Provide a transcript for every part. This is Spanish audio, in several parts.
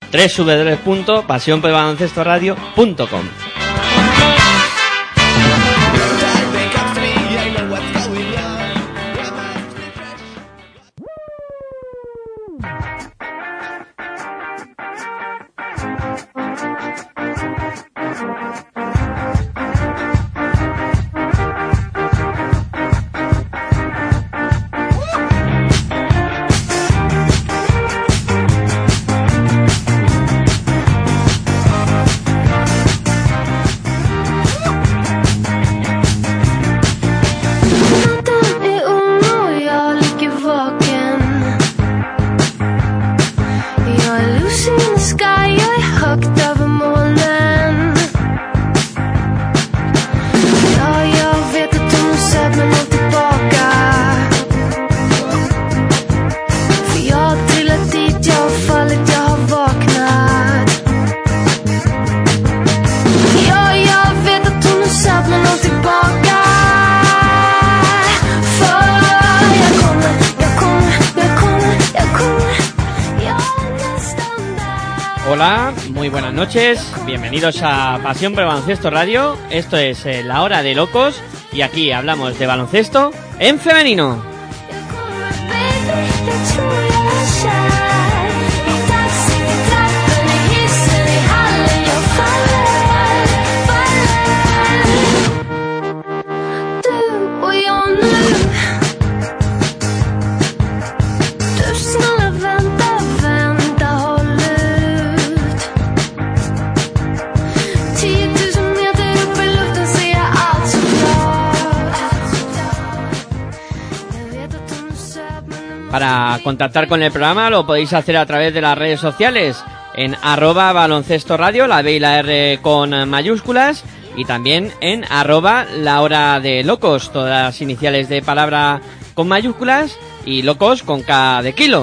www.pasionporelbaloncestoradio.com. Hola, muy buenas noches, bienvenidos a Pasión por el Baloncesto Radio. Esto es La Hora de Locos y aquí hablamos de baloncesto en femenino. Para contactar con el programa lo podéis hacer a través de las redes sociales en @baloncestoradio, la B y la R con mayúsculas, y también en @la hora de locos, todas las iniciales de palabra con mayúsculas y locos con K de kilo.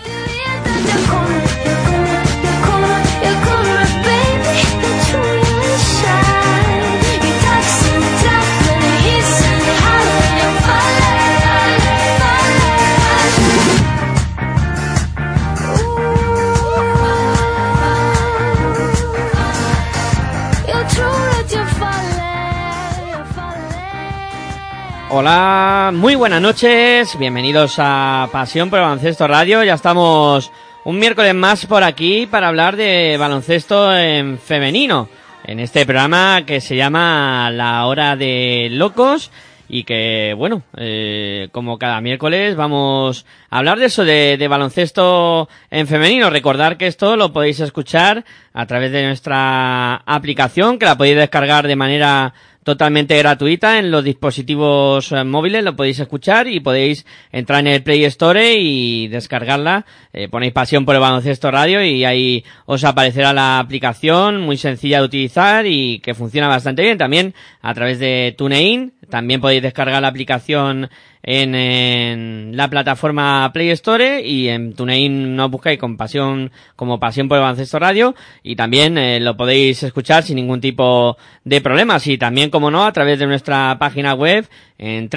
Hola, muy buenas noches, bienvenidos a Pasión por el Baloncesto Radio. Ya estamos un miércoles más por aquí para hablar de baloncesto en femenino, en este programa que se llama La Hora de Locos y que, bueno, como cada miércoles vamos a hablar de eso, de baloncesto en femenino. Recordar que esto lo podéis escuchar a través de nuestra aplicación, que la podéis descargar de manera totalmente gratuita en los dispositivos móviles, lo podéis escuchar y podéis entrar en el Play Store y descargarla. Ponéis Pasión por el Baloncesto Radio y ahí os aparecerá la aplicación, muy sencilla de utilizar y que funciona bastante bien. También a través de TuneIn, también podéis descargar la aplicación en la plataforma Play Store, y en TuneIn nos buscáis como Pasión por el Baloncesto Radio, y también lo podéis escuchar sin ningún tipo de problemas, y también, como no, a través de nuestra página web en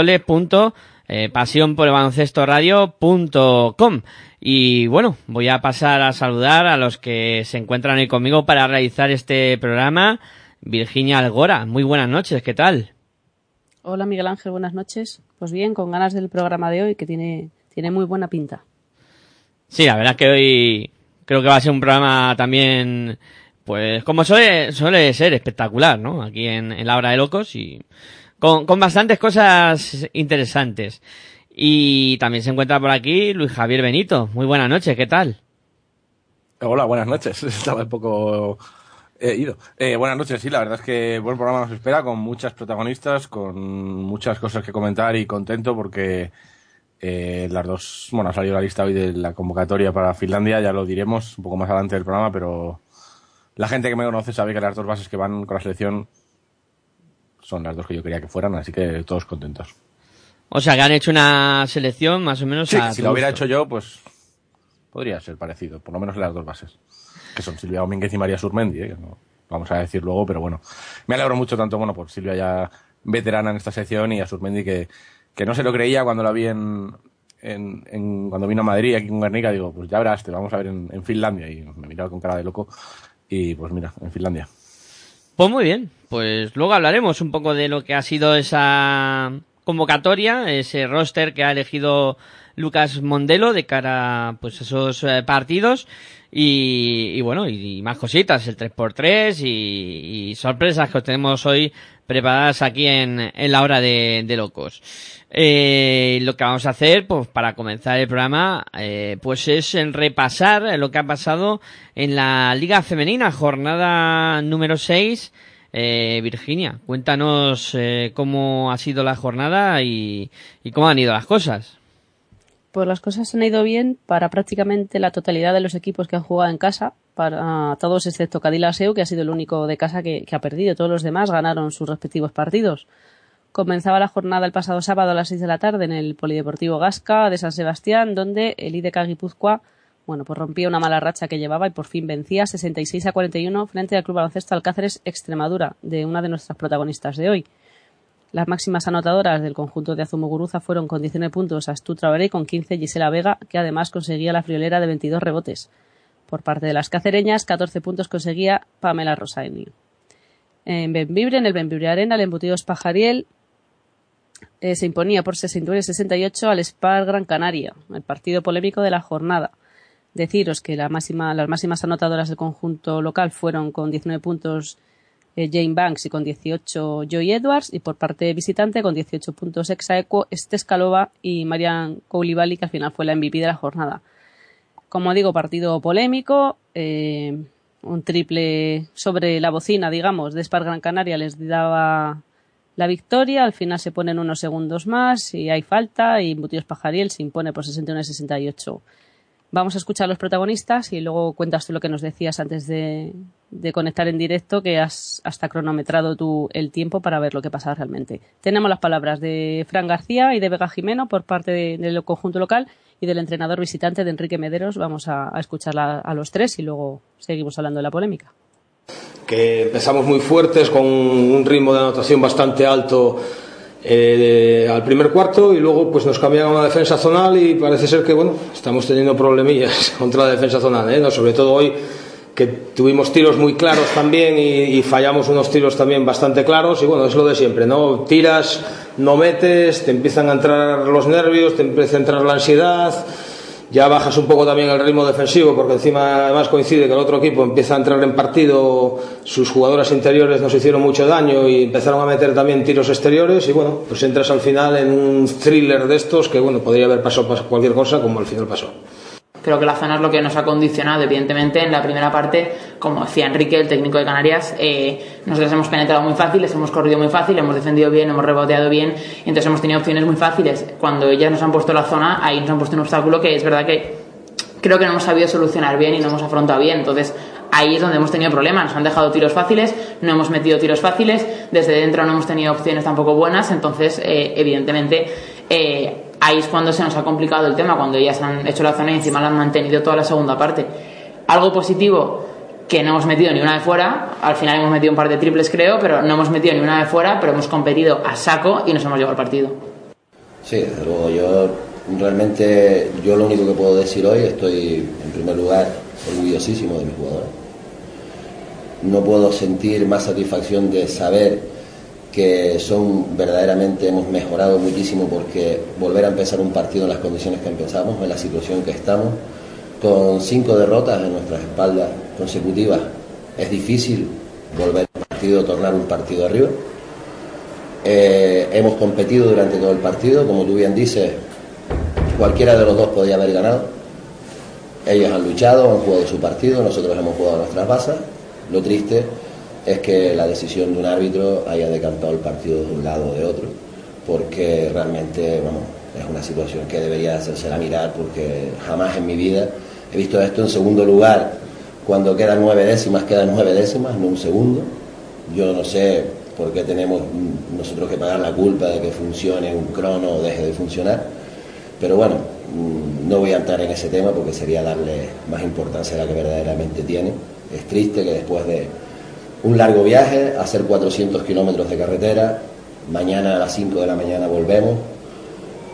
www.pasionporelbaloncestoradio.com. Y bueno, voy a pasar a saludar a los que se encuentran hoy conmigo para realizar este programa. Virginia Algora, muy buenas noches, ¿qué tal? Hola Miguel Ángel, buenas noches. Pues bien, con ganas del programa de hoy, que tiene muy buena pinta. Sí, la verdad es que hoy creo que va a ser un programa también, pues como suele ser, espectacular, ¿no? Aquí en La Hora de Locos, y con bastantes cosas interesantes. Y también se encuentra por aquí Luis Javier Benito. Muy buenas noches, ¿qué tal? Hola, buenas noches. Estaba un poco ido. Buenas noches, sí, la verdad es que buen programa nos espera, con muchas protagonistas, con muchas cosas que comentar, y contento porque las dos, bueno, ha salido la lista hoy de la convocatoria para Finlandia, ya lo diremos un poco más adelante del programa, pero la gente que me conoce sabe que las dos bases que van con la selección son las dos que yo quería que fueran, así que todos contentos. O sea, que han hecho una selección más o menos sí, a si lo hubiera hecho yo, pues podría ser parecido, por lo menos en las dos bases, que son Silvia Domínguez y María Surmendi, que no vamos a decir luego, pero bueno, me alegro mucho tanto, bueno, por Silvia, ya veterana en esta sección, y a Surmendi, que no se lo creía cuando la vi en cuando vino a Madrid, aquí con Guernica, digo, pues ya verás, te vamos a ver en Finlandia. Y me miraba con cara de loco. Y pues mira, en Finlandia. Pues muy bien, pues luego hablaremos un poco de lo que ha sido esa convocatoria, ese roster que ha elegido Lucas Mondelo de cara pues a esos partidos y bueno, y más cositas, el 3x3 y sorpresas que os tenemos hoy preparadas aquí en la hora de locos. Lo que vamos a hacer, pues para comenzar el programa, pues es repasar lo que ha pasado en la Liga Femenina, jornada número 6. Virginia, cuéntanos cómo ha sido la jornada y cómo han ido las cosas. Pues las cosas han ido bien para prácticamente la totalidad de los equipos que han jugado en casa, para todos excepto Cadillaceu, que ha sido el único de casa que ha perdido. Todos los demás ganaron sus respectivos partidos. Comenzaba la jornada el pasado sábado a las 6 de la tarde en el Polideportivo Gasca de San Sebastián, donde el IDK Guipúzcoa pues rompía una mala racha que llevaba y por fin vencía 66-41 frente al Club Baloncesto Alcáceres Extremadura, de una de nuestras protagonistas de hoy. Las máximas anotadoras del conjunto de Azumoguruza fueron con 19 puntos Astu Traoré y con 15 Gisela Vega, que además conseguía la friolera de 22 rebotes. Por parte de las cacereñas, 14 puntos conseguía Pamela Rosaini. En Bembibre, en el Bembibre Arena, el Embutidos Pajariel se imponía por 69-68 al Spar Gran Canaria, el partido polémico de la jornada. Deciros que las máximas anotadoras del conjunto local fueron con 19 puntos Jane Banks y con 18 Joy Edwards, y por parte visitante con 18 puntos Exaequo, Steskalova y Marian Koulibaly, que al final fue la MVP de la jornada. Como digo, partido polémico, un triple sobre la bocina, digamos, de Spar Gran Canaria les daba la victoria. Al final se ponen unos segundos más y hay falta y Embutidos Pajariel se impone por 61-68. Vamos a escuchar a los protagonistas y luego cuentas tú lo que nos decías antes de conectar en directo, que has hasta cronometrado tú el tiempo para ver lo que pasa realmente. Tenemos las palabras de Fran García y de Vega Jimeno por parte del conjunto local y del entrenador visitante de Enrique Mederos. Vamos a escucharla a los tres y luego seguimos hablando de la polémica. Que empezamos muy fuertes con un ritmo de anotación bastante alto al primer cuarto y luego pues nos cambian a una defensa zonal y parece ser que bueno, estamos teniendo problemillas contra la defensa zonal, ¿no? Sobre todo hoy que tuvimos tiros muy claros también y fallamos unos tiros también bastante claros y bueno, es lo de siempre, ¿no? Tiras, no metes, te empiezan a entrar los nervios, te empieza a entrar la ansiedad, ya bajas un poco también el ritmo defensivo porque encima además coincide que el otro equipo empieza a entrar en partido, sus jugadoras interiores nos hicieron mucho daño y empezaron a meter también tiros exteriores y bueno, pues entras al final en un thriller de estos que bueno, podría haber pasado cualquier cosa como al final pasó. Creo que la zona es lo que nos ha condicionado, evidentemente. En la primera parte, como decía Enrique, el técnico de Canarias, nosotros hemos penetrado muy fácil, les hemos corrido muy fácil, hemos defendido bien, hemos reboteado bien, y entonces hemos tenido opciones muy fáciles. Cuando ellas nos han puesto la zona, ahí nos han puesto un obstáculo que es verdad que creo que no hemos sabido solucionar bien y no hemos afrontado bien. Entonces ahí es donde hemos tenido problemas, nos han dejado tiros fáciles, no hemos metido tiros fáciles, desde dentro no hemos tenido opciones tampoco buenas, entonces evidentemente ahí es cuando se nos ha complicado el tema, cuando ellas han hecho la zona y encima la han mantenido toda la segunda parte. Algo positivo, que no hemos metido ni una de fuera, al final hemos metido un par de triples creo, pero no hemos metido ni una de fuera, pero hemos competido a saco y nos hemos llevado al partido. Sí, desde luego, yo lo único que puedo decir hoy, estoy en primer lugar orgullosísimo de mis jugadores. No puedo sentir más satisfacción de saber que verdaderamente hemos mejorado muchísimo, porque volver a empezar un partido en las condiciones que empezamos, en la situación que estamos, con 5 derrotas en nuestras espaldas consecutivas, es difícil volver a un partido, tornar un partido arriba. Hemos competido durante todo el partido, como tú bien dices, cualquiera de los dos podía haber ganado. Ellos han luchado, han jugado su partido, nosotros hemos jugado nuestras bases. Lo triste es que la decisión de un árbitro haya decantado el partido de un lado o de otro, porque realmente es una situación que debería hacérsela mirar, porque jamás en mi vida he visto esto. En segundo lugar, cuando quedan 9 décimas, no un segundo. Yo no sé por qué tenemos nosotros que pagar la culpa de que funcione un crono o deje de funcionar, pero bueno, no voy a entrar en ese tema porque sería darle más importancia a la que verdaderamente tiene. Es triste que después de un largo viaje, hacer 400 kilómetros de carretera, mañana a las 5 de la mañana volvemos,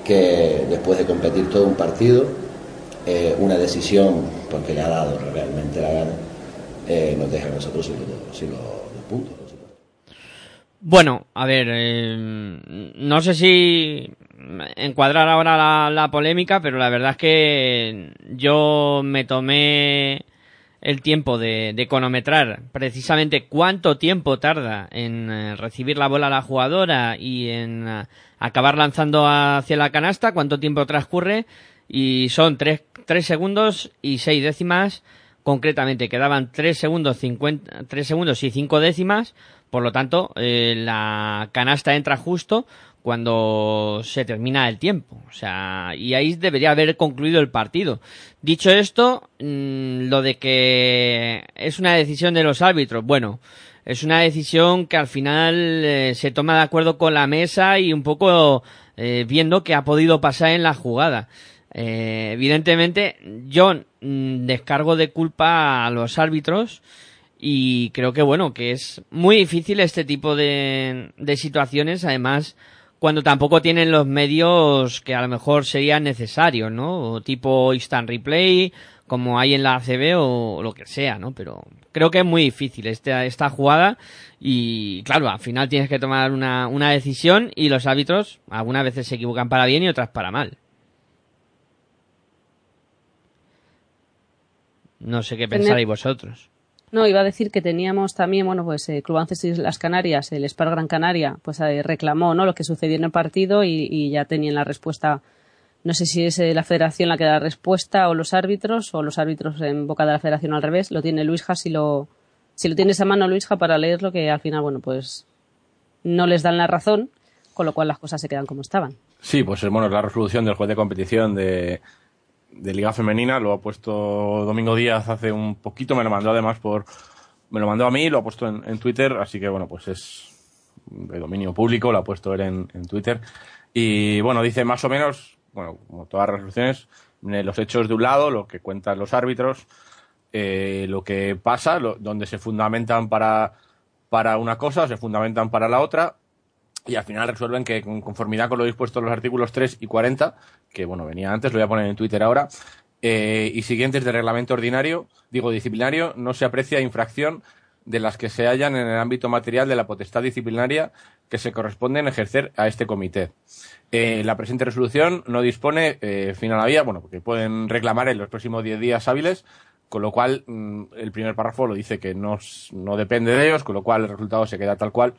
que después de competir todo un partido, una decisión, porque le ha dado realmente la gana, nos deja a nosotros sin los puntos. Bueno, a ver, no sé si encuadrar ahora la polémica, pero la verdad es que yo me tomé el tiempo de cronometrar precisamente cuánto tiempo tarda en recibir la bola la jugadora y en acabar lanzando hacia la canasta, cuánto tiempo transcurre, y son 3 segundos y 6 décimas concretamente. Quedaban 3 segundos y 5 décimas. Por lo tanto, la canasta entra justo cuando se termina el tiempo. O sea, y ahí debería haber concluido el partido. Dicho esto, lo de que es una decisión de los árbitros, bueno, es una decisión que al final se toma de acuerdo con la mesa y un poco viendo qué ha podido pasar en la jugada. Evidentemente, yo descargo de culpa a los árbitros. Y creo que bueno, que es muy difícil este tipo de situaciones, además, cuando tampoco tienen los medios que a lo mejor serían necesarios, ¿no? O tipo instant replay, como hay en la ACB o lo que sea, ¿no? Pero creo que es muy difícil esta jugada y, claro, al final tienes que tomar una decisión y los árbitros algunas veces se equivocan para bien y otras para mal. No sé qué pensáis vosotros. No, iba a decir que teníamos también, bueno, pues Club Baloncesto Islas Canarias, el Spar Gran Canaria, pues reclamó, ¿no?, lo que sucedió en el partido y ya tenían la respuesta. No sé si es la federación la que da la respuesta o los árbitros en boca de la federación al revés. Lo tiene Luisja, si lo tienes a mano, Luisja, para leerlo, que al final, bueno, pues no les dan la razón, con lo cual las cosas se quedan como estaban. Sí, pues bueno, es la resolución del juez de competición de Liga Femenina, lo ha puesto Domingo Díaz hace un poquito, me lo mandó a mí, lo ha puesto en Twitter, así que bueno, pues es de dominio público, lo ha puesto él en Twitter, y bueno, dice más o menos, bueno, como todas las resoluciones, los hechos de un lado, lo que cuentan los árbitros, lo que pasa, donde se fundamentan para una cosa o se fundamentan para la otra, y al final resuelven que, con conformidad con lo dispuesto en los artículos 3 y 40, que bueno, venía antes, lo voy a poner en Twitter ahora, y siguientes del reglamento disciplinario, no se aprecia infracción de las que se hallan en el ámbito material de la potestad disciplinaria que se corresponden ejercer a este comité. La presente resolución no dispone fin a la vía, bueno, porque pueden reclamar en los próximos 10 días hábiles, con lo cual el primer párrafo lo dice que no depende de ellos, con lo cual el resultado se queda tal cual.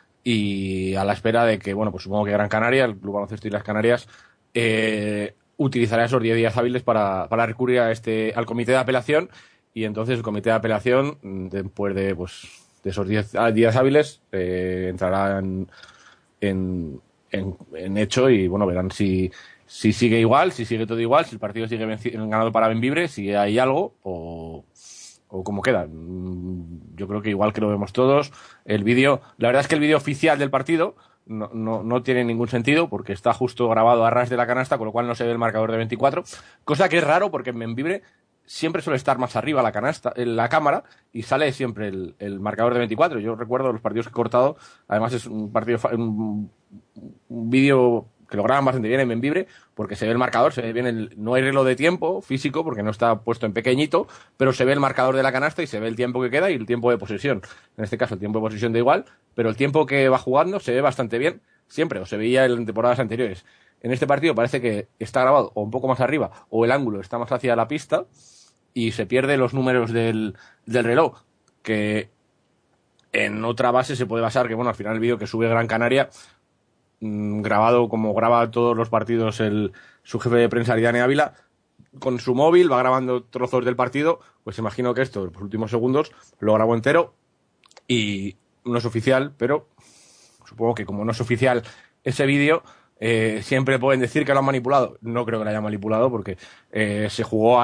Y a la espera de que, bueno, pues supongo que Gran Canaria, el Club Baloncesto Islas Canarias, utilizará esos 10 días hábiles para recurrir al comité de apelación, y entonces el comité de apelación, después de esos 10 días hábiles, entrará en hecho, y bueno, verán si sigue igual, si sigue todo igual, si el partido sigue ganado para Bembibre, si hay algo o cómo queda. Yo creo que igual que lo vemos todos, el vídeo, la verdad es que el vídeo oficial del partido no tiene ningún sentido, porque está justo grabado a ras de la canasta, con lo cual no se ve el marcador de 24, cosa que es raro porque en Bembibre siempre suele estar más arriba la canasta, en la cámara, y sale siempre el marcador de 24. Yo recuerdo los partidos que he cortado, además es un vídeo que lo graban bastante bien en Bembibre, porque se ve el marcador, se ve bien no hay reloj de tiempo físico, porque no está puesto en pequeñito, pero se ve el marcador de la canasta y se ve el tiempo que queda y el tiempo de posesión. En este caso el tiempo de posesión da igual, pero el tiempo que va jugando se ve bastante bien, siempre, o se veía en temporadas anteriores. En este partido parece que está grabado o un poco más arriba, o el ángulo está más hacia la pista, y se pierde los números del reloj, que en otra base se puede basar que, bueno, al final el vídeo que sube Gran Canaria, grabado como graba todos los partidos su jefe de prensa, Aridane Ávila, con su móvil va grabando trozos del partido, pues imagino que esto, los últimos segundos, lo grabó entero, y no es oficial, pero supongo que como no es oficial ese vídeo, siempre pueden decir que lo han manipulado. No creo que lo haya manipulado, porque se jugó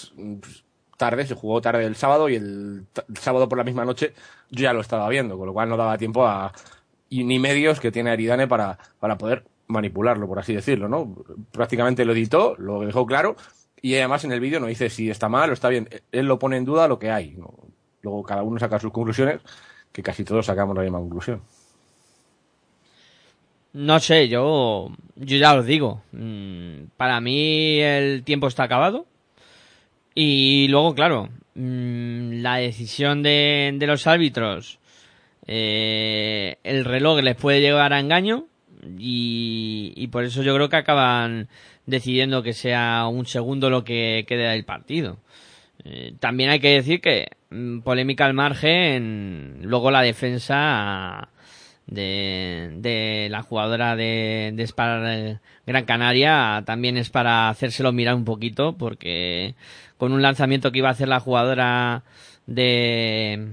se jugó tarde el sábado, y el sábado por la misma noche yo ya lo estaba viendo, con lo cual no daba tiempo ni medios que tiene Aridane para poder manipularlo, por así decirlo, ¿no? Prácticamente lo editó, lo dejó claro, y además en el vídeo no dice si está mal o está bien. Él lo pone en duda lo que hay, ¿no? Luego cada uno saca sus conclusiones, que casi todos sacamos la misma conclusión. No sé, yo ya os digo, para mí el tiempo está acabado y luego, claro, la decisión de los árbitros, el reloj les puede llevar a engaño y por eso yo creo que acaban decidiendo que sea un segundo lo que quede del partido. También hay que decir que, polémica al margen, luego la defensa de la jugadora de Spar Gran Canaria también es para hacérselo mirar un poquito, porque con un lanzamiento que iba a hacer la jugadora de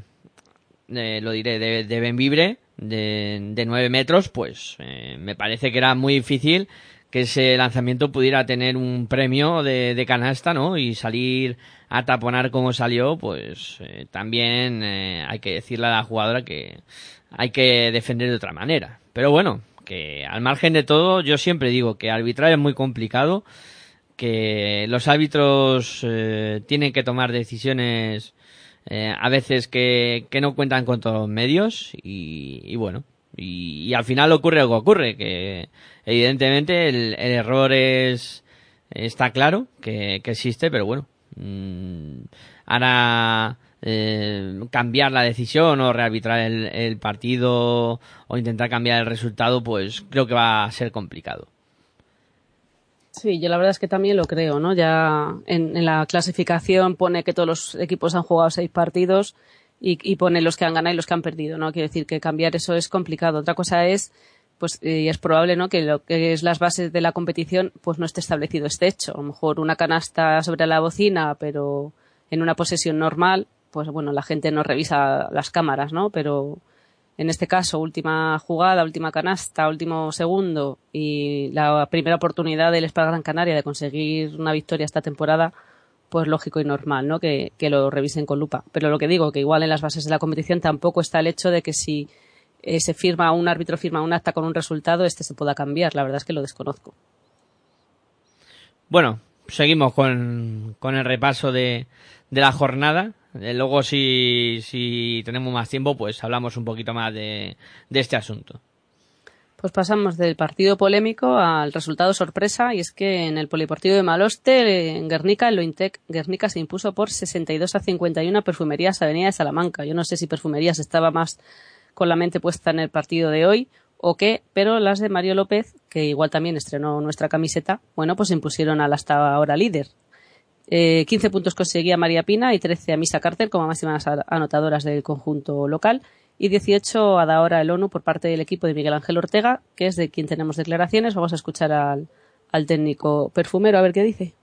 Benvibre de 9 metros, pues me parece que era muy difícil que ese lanzamiento pudiera tener un premio de canasta, ¿no? Y salir a taponar como salió, pues también hay que decirle a la jugadora que hay que defender de otra manera. Pero bueno, que al margen de todo, yo siempre digo que arbitrar es muy complicado, que los árbitros tienen que tomar decisiones a veces que no cuentan con todos los medios y bueno, y al final ocurre lo que ocurre, que evidentemente el error está claro que existe, pero bueno, ahora cambiar la decisión o rearbitrar el partido o intentar cambiar el resultado, pues creo que va a ser complicado. Sí, yo la verdad es que también lo creo, ¿no? Ya en la clasificación pone que todos los equipos han jugado 6 partidos y pone los que han ganado y los que han perdido, ¿no? Quiero decir que cambiar eso es complicado. Otra cosa es, pues, y es probable, ¿no?, que lo que es las bases de la competición, pues no esté establecido este hecho. A lo mejor una canasta sobre la bocina, pero en una posesión normal, pues bueno, la gente no revisa las cámaras, ¿no? Pero en este caso, última jugada, última canasta, último segundo y la primera oportunidad del Spar Gran Canaria de conseguir una victoria esta temporada, pues lógico y normal, ¿no?, que lo revisen con lupa. Pero lo que digo, que igual en las bases de la competición tampoco está el hecho de que si un árbitro firma un acta con un resultado, se pueda cambiar. La verdad es que lo desconozco. Bueno, seguimos con el repaso de la jornada. Luego, si tenemos más tiempo, pues hablamos un poquito más de este asunto. Pues pasamos del partido polémico al resultado sorpresa, y es que en el Polideportivo de Maloste, en Guernica, el Lointec Guernica se impuso por 62-51 a Perfumerías Avenida de Salamanca. Yo no sé si Perfumerías estaba más con la mente puesta en el partido de hoy o qué, pero las de Mario López, que igual también estrenó nuestra camiseta, bueno, pues se impusieron al hasta ahora líder. 15 puntos conseguía María Pina y 13 a Misa Carter como máximas anotadoras del conjunto local, y 18 a Dahora el ONU por parte del equipo de Miguel Ángel Ortega, que es de quien tenemos declaraciones. Vamos a escuchar al técnico perfumero a ver qué dice.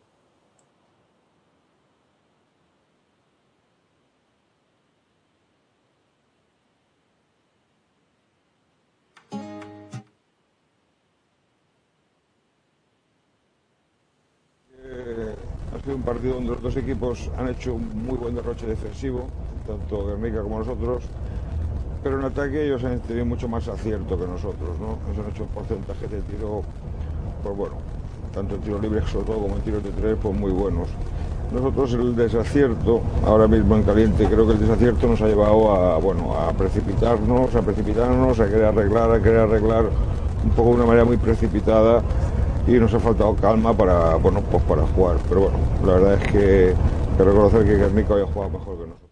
Ha sido un partido donde los dos equipos han hecho un muy buen derroche defensivo, tanto Guernica como nosotros, pero en ataque ellos han tenido mucho más acierto que nosotros, ¿no? Ellos han hecho un porcentaje de tiro, pues bueno, tanto en tiro libre sobre todo como en tiros de tres, pues muy buenos. Nosotros el desacierto, ahora mismo en caliente, creo que el desacierto nos ha llevado a precipitarnos, a querer arreglar un poco de una manera muy precipitada, y nos ha faltado calma para jugar. Pero bueno, la verdad es que hay que reconocer que Guernica había jugado mejor que nosotros.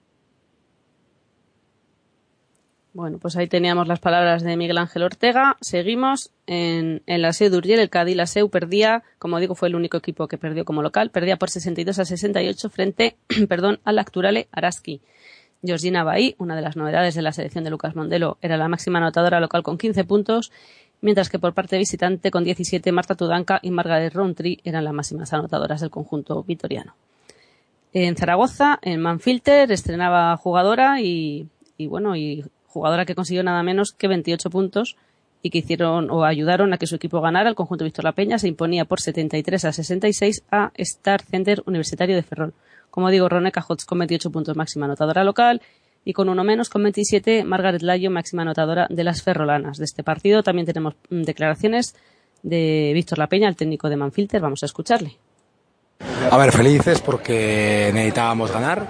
Bueno, pues ahí teníamos las palabras de Miguel Ángel Ortega. Seguimos en la SEU d'Urgell. El Cadí la SEU perdía, como digo, fue el único equipo que perdió como local, perdía por 62-68 frente al Acturale Araski. Georgina Bahí, una de las novedades de la selección de Lucas Mondelo, era la máxima anotadora local con 15 puntos, mientras que por parte visitante con 17 Marta Tudanca y Margaret Rountree eran las máximas anotadoras del conjunto vitoriano. En Zaragoza, en Manfilter, estrenaba jugadora y jugadora que consiguió nada menos que 28 puntos y que ayudaron a que su equipo ganara. El conjunto Víctor La Peña se imponía por 73-66 a Star Center Universitario de Ferrol. Como digo, Roneca Hots con 28 puntos, máxima anotadora local, y con uno menos, con 27, Margaret Layo, máxima anotadora de las ferrolanas. De este partido también tenemos declaraciones de Víctor La Peña, el técnico de Manfilter. Vamos a escucharle. A ver, felices porque necesitábamos ganar,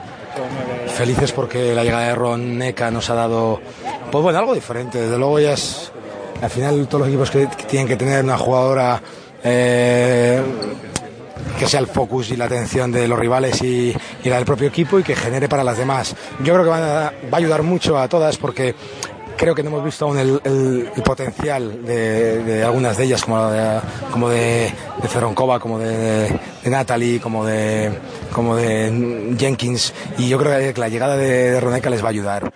felices porque la llegada de Roneca nos ha dado, pues bueno, algo diferente. Desde luego ellas Al final todos los equipos que tienen que tener una jugadora que sea el focus y la atención de los rivales y la del propio equipo, y que genere para las demás. Yo creo que va a ayudar mucho a todas, porque creo que no hemos visto aún el potencial de algunas de ellas, como de Feronkova, como de Natalie, como de Jenkins, y yo creo que la llegada de Roneca les va a ayudar.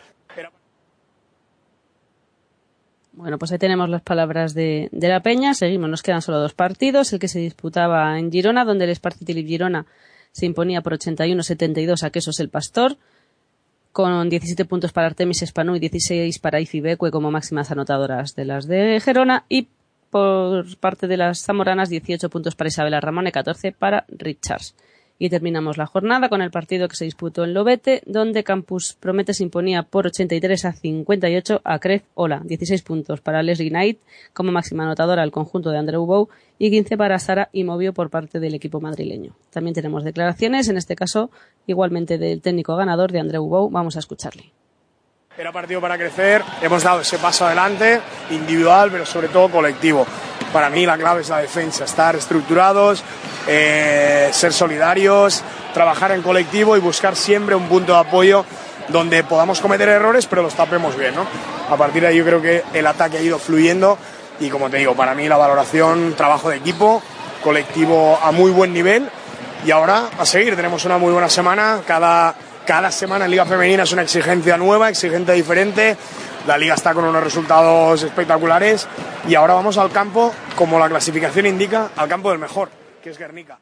Bueno, pues ahí tenemos las palabras de la Peña. Seguimos, nos quedan solo 2 partidos. El que se disputaba en Girona, donde el Espartitilip Girona se imponía por 81-72 a Quesos el Pastor, con 17 puntos para Artemis Espanú y 16 para Ifi Becue como máximas anotadoras de las de Gerona, y por parte de las zamoranas 18 puntos para Isabela Ramón y 14 para Richards. Y terminamos la jornada con el partido que se disputó en Lobete, donde Campus Promete se imponía por 83-58 a Cref Ola. 16 puntos para Leslie Knight como máxima anotadora al conjunto de Andreu Bou y 15 para Sara Imovio por parte del equipo madrileño. También tenemos declaraciones, en este caso igualmente del técnico ganador de Andreu Bou. Vamos a escucharle. Era partido para crecer, hemos dado ese paso adelante, individual, pero sobre todo colectivo. Para mí la clave es la defensa, estar estructurados, ser solidarios, trabajar en colectivo y buscar siempre un punto de apoyo donde podamos cometer errores, pero los tapemos bien, ¿no? A partir de ahí yo creo que el ataque ha ido fluyendo y, como te digo, para mí la valoración, trabajo de equipo, colectivo a muy buen nivel, y ahora a seguir. Tenemos una muy buena semana, cada semana en Liga Femenina es una exigencia nueva, exigente diferente. La Liga está con unos resultados espectaculares y ahora vamos al campo, como la clasificación indica, al campo del mejor, que es Guernica.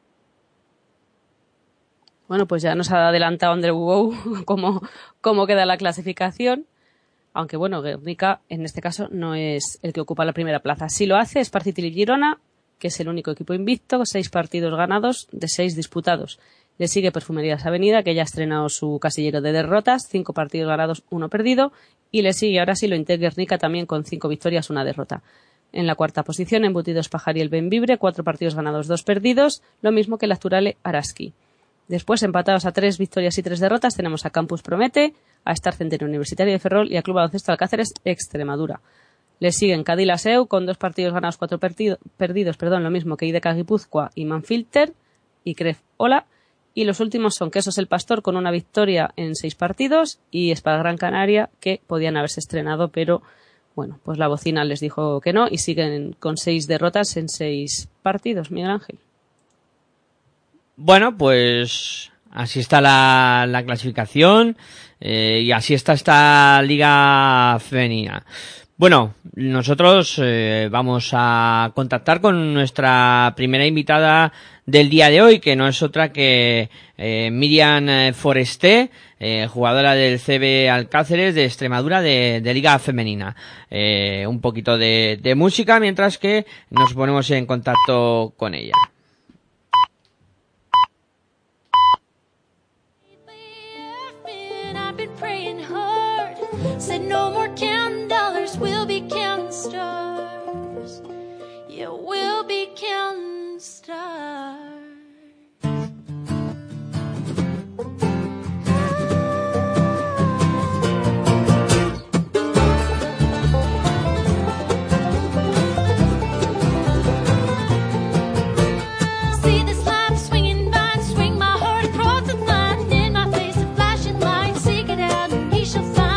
Bueno, pues ya nos ha adelantado Andreu Bou cómo queda la clasificación. Aunque bueno, Guernica en este caso no es el que ocupa la primera plaza. Sí lo hace Espartitilip Girona, que es el único equipo invicto, con 6 partidos ganados de 6 disputados. Le sigue Perfumerías Avenida, que ya ha estrenado su casillero de derrotas, 5 partidos ganados, 1 perdido. Y le sigue ahora sí lo Inter Guernica también con 5 victorias, 1 derrota. En la cuarta posición, Embutidos Pajar y el Benvibre, 4 partidos ganados, 2 perdidos, lo mismo que el Acturale Araski. Después, empatados a 3 victorias y 3 derrotas, tenemos a Campus Promete, a Star Centeno Universitario de Ferrol y a Club Baloncesto Alcáceres Extremadura. Le siguen Cadila Seu con 2 partidos ganados, 4 perdidos, lo mismo que IDK Guipúzcoa y Manfilter y Cref Ola. Y los últimos son Quesos el Pastor con 1 victoria en 6 partidos y Espada Gran Canaria, que podían haberse estrenado, pero bueno, pues la bocina les dijo que no y siguen con 6 derrotas en 6 partidos. Miguel Ángel. Bueno, pues así está la clasificación y así está esta Liga Femenina. Bueno, nosotros vamos a contactar con nuestra primera invitada del día de hoy, que no es otra que Miriam Foresté, jugadora del CB Alcáceres de Extremadura de Liga Femenina. Un poquito de música mientras que nos ponemos en contacto con ella. Said no more counting dollars, we'll be counting stars. Yeah, we'll be counting stars. See this life swinging by, swing my heart across the line. In my face a flashing light, seek it out and ye shall find.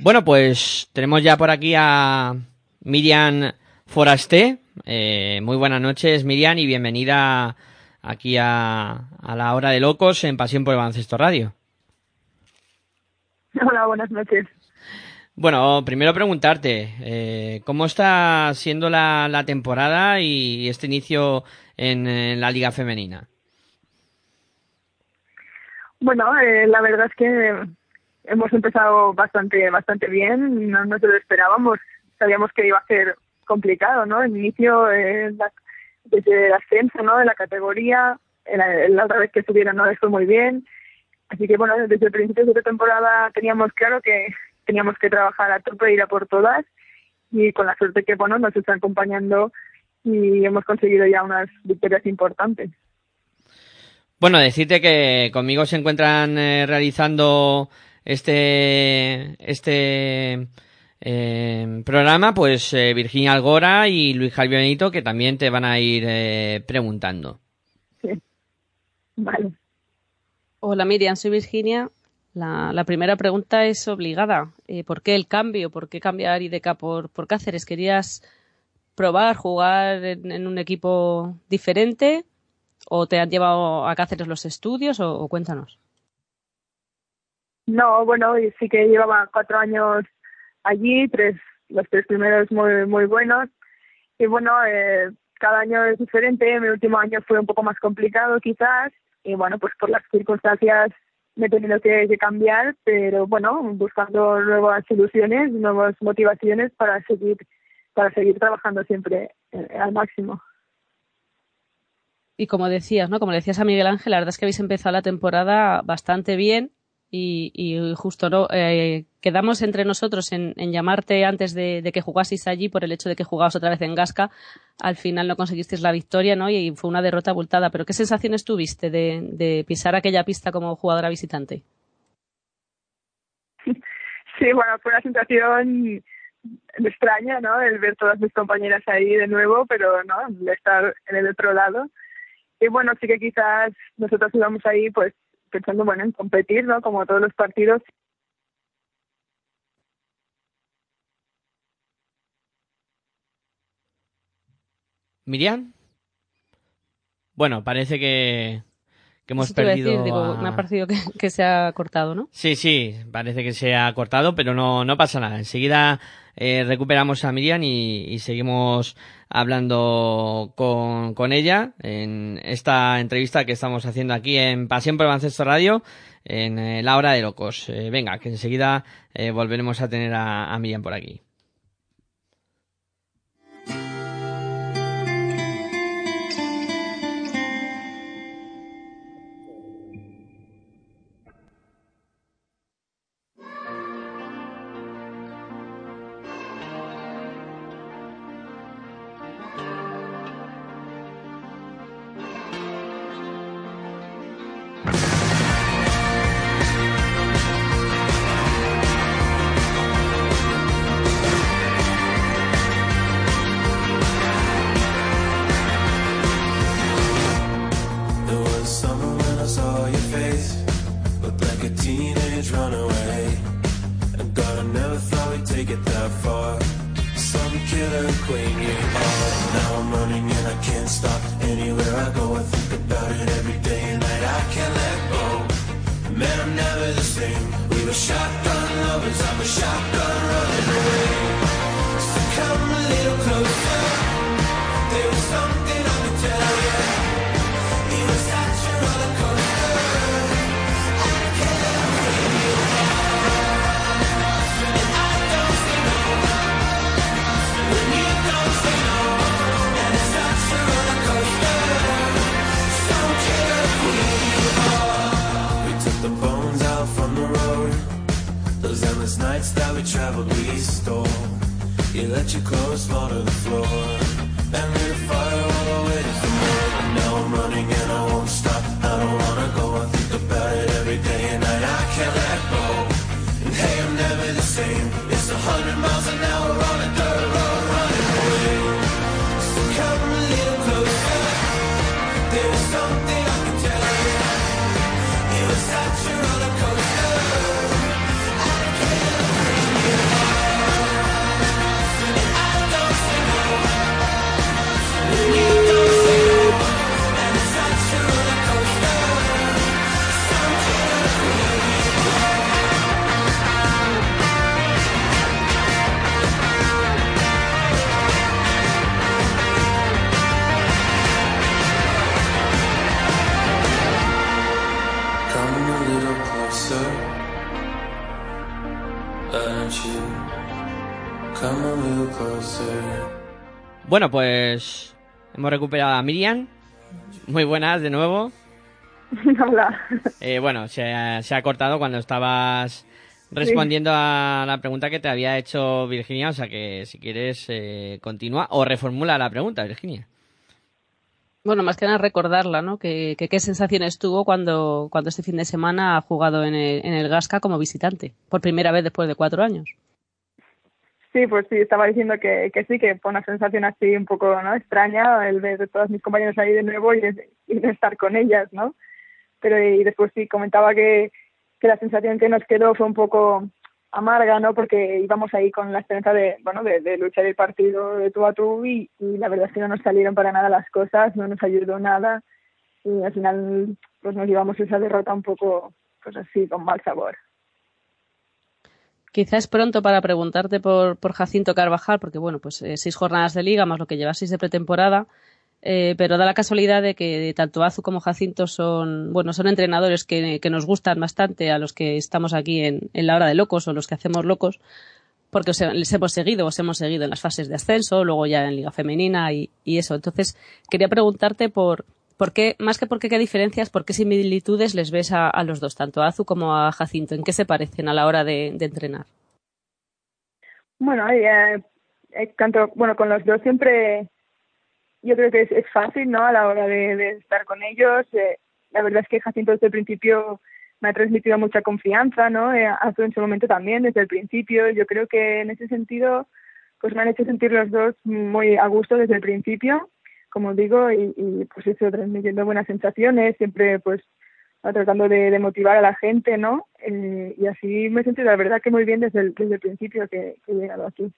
Bueno, pues tenemos ya por aquí a Miriam Forasté. Muy buenas noches, Miriam, y bienvenida aquí a la Hora de Locos en Pasión por el Baloncesto Radio. Hola, buenas noches. Bueno, primero preguntarte, ¿cómo está siendo la temporada y este inicio en la Liga Femenina? Bueno, la verdad es que hemos empezado bastante bien, no nos lo esperábamos, sabíamos que iba a ser complicado, ¿no? El inicio, desde el ascenso, ¿no? De la categoría, la otra vez que subieron no les fue muy bien, así que bueno, desde el principio de la temporada teníamos claro que teníamos que trabajar a tope e ir a por todas, y con la suerte que bueno nos está acompañando y hemos conseguido ya unas victorias importantes. Bueno, decirte que conmigo se encuentran realizando este programa, pues Virginia Algora y Luis Javier Benito, que también te van a ir preguntando. Sí. Vale. Hola Miriam, soy Virginia. La primera pregunta es obligada. ¿Por qué el cambio? ¿Por qué cambiar IDK por Cáceres? ¿Querías probar, jugar en un equipo diferente? ¿O te han llevado a Cáceres los estudios? O cuéntanos. No, bueno, sí que llevaba 4 años allí, los 3 primeros muy buenos. Y bueno, cada año es diferente. Mi último año fue un poco más complicado quizás. Y bueno, pues por las circunstancias me he tenido que cambiar, pero bueno, buscando nuevas soluciones, nuevas motivaciones para seguir trabajando siempre al máximo. Y como decías, ¿no? Como le decías a Miguel Ángel, la verdad es que habéis empezado la temporada bastante bien y justo no quedamos entre nosotros en llamarte antes de que jugaseis allí por el hecho de que jugabas otra vez en Gasca. Al final no conseguisteis la victoria, ¿no? Y fue una derrota abultada. Pero ¿qué sensaciones tuviste de pisar aquella pista como jugadora visitante? Sí, bueno, fue una sensación extraña, ¿no? El ver todas mis compañeras ahí de nuevo, pero no, el estar en el otro lado. Y bueno, sí que quizás nosotros íbamos ahí pues pensando, bueno, en competir, ¿no? Como todos los partidos. ¿Miriam? Bueno, parece que hemos Eso te iba a perdido. decir, me ha parecido que se ha cortado, ¿no? Sí, parece que se ha cortado, pero no pasa nada. Enseguida recuperamos a Miriam y seguimos hablando con ella en esta entrevista que estamos haciendo aquí en Pasión por el Baloncesto Radio, en la Hora de Locos. Venga, que enseguida volveremos a tener a Miriam por aquí. closer, aren't you? Come a little closer. Bueno, pues hemos recuperado a Miriam. Muy buenas de nuevo. Hola. Bueno, se ha cortado cuando estabas respondiendo a la pregunta que te había hecho Virginia, o sea que si quieres continúa o reformula la pregunta, Virginia. Bueno, más que nada recordarla, ¿no? Que qué sensaciones tuvo cuando este fin de semana ha jugado en el Gasca como visitante, por primera vez después de 4 años. Sí, pues sí, estaba diciendo que sí, que fue una sensación así un poco, ¿no?, extraña el ver a todos mis compañeros ahí de nuevo y de estar con ellas, ¿no? Pero y después sí comentaba que la sensación que nos quedó fue un poco amarga, ¿no? Porque íbamos ahí con la esperanza de luchar el partido de tú a tú y la verdad es que no nos salieron para nada las cosas, no nos ayudó nada y al final pues nos llevamos esa derrota un poco pues así con mal sabor. Quizás es pronto para preguntarte por Jacinto Carvajal, porque bueno, pues 6 jornadas de liga más lo que llevasteis de pretemporada, pero da la casualidad de que tanto Azu como Jacinto son entrenadores que nos gustan bastante a los que estamos aquí en la hora de locos o los que hacemos locos, porque os hemos seguido en las fases de ascenso, luego ya en liga femenina y eso. Entonces quería preguntarte por qué, más que por qué diferencias, por qué similitudes les ves a los dos, tanto a Azu como a Jacinto, en qué se parecen a la hora de entrenar. Bueno, con los dos siempre yo creo que es fácil, ¿no?, a la hora de estar con ellos. La verdad es que Jacinto desde el principio me ha transmitido mucha confianza, ¿no? Azu en su momento también, desde el principio. Yo creo que en ese sentido pues me han hecho sentir los dos muy a gusto desde el principio, como digo, y pues eso, transmitiendo buenas sensaciones, siempre pues tratando de motivar a la gente, ¿no? Y así me he sentido, la verdad, que muy bien desde el principio que he llegado aquí.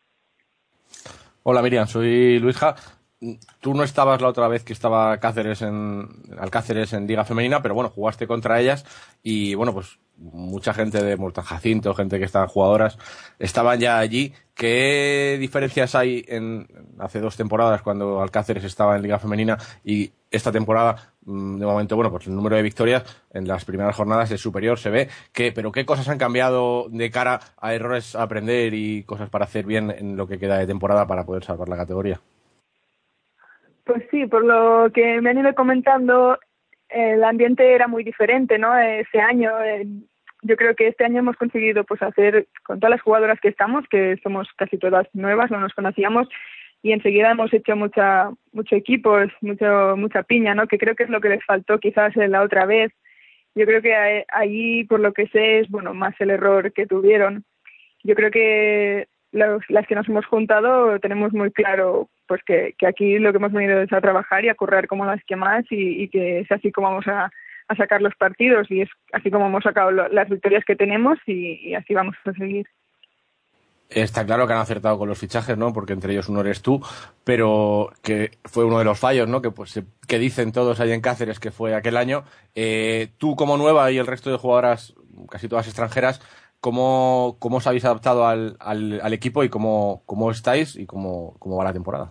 Hola Miriam, soy Luisja. Tú no estabas la otra vez que estaba Alcáceres en Liga Femenina, pero bueno, jugaste contra ellas y bueno, pues mucha gente de Jacinto, gente que estaban jugadoras, estaban ya allí. ¿Qué diferencias hay hace 2 temporadas cuando Alcáceres estaba en Liga Femenina y esta temporada? De momento, bueno, pues el número de victorias en las primeras jornadas es superior, se ve, pero ¿qué cosas han cambiado de cara a errores a aprender y cosas para hacer bien en lo que queda de temporada para poder salvar la categoría? Pues sí, por lo que me han ido comentando, el ambiente era muy diferente, ¿no? Ese año, yo creo que este año hemos conseguido pues hacer, con todas las jugadoras que estamos, que somos casi todas nuevas, no nos conocíamos, y enseguida hemos hecho mucho equipo, mucha piña, ¿no? Que creo que es lo que les faltó quizás la otra vez. Yo creo que allí, por lo que sé, es más el error que tuvieron. Yo creo que las que nos hemos juntado tenemos muy claro pues que aquí lo que hemos venido es a trabajar y a correr como las que más y que es así como vamos a sacar los partidos y es así como hemos sacado las victorias que tenemos y así vamos a seguir. Está claro que han acertado con los fichajes, ¿no? Porque entre ellos uno eres tú, pero que fue uno de los fallos, ¿no? Que dicen todos ahí en Cáceres que fue aquel año. Tú como nueva y el resto de jugadoras, casi todas extranjeras, ¿cómo os habéis adaptado al equipo y cómo estáis y cómo va la temporada?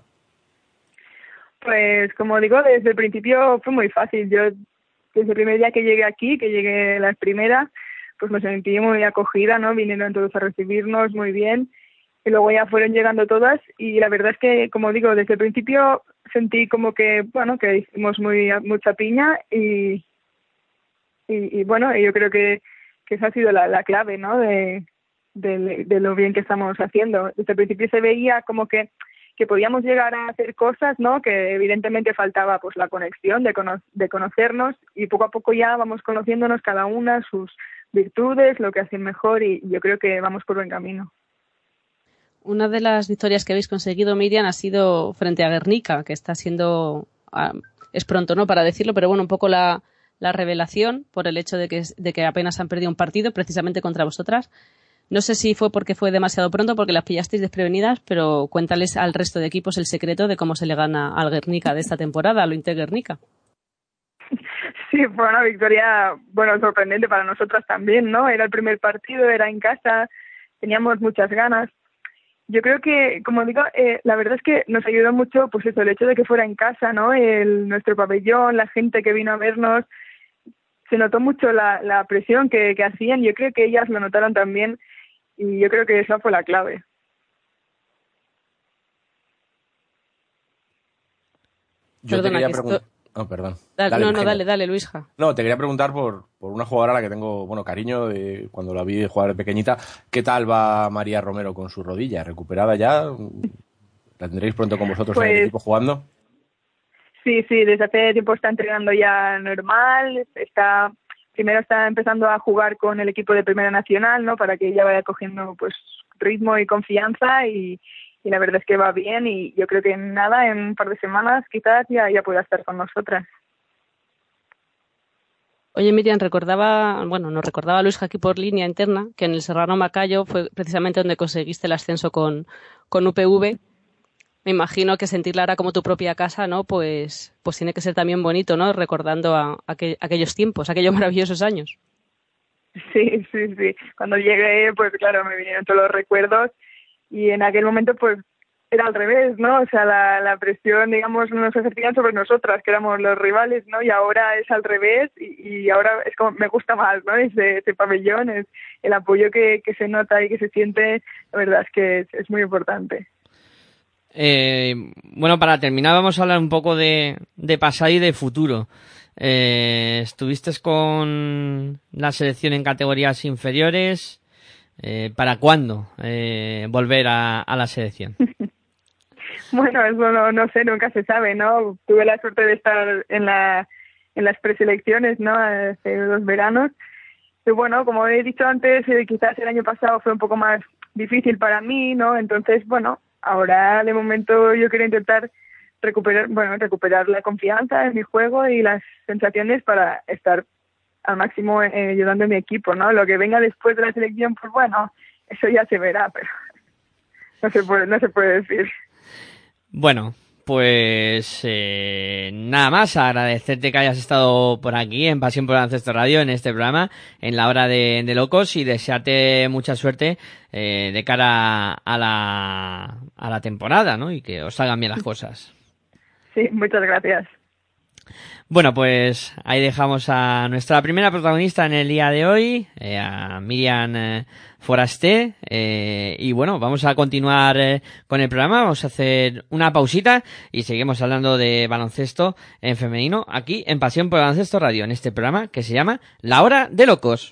Pues como digo, desde el principio fue muy fácil. Yo desde el primer día que llegué las primeras, pues me sentí muy acogida, ¿no? Vinieron todos a recibirnos muy bien y luego ya fueron llegando todas y la verdad es que, como digo, desde el principio sentí como que, bueno, que hicimos mucha piña y bueno, yo creo que esa ha sido la clave, ¿no? De lo bien que estamos haciendo. Desde el principio se veía como que podíamos llegar a hacer cosas, ¿no? Que evidentemente faltaba pues la conexión de conocernos y poco a poco ya vamos conociéndonos cada una, sus virtudes, lo que hacen mejor y yo creo que vamos por buen camino. Una de las victorias que habéis conseguido, Miriam, ha sido frente a Guernica, que está siendo, es pronto, ¿no?, para decirlo, pero bueno, un poco la revelación por el hecho de que apenas han perdido un partido precisamente contra vosotras. No sé si fue porque fue demasiado pronto, porque las pillasteis desprevenidas, pero cuéntales al resto de equipos el secreto de cómo se le gana al Guernica de esta temporada, al Inter Guernica. Sí, fue una victoria, sorprendente para nosotras también, ¿no? Era el primer partido, era en casa, teníamos muchas ganas. Yo creo que, como digo, la verdad es que nos ayudó mucho, pues eso, el hecho de que fuera en casa, ¿no? Nuestro pabellón, la gente que vino a vernos. se notó mucho la presión que hacían. Yo creo que ellas lo notaron también y yo creo que esa fue la clave. Yo te quería preguntar... Oh, perdón. Dale, Luisja. No, te quería preguntar por una jugadora a la que tengo, cariño de cuando la vi jugar de pequeñita. ¿Qué tal va María Romero con su rodilla? ¿Recuperada ya? ¿La tendréis pronto con vosotros en el equipo jugando? Sí, desde hace tiempo está entrenando ya normal. Primero está empezando a jugar con el equipo de Primera Nacional, ¿no? Para que ella vaya cogiendo pues ritmo y confianza y la verdad es que va bien y yo creo que en un par de semanas quizás ya pueda estar con nosotras. Oye, Miriam, nos recordaba Luisja aquí por línea interna que en el Serrano Macayo fue precisamente donde conseguiste el ascenso con UPV. Me imagino que sentirla ahora como tu propia casa, ¿no? Pues tiene que ser también bonito, ¿no? Recordando aquellos tiempos, aquellos maravillosos años. Sí. Cuando llegué, pues claro, me vinieron todos los recuerdos. Y en aquel momento, pues, era al revés, ¿no? O sea, la presión, digamos, nos ejercían sobre nosotras, que éramos los rivales, ¿no? Y ahora es al revés y ahora es como, me gusta más, ¿no? Ese pabellón, es el apoyo que se nota y que se siente, la verdad es que es muy importante. Bueno, para terminar vamos a hablar un poco de pasado y de futuro. Estuviste con la selección en categorías inferiores. ¿Para cuándo volver a la selección? Bueno, eso no sé, nunca se sabe, ¿no? Tuve la suerte de estar en las preselecciones, ¿no? Hace 2 veranos. Y bueno, como he dicho antes, quizás el año pasado fue un poco más difícil para mí, ¿no? Entonces, bueno, ahora de momento yo quiero intentar recuperar la confianza en mi juego y las sensaciones para estar al máximo ayudando a mi equipo, ¿no? Lo que venga después de la selección, pues bueno, eso ya se verá, pero no se puede decir. Bueno, pues nada más, agradecerte que hayas estado por aquí en Pasión por Baloncesto Radio, en este programa, en la hora de locos, y desearte mucha suerte de cara a la temporada, ¿no? Y que os salgan bien las cosas. Sí, muchas gracias. Bueno, pues ahí dejamos a nuestra primera protagonista en el día de hoy, a Miriam Forasté, y bueno, vamos a continuar con el programa, vamos a hacer una pausita y seguimos hablando de baloncesto en femenino aquí en Pasión por Baloncesto Radio, en este programa que se llama La Hora de Locos.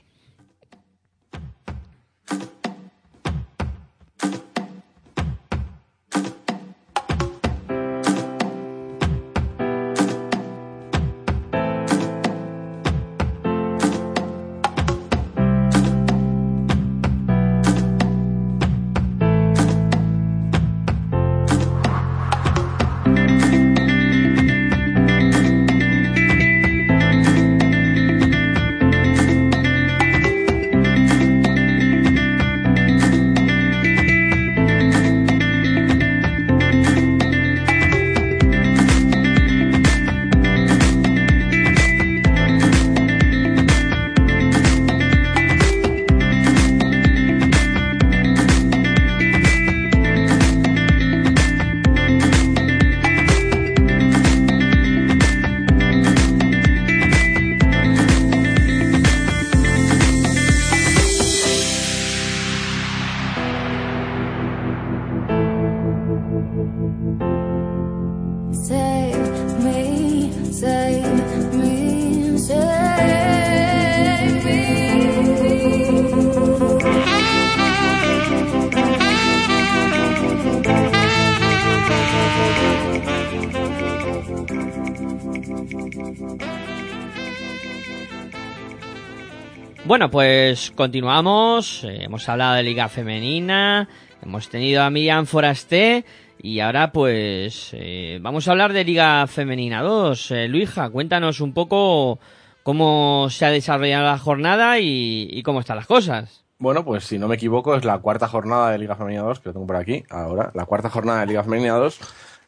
Bueno, pues continuamos, hemos hablado de Liga Femenina, hemos tenido a Miriam Forasté y ahora pues vamos a hablar de Liga Femenina 2. Luisja, cuéntanos un poco cómo se ha desarrollado la jornada y cómo están las cosas. Bueno, pues si no me equivoco es la 4ª jornada de Liga Femenina 2, que lo tengo por aquí ahora, la 4ª jornada de Liga Femenina 2.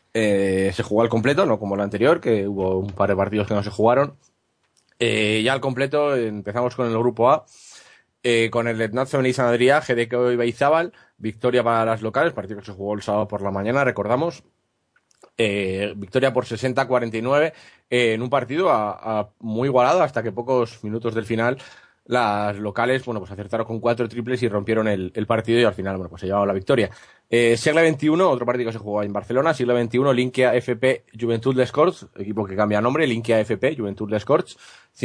Se jugó al completo, no como la anterior, que hubo un par de partidos que no se jugaron. Ya al completo empezamos con el grupo A, con el Etnat Femení San Adrià, GDK Ibaizábal, victoria para las locales, partido que se jugó el sábado por la mañana, recordamos. Victoria por 60-49 en un partido muy igualado hasta que pocos minutos del final las locales, bueno, pues acertaron con 4 triples y rompieron el partido y al final, bueno, pues se llevaron la victoria. Segle XXI, otro partido que se jugó en Barcelona, Segle XXI, Linkia FP Joventut Les Corts, equipo que cambia nombre, Linkia FP Joventut Les Corts,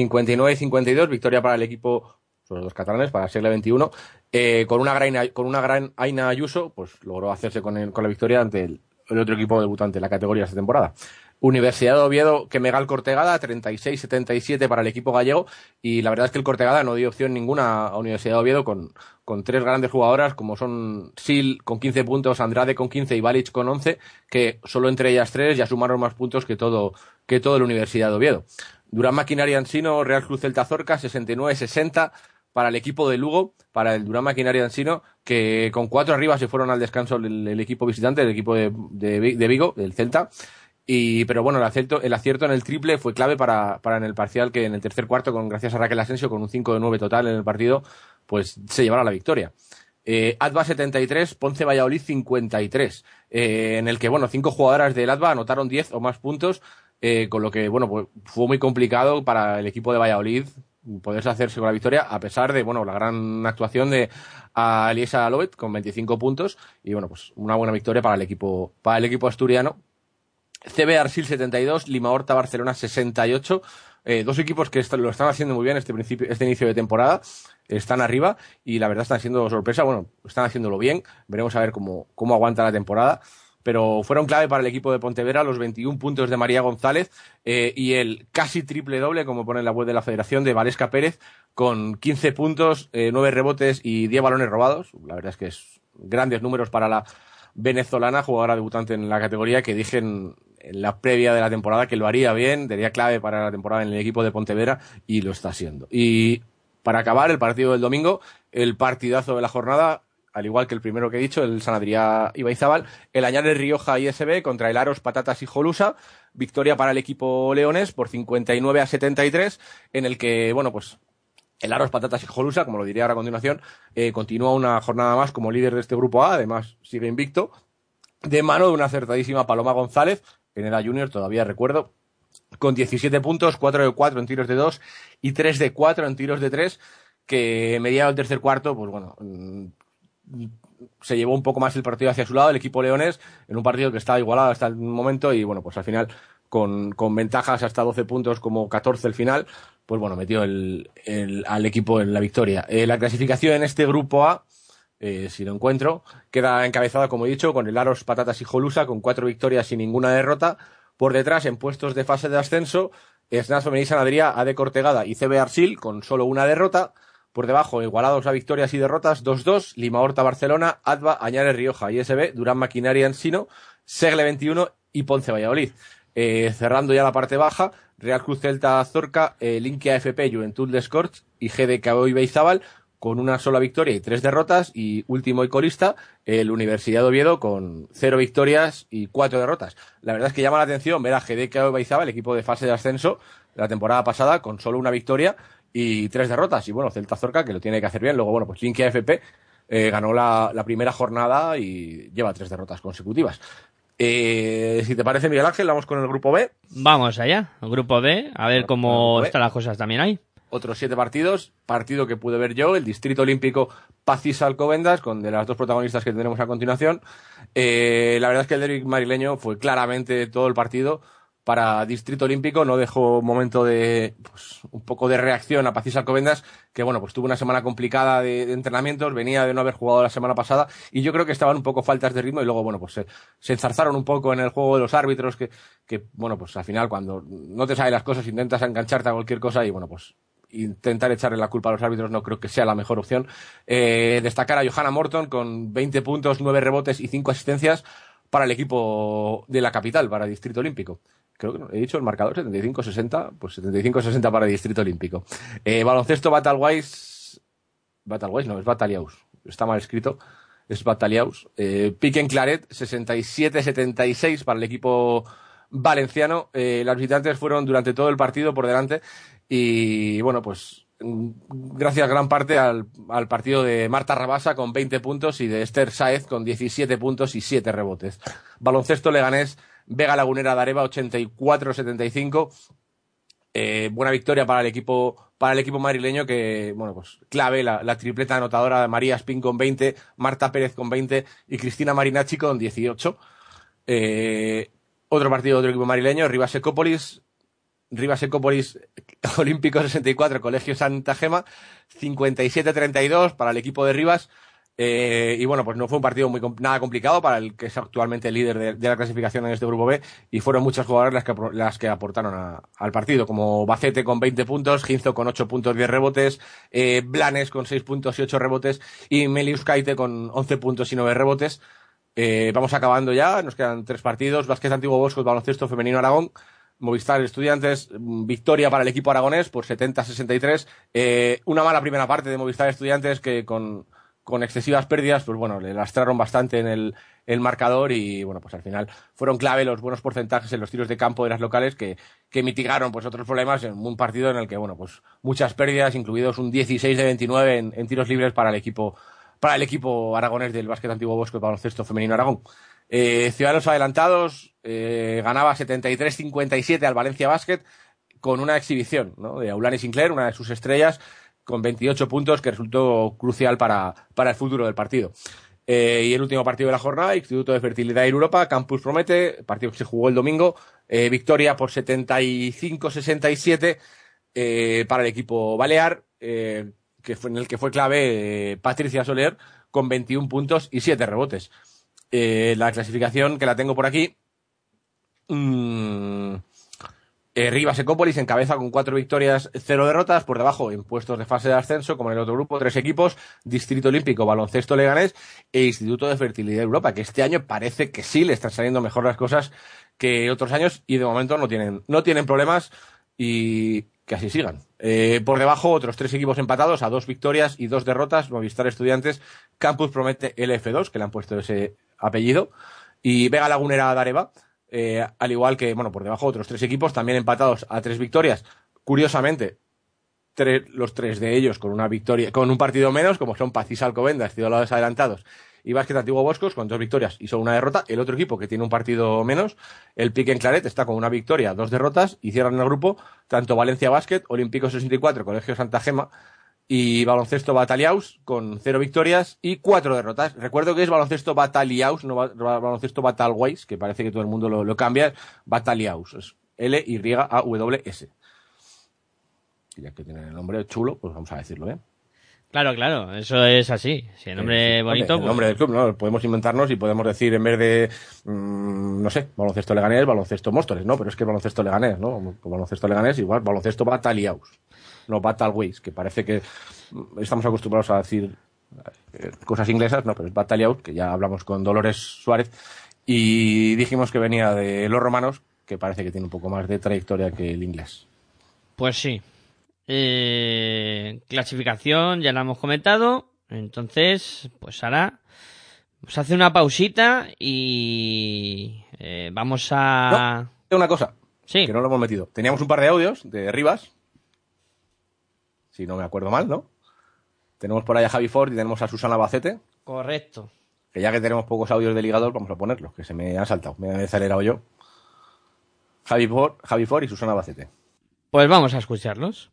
59-52, victoria para el equipo, son los dos catalanes, para Segle XXI, con una gran Aina Ayuso, pues logró hacerse con la victoria ante el otro equipo debutante en la categoría esta temporada. Universidad de Oviedo, Kemegal Cortegada, 36-77 para el equipo gallego, y la verdad es que el Cortegada no dio opción ninguna a Universidad de Oviedo con 3 grandes jugadoras como son Sil con 15 puntos, Andrade con 15 y Balic con 11, que solo entre ellas 3 ya sumaron más puntos que todo la Universidad de Oviedo. Durán Maquinaria Ensino, Real Cruz Celta Zorca, 69-60 para el equipo de Lugo, para el Durán Maquinaria Ensino, que con 4 arriba se fueron al descanso el equipo visitante, el equipo de Vigo, del Celta. Pero bueno, el acierto en el triple fue clave para en el parcial, que en el tercer cuarto, gracias a Raquel Asensio, con un 5 de 9 total en el partido, pues se llevara la victoria. ADVA 73, Ponce Valladolid 53, en el que, bueno, 5 jugadoras del ADVA anotaron 10 o más puntos, con lo que, bueno, pues fue muy complicado para el equipo de Valladolid poderse hacerse con la victoria, a pesar de, bueno, la gran actuación de Elisa Lobet con 25 puntos, y bueno, pues una buena victoria para el equipo asturiano. CB Arsil 72, Lima Horta Barcelona 68, 2 equipos que lo están haciendo muy bien este inicio de temporada, están arriba y la verdad están siendo sorpresa, bueno, están haciéndolo bien, veremos a ver cómo aguanta la temporada, pero fueron clave para el equipo de Pontevedra los 21 puntos de María González y el casi triple doble, como pone en la web de la Federación, de Valesca Pérez, con 15 puntos, 9 rebotes y 10 balones robados. La verdad es que es grandes números para la venezolana, jugadora debutante en la categoría, que dije en la previa de la temporada que lo haría bien, sería clave para la temporada en el equipo de Pontevedra, y lo está siendo. Y para acabar, el partido del domingo, el partidazo de la jornada, al igual que el primero que he dicho, el San Adrià Ibaizábal, el Añares Rioja ISB contra el Aros Patatas y Jolusa, victoria para el equipo leonés por 59-73, en el que, bueno, pues el Aros Patatas y Jolusa, como lo diré ahora a continuación, continúa una jornada más como líder de este grupo A, además sigue invicto, de mano de una acertadísima Paloma González, Pineda Junior, todavía recuerdo, con 17 puntos, 4 de 4 en tiros de 2 y 3 de 4 en tiros de 3, que mediado el tercer cuarto, pues bueno, se llevó un poco más el partido hacia su lado el equipo leonés, en un partido que estaba igualado hasta el momento, y bueno, pues al final, con ventajas hasta 12 puntos, como 14 el final, pues bueno, metió al equipo en la victoria. La clasificación en este grupo A, si lo encuentro, queda encabezada, como he dicho, con el Aros Patatas y Jolusa, con 4 victorias y ninguna derrota. Por detrás, en puestos de fase de ascenso, Snaz Femení San Adrià, AD Cortegada y CB Arsil, con solo una derrota. Por debajo, igualados a victorias y derrotas, 2-2, Lima Horta Barcelona, ADVA, Añares Rioja ISB, Durán Maquinaria Ensino, Segle XXI y Ponce Valladolid. Cerrando ya la parte baja, Real Cruz Celta Zorca, Linkia FP, Joventut Les Corts y GDK Ibaizábal, con una sola victoria y 3 derrotas, y último y colista, el Universidad de Oviedo, con 0 victorias y 4 derrotas. La verdad es que llama la atención ver a GDK Ibaizábal, el equipo de fase de ascenso de la temporada pasada, con solo una victoria y 3 derrotas. Y bueno, Celta Zorca, que lo tiene que hacer bien. Luego, bueno, pues Linkia FP ganó la primera jornada y lleva 3 derrotas consecutivas. Si te parece, Miguel Ángel, vamos con el grupo B. Vamos allá, el grupo B, a ver cómo están las cosas también ahí. Otros 7 partidos, partido que pude ver yo, el Distrito Olímpico Pacís Alcobendas, con de las 2 protagonistas que tendremos a continuación. La verdad es que el derbi madrileño fue claramente todo el partido para Distrito Olímpico, no dejó momento de, pues, un poco de reacción a Pacís Alcobendas, que bueno, pues tuvo una semana complicada de entrenamientos, venía de no haber jugado la semana pasada, y yo creo que estaban un poco faltas de ritmo, y luego, bueno, pues se enzarzaron un poco en el juego de los árbitros, que bueno, pues al final, cuando no te salen las cosas, intentas engancharte a cualquier cosa, y bueno, pues intentar echarle la culpa a los árbitros no creo que sea la mejor opción. Destacar a Johanna Morton con 20 puntos, 9 rebotes y 5 asistencias para el equipo de la capital, para Distrito Olímpico. Creo que no, he dicho el marcador 75-60, pues 75-60 para Distrito Olímpico. Baloncesto Battlewise no, es Battaliaus, está mal escrito, es Battaliaus. Piquen Claret 67-76 para el equipo valenciano. Las visitantes fueron durante todo el partido por delante, y bueno, pues gracias gran parte al partido de Marta Rabasa con 20 puntos y de Esther Sáez con 17 puntos y 7 rebotes. Baloncesto Leganés Vega Lagunera de Areva 84-75. Buena victoria para el equipo madrileño, que, bueno, pues clave la tripleta anotadora de María Espín con 20, Marta Pérez con 20 y Cristina Marinacci con 18. Otro partido de otro equipo madrileño, Rivas Ecópolis Olímpico 64, Colegio Santa Gema 57-32 para el equipo de Rivas. Y bueno, pues no fue un partido nada complicado para el que es actualmente el líder de la clasificación en este grupo B, y fueron muchas jugadoras las que aportaron al partido, como Bacete con 20 puntos, Ginzo con 8 puntos, 10 rebotes, Blanes con 6 puntos y 8 rebotes, y Melius Kaite con 11 puntos y 9 rebotes. Vamos acabando ya, nos quedan 3 partidos: Básquet Antiguo Bosco, Baloncesto Femenino Aragón, Movistar Estudiantes, victoria para el equipo aragonés por 70-63. Una mala primera parte de Movistar Estudiantes, que con excesivas pérdidas, pues bueno, le lastraron bastante en el marcador, y bueno, pues al final fueron clave los buenos porcentajes en los tiros de campo de las locales que mitigaron pues otros problemas en un partido en el que, bueno, pues muchas pérdidas, incluidos un 16 de 29 en tiros libres para el equipo aragonés del Básquet Antiguo Bosco y Baloncesto Femenino Aragón. Ciudadanos Adelantados ganaba 73-57 al Valencia Basket, con una exhibición, ¿no?, de Aulani Sinclair, una de sus estrellas, con 28 puntos, que resultó crucial para el futuro del partido. Y el último partido de la jornada, Instituto de Fertilidad Europa, Campus Promete, partido que se jugó el domingo, victoria por 75-67 para el equipo balear, en el que fue clave Patricia Soler con 21 puntos y 7 rebotes. La clasificación, que la tengo por aquí, Rivas Ecópolis encabeza con 4 victorias, 0 derrotas. Por debajo, en puestos de fase de ascenso, como en el otro grupo, 3 equipos: Distrito Olímpico, Baloncesto Leganés e Instituto de Fertilidad Europa, que este año parece que sí le están saliendo mejor las cosas que otros años, y de momento no tienen problemas, y que así sigan. Por debajo, otros 3 equipos empatados a 2 victorias y 2 derrotas: Movistar Estudiantes, Campus Promete LF2, que le han puesto ese apellido, y Vega Lagunera de Areva. Al igual que, bueno, por debajo otros 3 equipos también empatados a 3 victorias. Curiosamente, los 3 de ellos con una victoria, con un partido menos, como son Paz y Alcobendas, Ciudadanos Adelantados, y Básquet Antiguo Boscos, con 2 victorias y solo una derrota. El otro equipo, que tiene un partido menos, el Pique en Claret, está con una victoria, 2 derrotas, y cierran el grupo tanto Valencia Básquet, Olímpico 64, Colegio Santa Gema y Baloncesto Bataliaus, con 0 victorias y 4 derrotas. Recuerdo que es Baloncesto Bataliaus, no Baloncesto Batalways, que parece que todo el mundo lo cambia. Bataliaus, es L-Y-A-W-S. Y ya que tiene el nombre chulo, pues vamos a decirlo, ¿eh? Claro, eso es así. Si el nombre es bonito... El nombre del club, ¿no? Podemos inventarnos y podemos decir, en vez de, no sé, Baloncesto Leganés, Baloncesto Móstoles, ¿no? Pero es que Baloncesto Leganés, ¿no? Baloncesto Leganés igual, Baloncesto Bataliaus, no Batalways, que parece que estamos acostumbrados a decir cosas inglesas, ¿no? Pero es Bataliaus, que ya hablamos con Dolores Suárez y dijimos que venía de los romanos, que parece que tiene un poco más de trayectoria que el inglés. Pues sí. Clasificación ya la hemos comentado, entonces pues ahora vamos a hacer una pausita y vamos a... No, una cosa, sí, que no lo hemos metido. Teníamos un par de audios de Rivas, si no me acuerdo mal, ¿no? Tenemos por ahí a Javi Ford y tenemos a Susana Bacete. Correcto. Que ya que tenemos pocos audios de ligador, vamos a ponerlos, que se me han saltado, me he acelerado yo. Javi Ford y Susana Bacete. Pues vamos a escucharlos.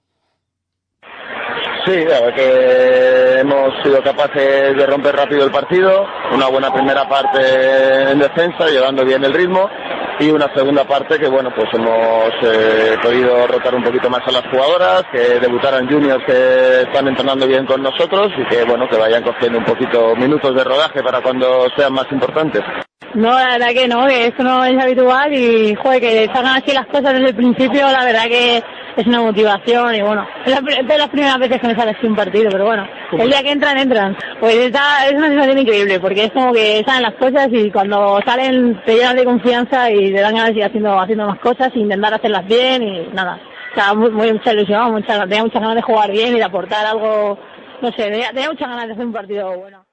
Sí, la verdad que hemos sido capaces de romper rápido el partido, una buena primera parte en defensa, llevando bien el ritmo, y una segunda parte que, bueno, pues hemos podido rotar un poquito más a las jugadoras, que debutaran juniors que están entrenando bien con nosotros y que, bueno, que vayan cogiendo un poquito minutos de rodaje para cuando sean más importantes. No, la verdad que no, que esto no es habitual y, joder, que salgan así las cosas desde el principio, la verdad que es una motivación y, bueno, es de las primeras veces que me sale así un partido, pero bueno, el día que entran. Pues es una sensación increíble, porque es como que salen las cosas y cuando salen te llenan de confianza y te dan ganas de seguir haciendo más cosas e intentar hacerlas bien y nada. O sea, mucha ilusión, tenía muchas ganas de jugar bien y de aportar algo, no sé, tenía muchas ganas de hacer un partido bueno.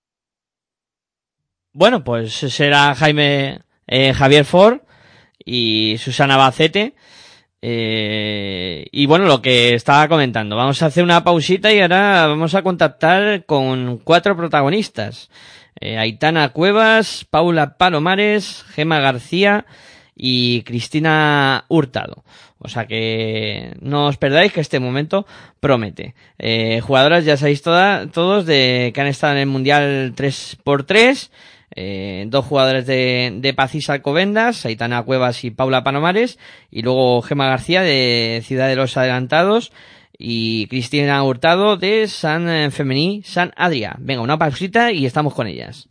Bueno, pues será Javier Ford y Susana Bacete. Y bueno, lo que estaba comentando, vamos a hacer una pausita y ahora vamos a contactar con 4 protagonistas. Aitana Cuevas, Paula Palomares, Gemma García y Cristina Hurtado. O sea que no os perdáis, que este momento promete. Jugadoras, ya sabéis todos que han estado en el Mundial 3x3. 2 jugadores de Pacís Alcobendas, Aitana Cuevas y Paula Palomares, y luego Gemma García de Ciudad de los Adelantados y Cristina Hurtado de San Femení San Adrià. Venga, una pausita y estamos con ellas.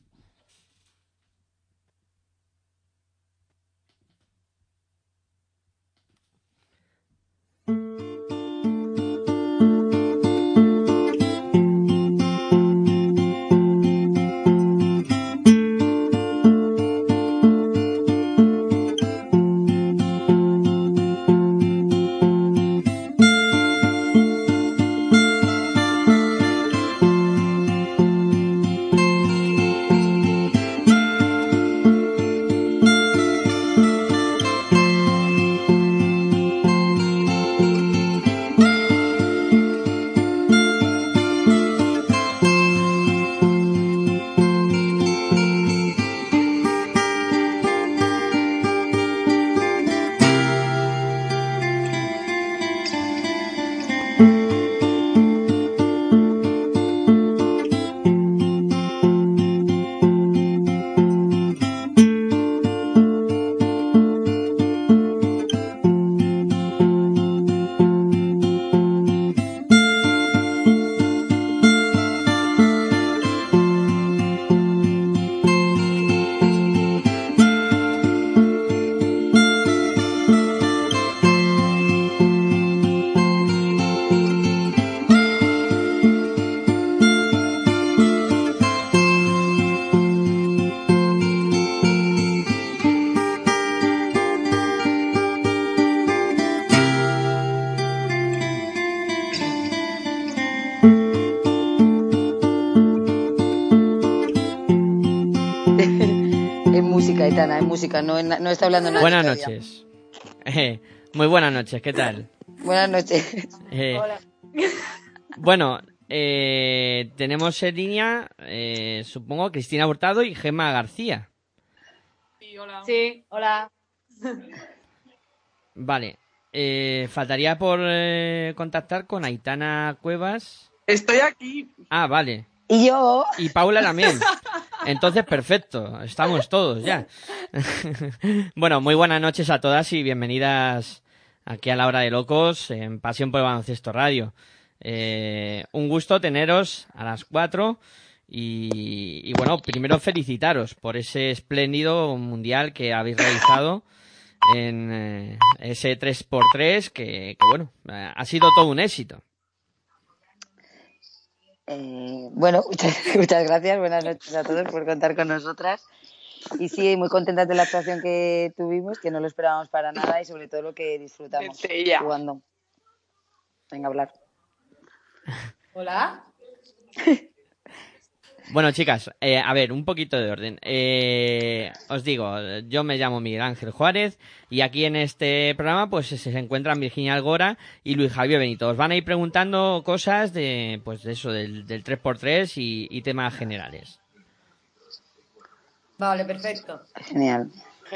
Aitana, en música, no está hablando nada. Buenas noches. Muy buenas noches, ¿qué tal? Buenas noches. Hola. Bueno, tenemos en línea, supongo, Cristina Hurtado y Gemma García. Sí, hola. Sí, hola. Vale, faltaría por contactar con Aitana Cuevas. Estoy aquí. Ah, vale. Y yo. Y Paula también. Entonces, perfecto. Estamos todos ya. Bueno, muy buenas noches a todas y bienvenidas aquí a La Hora de Locos en Pasión por el Baloncesto Radio. Un gusto teneros a las 4 y bueno, primero felicitaros por ese espléndido mundial que habéis realizado en ese 3x3 que bueno, ha sido todo un éxito. Bueno, muchas gracias, buenas noches a todos por contar con nosotras. Y sí, muy contentas de la actuación que tuvimos, que no lo esperábamos para nada y sobre todo lo que disfrutamos jugando. Venga, a hablar. Hola. Bueno, chicas, a ver, un poquito de orden. Os digo, yo me llamo Miguel Ángel Juárez y aquí en este programa pues se encuentran Virginia Algora y Luis Javier Benito. Os van a ir preguntando cosas de eso, del 3x3 y temas generales. Vale, perfecto. Genial.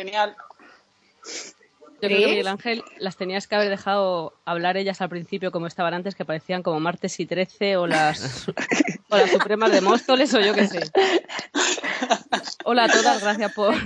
Yo creo que Miguel Ángel las tenías que haber dejado hablar ellas al principio como estaban antes, que parecían como Martes y 13 o las Supremas de Móstoles o yo qué sé. Hola a todas, gracias por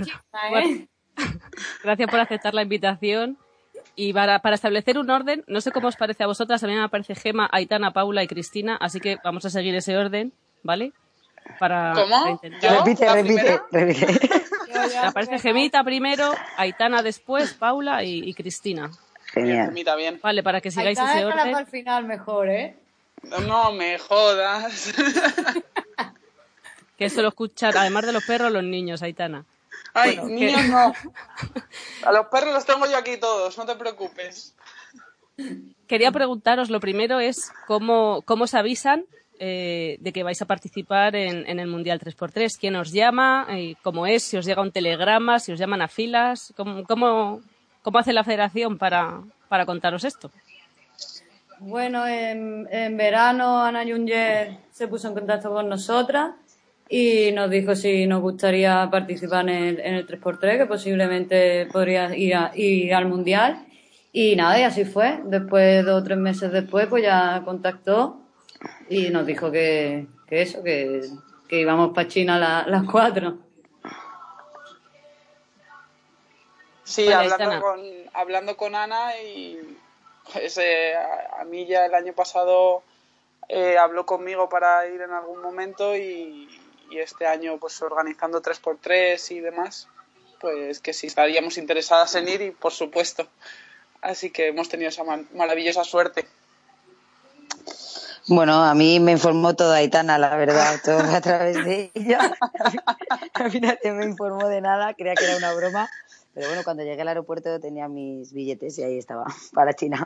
aceptar la invitación. Y para establecer un orden, no sé cómo os parece a vosotras, a mí me parece Gemma, Aitana, Paula y Cristina, así que vamos a seguir ese orden, ¿vale? ¿Cómo? Repite. Me aparece Gemita primero, Aitana después, Paula y Cristina. Genial. Gemita, bien. Vale, para que sigáis Aitana ese orden. para el final mejor, ¿eh? No me jodas. Que eso lo escuchan, además de los perros, los niños, Aitana. Ay, Bueno, niños no. A los perros los tengo yo aquí todos, no te preocupes. Quería preguntaros, lo primero es cómo os avisan de que vais a participar en el Mundial 3x3. ¿Quién os llama? ¿Cómo es? ¿Si os llega un telegrama? ¿Si os llaman a filas? ¿Cómo hace la federación para para contaros esto. Bueno, en verano Ana Junger se puso en contacto con nosotras y nos dijo si nos gustaría participar en el 3x3, que posiblemente podría ir al Mundial. Y nada, y así fue. Después, 2 o 3 meses después, pues ya contactó y nos dijo que íbamos para China las 4. Sí, Vale, hablando con Ana y pues, a mí ya el año pasado habló conmigo para ir en algún momento y este año pues organizando 3x3 y demás, pues que sí estaríamos interesadas en ir y por supuesto. Así que hemos tenido esa maravillosa suerte. Bueno, a mí me informó toda Aitana, la verdad, todo a través de ella. Al final no me informó de nada, creía que era una broma. Pero bueno, cuando llegué al aeropuerto tenía mis billetes y ahí estaba, para China.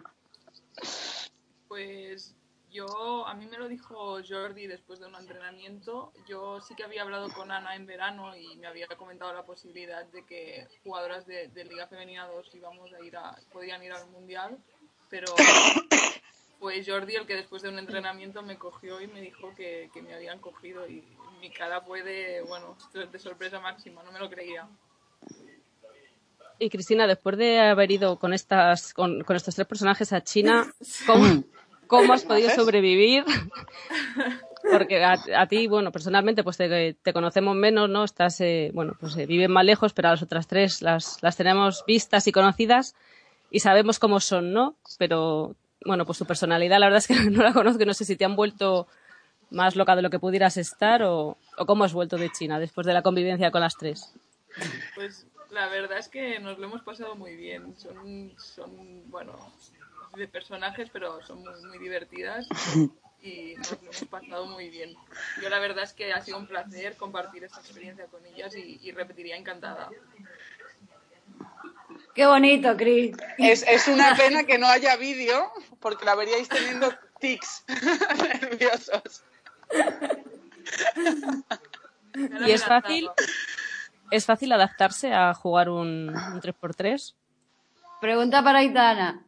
Pues a mí me lo dijo Jordi después de un entrenamiento. Yo sí que había hablado con Ana en verano y me había comentado la posibilidad de que jugadoras de Liga Femenina 2 podían ir al Mundial, pero fue Jordi el que después de un entrenamiento me cogió y me dijo que me habían cogido y mi cara fue de sorpresa máxima, no me lo creía. Y Cristina, después de haber ido con estos 3 personajes a China, ¿cómo has podido sobrevivir? Porque a ti, bueno, personalmente, pues te conocemos menos, ¿no? Estás, viven más lejos, pero a las otras 3 las tenemos vistas y conocidas y sabemos cómo son, ¿no? Pero, bueno, pues su personalidad, la verdad es que no la conozco y no sé si te han vuelto más loca de lo que pudieras estar o cómo has vuelto de China después de la convivencia con las 3. Pues la verdad es que nos lo hemos pasado muy bien. Son de personajes, pero son muy, muy divertidas y nos lo hemos pasado muy bien. Yo la verdad es que ha sido un placer compartir esta experiencia con ellas y repetiría encantada. Qué bonito, Cris. Es una pena que no haya vídeo, porque la veríais teniendo tics nerviosos. ¿Y es fácil adaptarse a jugar un 3x3? Pregunta para Aitana.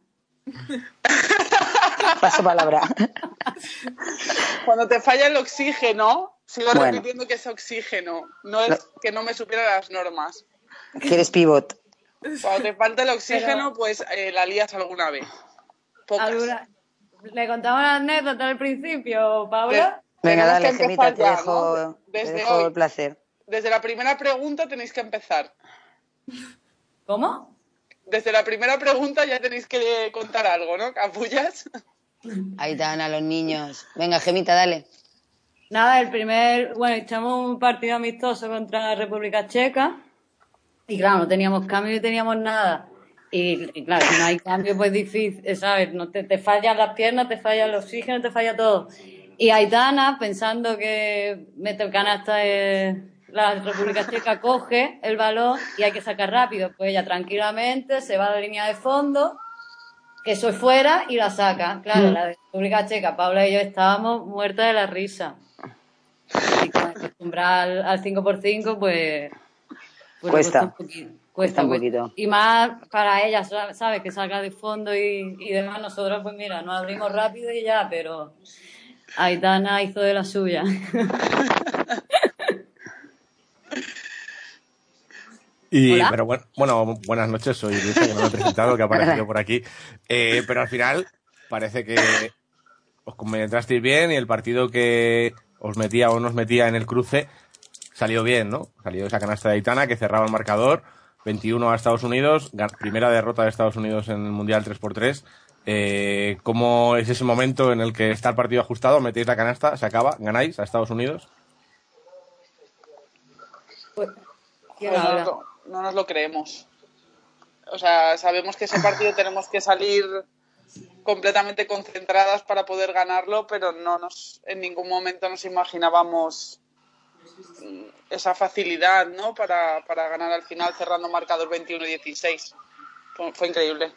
Paso palabra. Cuando te falla el oxígeno, sigo repitiendo que es oxígeno, no es que no me supiera las normas. Que eres pivot. Cuando te falta el oxígeno, pues la lías alguna vez. Pocas. ¿Le contamos una anécdota al principio, Paula? Venga, dale, Gemita, te dejo el placer. Desde la primera pregunta tenéis que empezar. ¿Cómo? Desde la primera pregunta ya tenéis que contar algo, ¿no? Capullas. Ahí están a los niños. Venga, Gemita, dale. Nada, echamos un partido amistoso contra la República Checa y claro, no teníamos cambio ni teníamos nada. Y claro, si no hay cambio, pues difícil, ¿sabes? No te fallan las piernas, te falla el oxígeno, te falla todo. Y Aitana, pensando que mete el canasta la República Checa, coge el balón y hay que sacar rápido. Pues ella tranquilamente se va a la línea de fondo, que eso es fuera, y la saca. Claro, la República Checa, Paula y yo estábamos muertas de la risa. Y con acostumbrar al 5x5, pues cuesta un poquito. Y más para ella, ¿sabes? Que salga de fondo y demás. Nosotros, pues mira, nos abrimos rápido y ya, pero Aitana hizo de la suya. Pero bueno, buenas noches, soy Luisa, que no me he presentado, que ha aparecido por aquí. Pero al final parece que os compenetrasteis bien y el partido que os metía o nos metía en el cruce salió bien, ¿no? Salió esa canasta de Aitana que cerraba el marcador, 21 a Estados Unidos, primera derrota de Estados Unidos en el Mundial 3x3. ¿Cómo es ese momento en el que está el partido ajustado, metéis la canasta, se acaba, ganáis a Estados Unidos? Pues no nos lo creemos. O sea, sabemos que ese partido tenemos que salir completamente concentradas para poder ganarlo, pero en ningún momento nos imaginábamos esa facilidad, ¿no? Para ganar al final cerrando marcador 21-16. Fue increíble.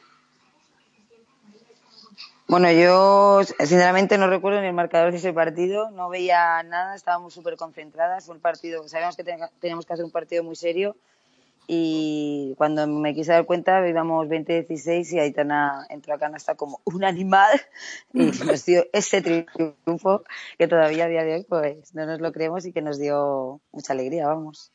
Bueno, yo sinceramente no recuerdo ni el marcador de ese partido, no veía nada, estábamos súper concentradas, fue un partido, sabíamos que teníamos que hacer un partido muy serio y cuando me quise dar cuenta íbamos 20-16 y Aitana entró a canasta como un animal y nos dio ese triunfo que todavía a día de hoy pues no nos lo creemos y que nos dio mucha alegría, vamos.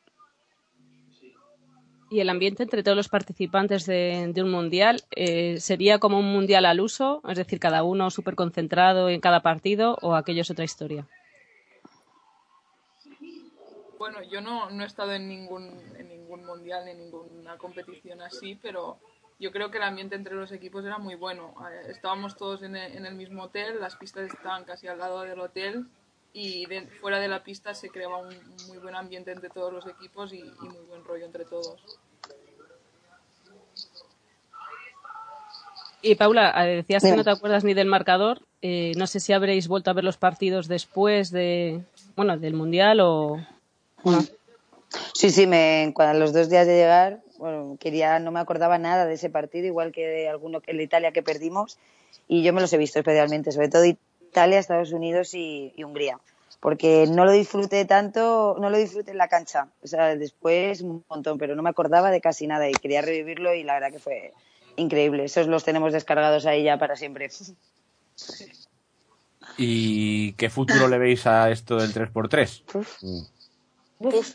¿Y el ambiente entre todos los participantes de un mundial sería como un mundial al uso? Es decir, cada uno súper concentrado en cada partido, ¿o aquello es otra historia? Bueno, yo no he estado en ningún mundial ni en ninguna competición así, pero yo creo que el ambiente entre los equipos era muy bueno. Estábamos todos en el mismo hotel, las pistas estaban casi al lado del hotel y fuera de la pista se creaba un muy buen ambiente entre todos los equipos y muy buen rollo entre todos. Y Paula, decías que no te acuerdas ni del marcador. No sé si habréis vuelto a ver los partidos después del mundial o... Sí, a los 2 días de llegar, no me acordaba nada de ese partido, igual que de el de Italia que perdimos, y yo me los he visto especialmente, sobre todo Italia, Estados Unidos y Hungría, porque no lo disfruté tanto, no lo disfruté en la cancha, o sea, después un montón, pero no me acordaba de casi nada y quería revivirlo y la verdad que fue increíble. Esos los tenemos descargados ahí ya para siempre. ¿Y qué futuro le veis a esto del 3x3? Pues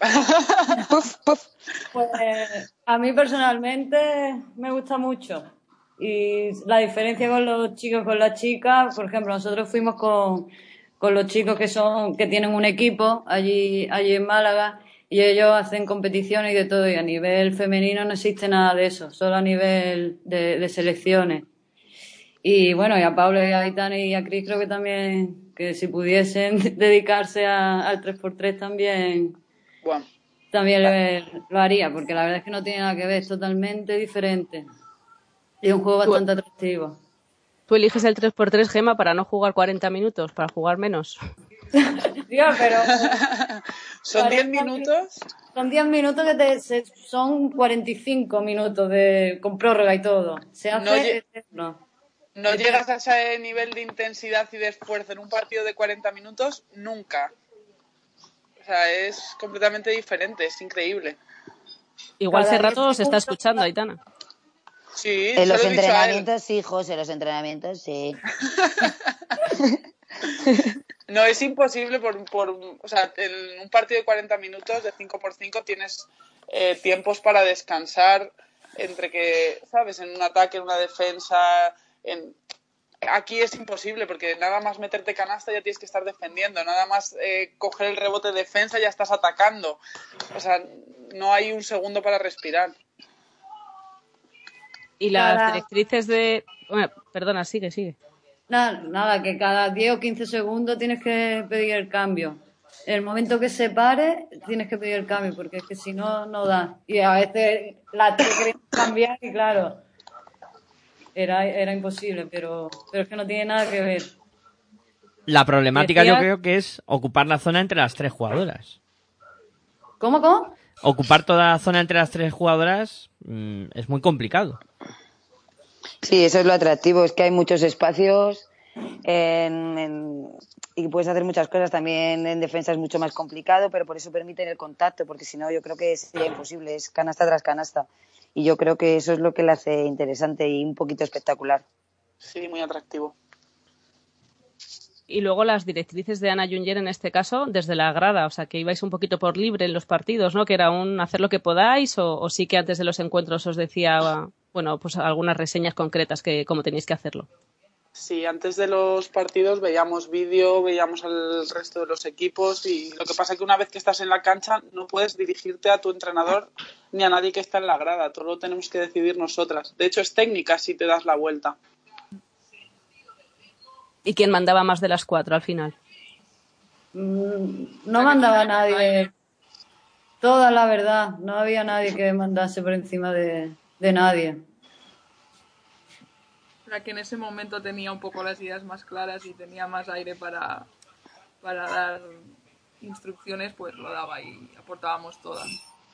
a mí personalmente me gusta mucho. Y la diferencia con los chicos, con las chicas, por ejemplo, nosotros fuimos con los chicos que tienen un equipo allí en Málaga y ellos hacen competiciones y de todo, y a nivel femenino no existe nada de eso, solo a nivel de selecciones. Y bueno, y a Pablo y a Aitana y a Cris creo que también, que si pudiesen dedicarse al 3x3 también, bueno, también lo haría, porque la verdad es que no tiene nada que ver, es totalmente diferente. Y es un juego bastante atractivo. ¿Tú eliges el 3x3, Gemma, para no jugar 40 minutos, para jugar menos? Tío, pero... ¿Son 10 minutos? Son 10 minutos son 45 minutos con prórroga y todo. Se hace no llegas a ese nivel de intensidad y de esfuerzo en un partido de 40 minutos nunca. O sea, es completamente diferente, es increíble. Igual hace rato se está escuchando, Aitana. Sí, en los entrenamientos sí, José, en los entrenamientos sí. No, es imposible o sea, en un partido de 40 minutos de 5x5 tienes tiempos para descansar entre que, ¿sabes? En un ataque, en una defensa, aquí es imposible porque nada más meterte canasta ya tienes que estar defendiendo, nada más coger el rebote de defensa ya estás atacando. O sea, no hay un segundo para respirar. Y las directrices de... Bueno, perdona, sigue. Nada, que cada 10 o 15 segundos tienes que pedir el cambio. En el momento que se pare, tienes que pedir el cambio, porque es que si no, no da. Y a veces la queríamos cambiar y claro, era imposible, pero es que no tiene nada que ver. La problemática yo creo que es ocupar la zona entre las 3 jugadoras. ¿Cómo? Ocupar toda la zona entre las 3 jugadoras es muy complicado. Sí, eso es lo atractivo, es que hay muchos espacios y puedes hacer muchas cosas. También en defensa es mucho más complicado, pero por eso permiten el contacto, porque si no yo creo que sería imposible, es canasta tras canasta. Y yo creo que eso es lo que le hace interesante y un poquito espectacular. Sí, muy atractivo. Y luego las directrices de Ana Junger en este caso, desde la grada, o sea, que ibais un poquito por libre en los partidos, ¿no? Que era hacer lo que podáis, o sí que antes de los encuentros os decía, bueno, pues algunas reseñas concretas que cómo tenéis que hacerlo. Sí, antes de los partidos veíamos vídeo, veíamos al resto de los equipos y lo que pasa es que una vez que estás en la cancha no puedes dirigirte a tu entrenador ni a nadie que está en la grada, todo lo tenemos que decidir nosotras. De hecho, es técnica si te das la vuelta. ¿Y quién mandaba más de las 4 al final? No mandaba nadie. Toda la verdad. No había nadie que mandase por encima de nadie. La que en ese momento tenía un poco las ideas más claras y tenía más aire para dar instrucciones, pues lo daba y aportábamos todas.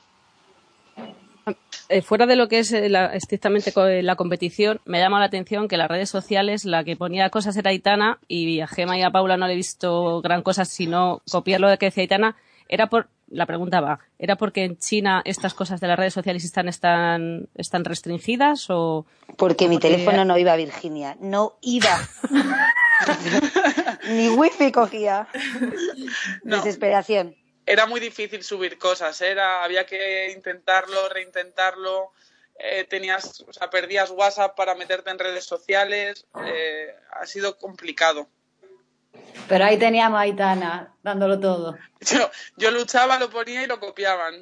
Fuera de lo que es estrictamente la competición, me llama la atención que las redes sociales, la que ponía cosas era Aitana, y a Gemma y a Paula no le he visto gran cosa, sino copiar lo que decía Aitana. Era por la pregunta va, ¿era porque en China estas cosas de las redes sociales están restringidas o...? Porque mi teléfono no iba a Virginia, no iba. Ni wifi cogía. No. Desesperación. Era muy difícil subir cosas, había que intentarlo, reintentarlo, perdías WhatsApp para meterte en redes sociales, ha sido complicado. Pero ahí teníamos a Aitana dándolo todo. Yo luchaba, lo ponía y lo copiaban.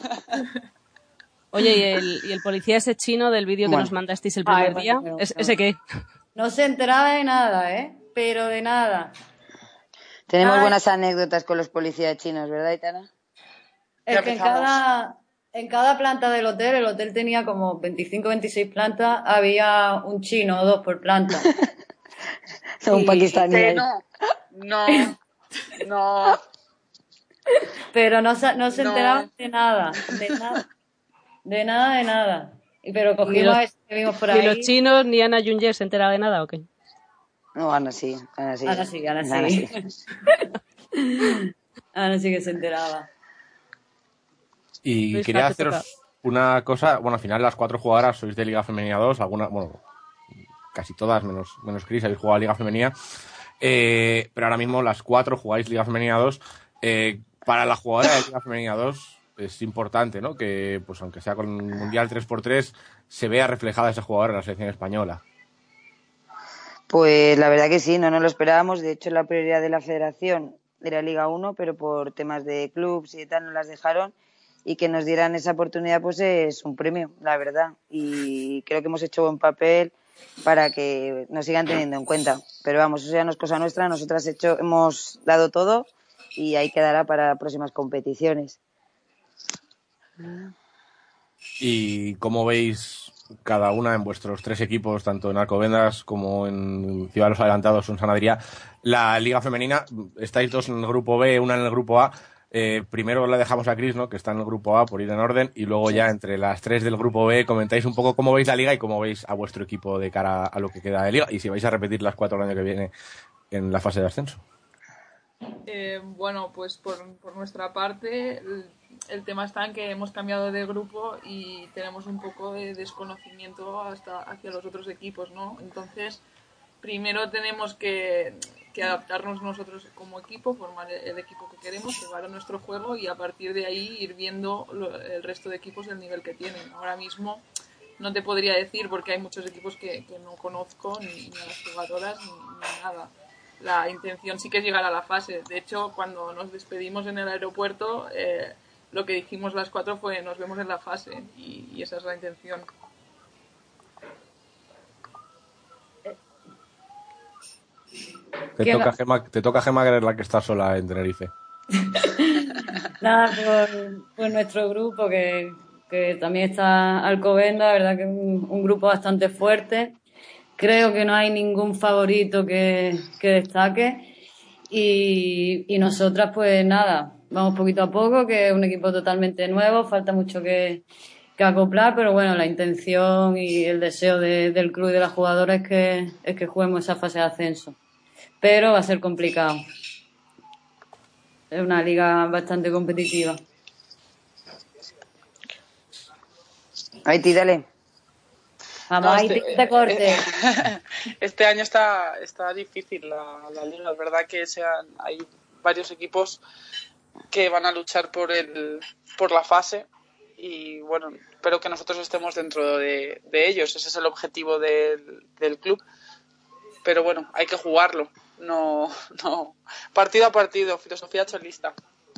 Oye, ¿y el policía ese chino del vídeo que nos mandasteis el primer día? ¿Ese qué? No se enteraba de nada, pero de nada. Tenemos buenas anécdotas con los policías chinos, ¿verdad, Aitana? Es que en cada planta del hotel, el hotel tenía como 25 26 plantas, había un chino o 2 por planta. Un pakistaní. No. Pero no se enteraban de nada. De nada. Pero cogimos a ese que vimos por ahí. ¿Y los chinos ni Ana Junger se entera de nada o qué? No, Ana sí. Ana sí. Ana sí que se enteraba. Y Luis, quería haceros una cosa. Bueno, al final las 4 jugadoras sois de Liga Femenina 2. Algunas, bueno, casi todas, menos Chris, habéis jugado a Liga Femenina. Pero ahora mismo las 4 jugáis Liga Femenina 2. Para la jugadora de Liga Femenina 2 es importante, ¿no? Que, pues aunque sea con el Mundial 3x3, se vea reflejada esa jugadora en la selección española. Pues la verdad que sí, no nos lo esperábamos. De hecho, la prioridad de la federación era Liga 1, pero por temas de clubs y tal no las dejaron. Y que nos dieran esa oportunidad pues es un premio, la verdad. Y creo que hemos hecho buen papel para que nos sigan teniendo en cuenta. Pero vamos, eso ya no es cosa nuestra. Nosotras hemos dado todo y ahí quedará para próximas competiciones. ¿Y cómo veis cada una en vuestros 3 equipos, tanto en Alcobendas como en Ciudad de los Adelantados o en San Adrià, la Liga Femenina? Estáis 2 en el grupo B, una en el grupo A. Primero la dejamos a Chris, ¿no?, que está en el grupo A, por ir en orden, y luego ya entre las 3 del grupo B comentáis un poco cómo veis la Liga y cómo veis a vuestro equipo de cara a lo que queda de Liga, y si vais a repetir las 4 el año que viene en la fase de ascenso. Bueno, pues por nuestra parte el tema está en que hemos cambiado de grupo y tenemos un poco de desconocimiento hacia los otros equipos, ¿no? Entonces, primero tenemos que adaptarnos nosotros como equipo, formar el equipo que queremos, jugar a nuestro juego y a partir de ahí ir viendo el resto de equipos del nivel que tienen. Ahora mismo no te podría decir porque hay muchos equipos que no conozco, ni a las jugadoras, ni nada. La intención sí que es llegar a la fase. De hecho, cuando nos despedimos en el aeropuerto, lo que dijimos las 4 fue nos vemos en la fase y esa es la intención. Te toca Gemma, que eres la que está sola en Tenerife. Nada, por nuestro grupo, que también está Alcobendas, la verdad que es un grupo bastante fuerte. Creo que no hay ningún favorito que destaque. Y nosotras, pues nada, vamos poquito a poco, que es un equipo totalmente nuevo, falta mucho que acoplar, pero bueno, la intención y el deseo del club y de las jugadoras es que juguemos esa fase de ascenso. Pero va a ser complicado. Es una liga bastante competitiva. Haití, dale. Vamos, Haití, te corte. Este año está difícil la liga. Es verdad que hay varios equipos que van a luchar por la fase y bueno, espero que nosotros estemos dentro de ellos. Ese es el objetivo del club. Pero bueno, hay que jugarlo. No, partido a partido, filosofía cholista.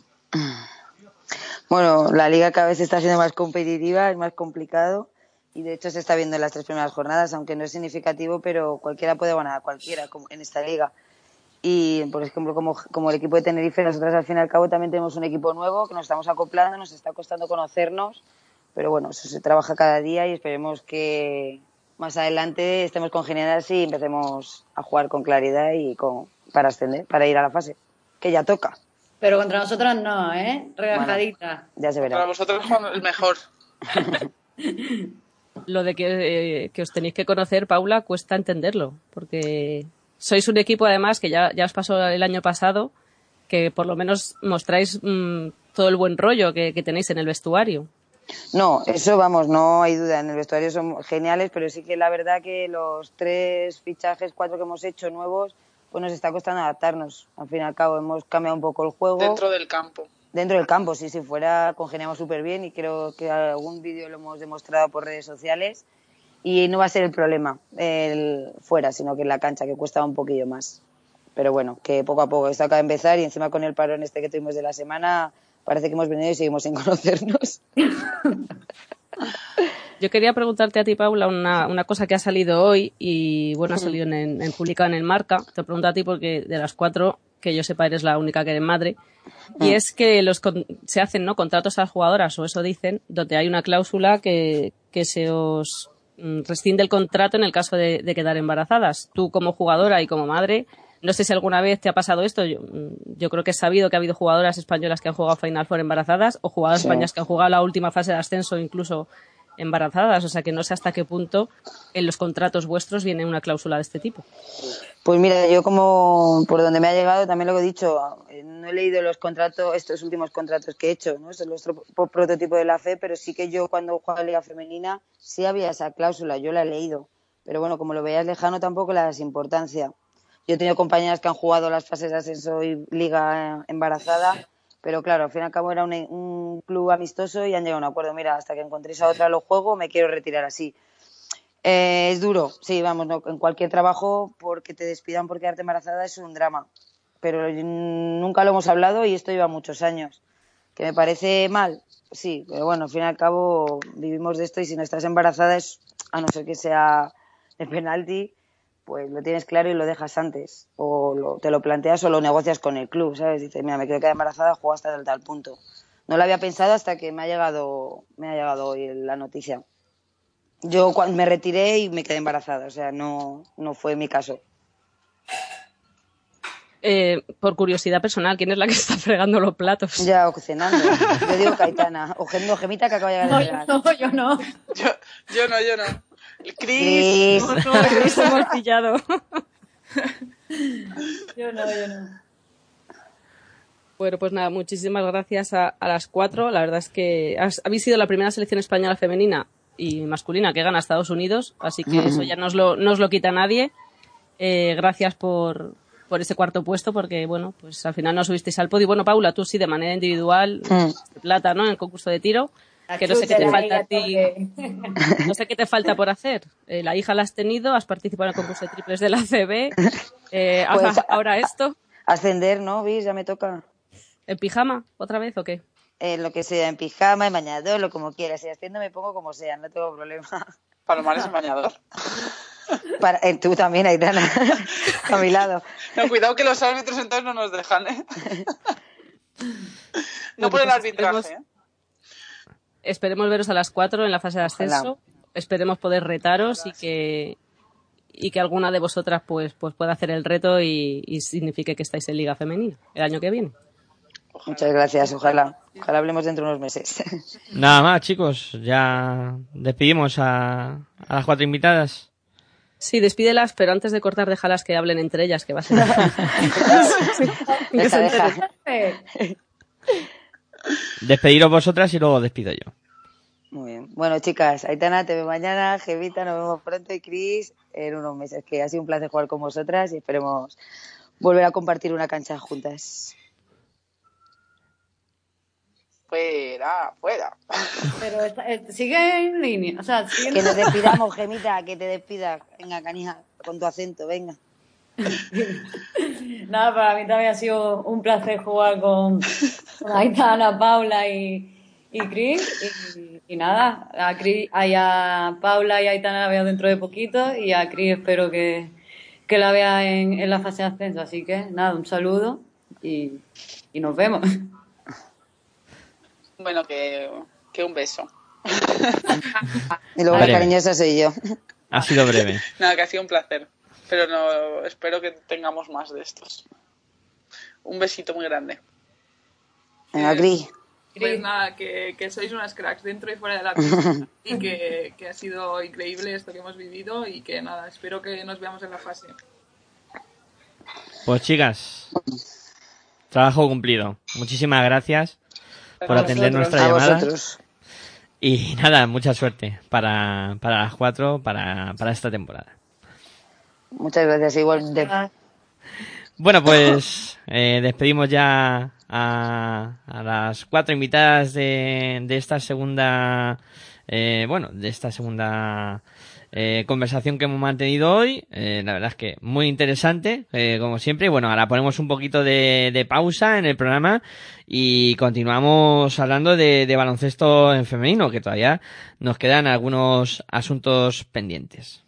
Bueno, la liga cada vez está siendo más competitiva, es más complicado y de hecho se está viendo en las 3 primeras jornadas, aunque no es significativo, pero cualquiera puede ganar a cualquiera en esta liga. Y por ejemplo, como el equipo de Tenerife, nosotros al fin y al cabo también tenemos un equipo nuevo que nos estamos acoplando, nos está costando conocernos, pero bueno, eso se trabaja cada día y esperemos que más adelante estemos congeniadas y empecemos a jugar con claridad y para ascender, para ir a la fase, que ya toca. Pero contra nosotras no, relajadita. Bueno, ya se verá. Para vosotros es el mejor. Lo de que os tenéis que conocer, Paula, cuesta entenderlo, porque sois un equipo además que ya os pasó el año pasado, que por lo menos mostráis todo el buen rollo que tenéis en el vestuario. No, eso vamos, no hay duda. En el vestuario son geniales, pero sí que la verdad que los 3 fichajes, 4 que hemos hecho nuevos, pues nos está costando adaptarnos. Al fin y al cabo hemos cambiado un poco el juego. Dentro del campo. Dentro del campo, sí, si fuera congeniamos súper bien y creo que algún vídeo lo hemos demostrado por redes sociales y no va a ser el problema el fuera, sino que en la cancha, que cuesta un poquillo más. Pero bueno, que poco a poco, esto acaba de empezar y encima con el parón este que tuvimos de la semana, parece que hemos venido y seguimos sin conocernos. Yo quería preguntarte a ti, Paula, una cosa que ha salido hoy y bueno, ha salido publicado en el Marca. Te pregunto a ti porque de las 4, que yo sepa, eres la única que eres madre. Y es que se hacen, ¿no?, contratos a las jugadoras, o eso dicen, donde hay una cláusula que se os rescinde el contrato en el caso de quedar embarazadas. Tú como jugadora y como madre, no sé si alguna vez te ha pasado esto. Yo creo que es sabido que ha habido jugadoras españolas que han jugado Final Four embarazadas o jugadoras españolas que han jugado la última fase de ascenso incluso embarazadas. O sea que no sé hasta qué punto en los contratos vuestros viene una cláusula de este tipo. Pues mira, yo como por donde me ha llegado, también lo que he dicho, no he leído los contratos, estos últimos contratos que he hecho, ¿no? Es nuestro prototipo de la FE, pero sí que yo cuando jugaba en Liga Femenina sí había esa cláusula, yo la he leído. Pero bueno, como lo veías lejano tampoco le das importancia. Yo he tenido compañeras que han jugado las fases de ascenso y Liga embarazada, pero claro, al fin y al cabo era un club amistoso y han llegado a un acuerdo. Mira, hasta que encontréis a otra lo juego, me quiero retirar así. Es duro, sí, vamos, no, en cualquier trabajo porque te despidan por quedarte embarazada es un drama, pero nunca lo hemos hablado y esto lleva muchos años. ¿Que me parece mal? Sí, pero bueno, al fin y al cabo vivimos de esto y si no estás embarazada es, a no ser que sea el penalti, pues lo tienes claro y lo dejas antes, o te lo planteas o lo negocias con el club, ¿sabes? Dices, mira, me quiero quedar embarazada, juego hasta tal punto. No lo había pensado hasta que me ha llegado hoy la noticia. Yo cuando me retiré y me quedé embarazada, o sea, no fue mi caso. Por curiosidad personal, ¿quién es la que está fregando los platos? Ya, o cenando. Yo digo Caetana, o Gemita que acaba de llegar. No, yo no. Yo no. Cris. Cris hemos pillado. Yo no. Bueno, pues nada, muchísimas gracias a las 4. La verdad es que habéis sido la primera selección española femenina y masculina que gana a Estados Unidos, así que eso ya no os lo quita nadie. Gracias por ese cuarto puesto, porque bueno, pues al final no subisteis al podio. Y bueno, Paula, tú sí, de manera individual, de plata, ¿no?, en el concurso de tiro, que no sé qué te falta a ti, no sé qué te falta por hacer. La hija la has tenido, has participado en el concurso de triples de la ACB, pues, ahora esto. Ascender, ¿no? ¿Vis? Ya me toca. ¿En pijama otra vez o qué? Lo que sea, en pijama, en bañador, lo como quieras. Si asciendo me pongo como sea, no tengo problema. Palomares en bañador. Tú también, Aitana, a mi lado. No, cuidado que los árbitros entonces no nos dejan, ¿eh? No por el arbitraje, ¿eh? Esperemos veros a las 4 en la fase de ascenso. Ojalá. Esperemos poder retaros y que alguna de vosotras pues pueda hacer el reto y signifique que estáis en Liga Femenina el año que viene. Muchas gracias, ojalá hablemos dentro de unos meses. Nada más, chicos, ya despedimos a las 4 invitadas. Sí, despídelas, pero antes de cortar déjalas que hablen entre ellas, que va a ser... Deja. Despediros vosotras y luego despido yo. Muy bien. Bueno, chicas, Aitana, te veo mañana, Gemita, nos vemos pronto y Cris en unos meses, que ha sido un placer jugar con vosotras y esperemos volver a compartir una cancha juntas. Fuera. Pero sigue en línea, o sea, sigue... Que nos despidamos, Gemita, que te despidas. Venga, canija, con tu acento, venga. Nada, para mí también ha sido un placer jugar con Aitana, Paula y Cris. Y nada, a Paula y a Aitana la veo dentro de poquito y a Cris espero que la vea en la fase de ascenso. Así que nada, un saludo y nos vemos. Bueno, que un beso. Y luego la cariñosa soy yo. Ha sido breve. Nada, que ha sido un placer. Pero no, espero que tengamos más de estos. Un besito muy grande. Venga, Cris. Pues nada, que sois unas cracks dentro y fuera de la pista y que ha sido increíble esto que hemos vivido y que nada, espero que nos veamos en la fase. Pues chicas, trabajo cumplido. Muchísimas gracias. por atender nuestra a llamada. vosotros. Y nada, mucha suerte para las 4, para esta temporada. Muchas gracias, igualmente. Bueno, pues despedimos ya a las 4 invitadas de esta segunda conversación que hemos mantenido hoy. La verdad es que muy interesante, como siempre. Y bueno, ahora ponemos un poquito de pausa en el programa y continuamos hablando de baloncesto en femenino, que todavía nos quedan algunos asuntos pendientes.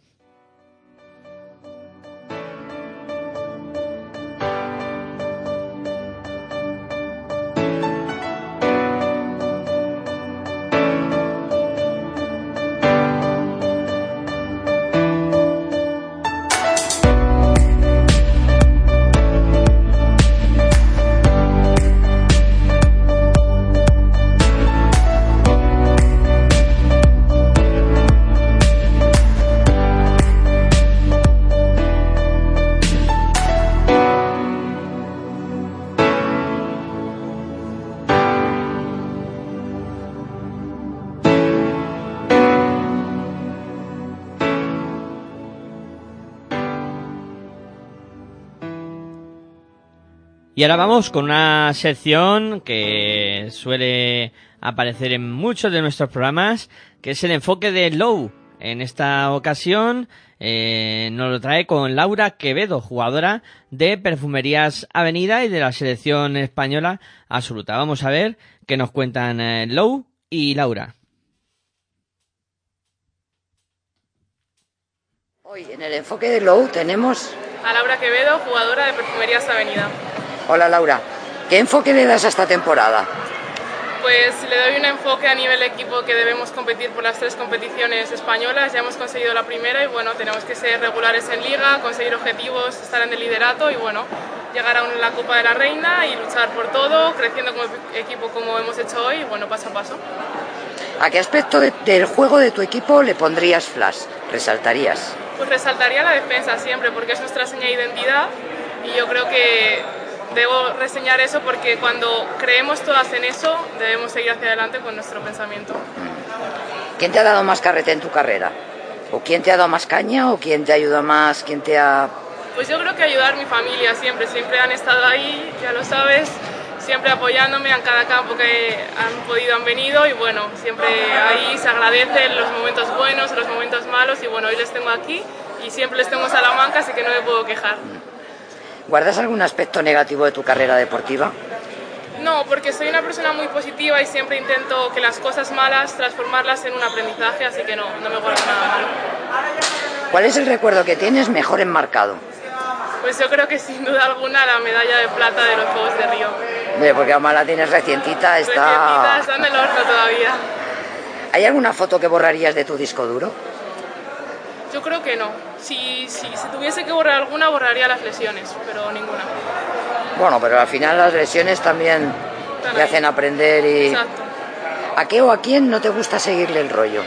Y ahora vamos con una sección que suele aparecer en muchos de nuestros programas, que es el enfoque de Low. En esta ocasión nos lo trae con Laura Quevedo, jugadora de Perfumerías Avenida y de la selección española absoluta. Vamos a ver qué nos cuentan Low y Laura. Hoy en el enfoque de Low tenemos a Laura Quevedo, jugadora de Perfumerías Avenida. Hola Laura, ¿qué enfoque le das a esta temporada? Pues le doy un enfoque a nivel equipo que debemos competir por las 3 competiciones españolas. Ya hemos conseguido la primera y bueno, tenemos que ser regulares en liga, conseguir objetivos, estar en el liderato y bueno, llegar a la Copa de la Reina y luchar por todo, creciendo como equipo como hemos hecho hoy y bueno, paso a paso. ¿A qué aspecto del juego de tu equipo le pondrías flash? ¿Resaltarías? Pues resaltaría la defensa siempre porque es nuestra seña de identidad y yo creo que debo reseñar eso porque cuando creemos todas en eso debemos seguir hacia adelante con nuestro pensamiento. ¿Quién te ha dado más carrete en tu carrera? ¿O quién te ha dado más caña o quién te ayuda más? ¿Quién te ha...? Pues yo creo que ayudar a mi familia siempre han estado ahí, ya lo sabes, siempre apoyándome en cada campo que han podido, han venido y bueno, siempre ahí se agradecen los momentos buenos, los momentos malos y bueno, hoy les tengo aquí y siempre les tengo en Salamanca, así que no me puedo quejar. ¿Guardas algún aspecto negativo de tu carrera deportiva? No, porque soy una persona muy positiva y siempre intento que las cosas malas transformarlas en un aprendizaje, así que no me guardo nada malo. ¿Cuál es el recuerdo que tienes mejor enmarcado? Pues yo creo que sin duda alguna la medalla de plata de los Juegos de Río. Porque además la tienes recientita, está en el horno todavía. ¿Hay alguna foto que borrarías de tu disco duro? Yo creo que no. Si tuviese que borrar alguna, borraría las lesiones, pero ninguna. Bueno, pero al final las lesiones también te hacen aprender y... Exacto. ¿A qué o a quién no te gusta seguirle el rollo?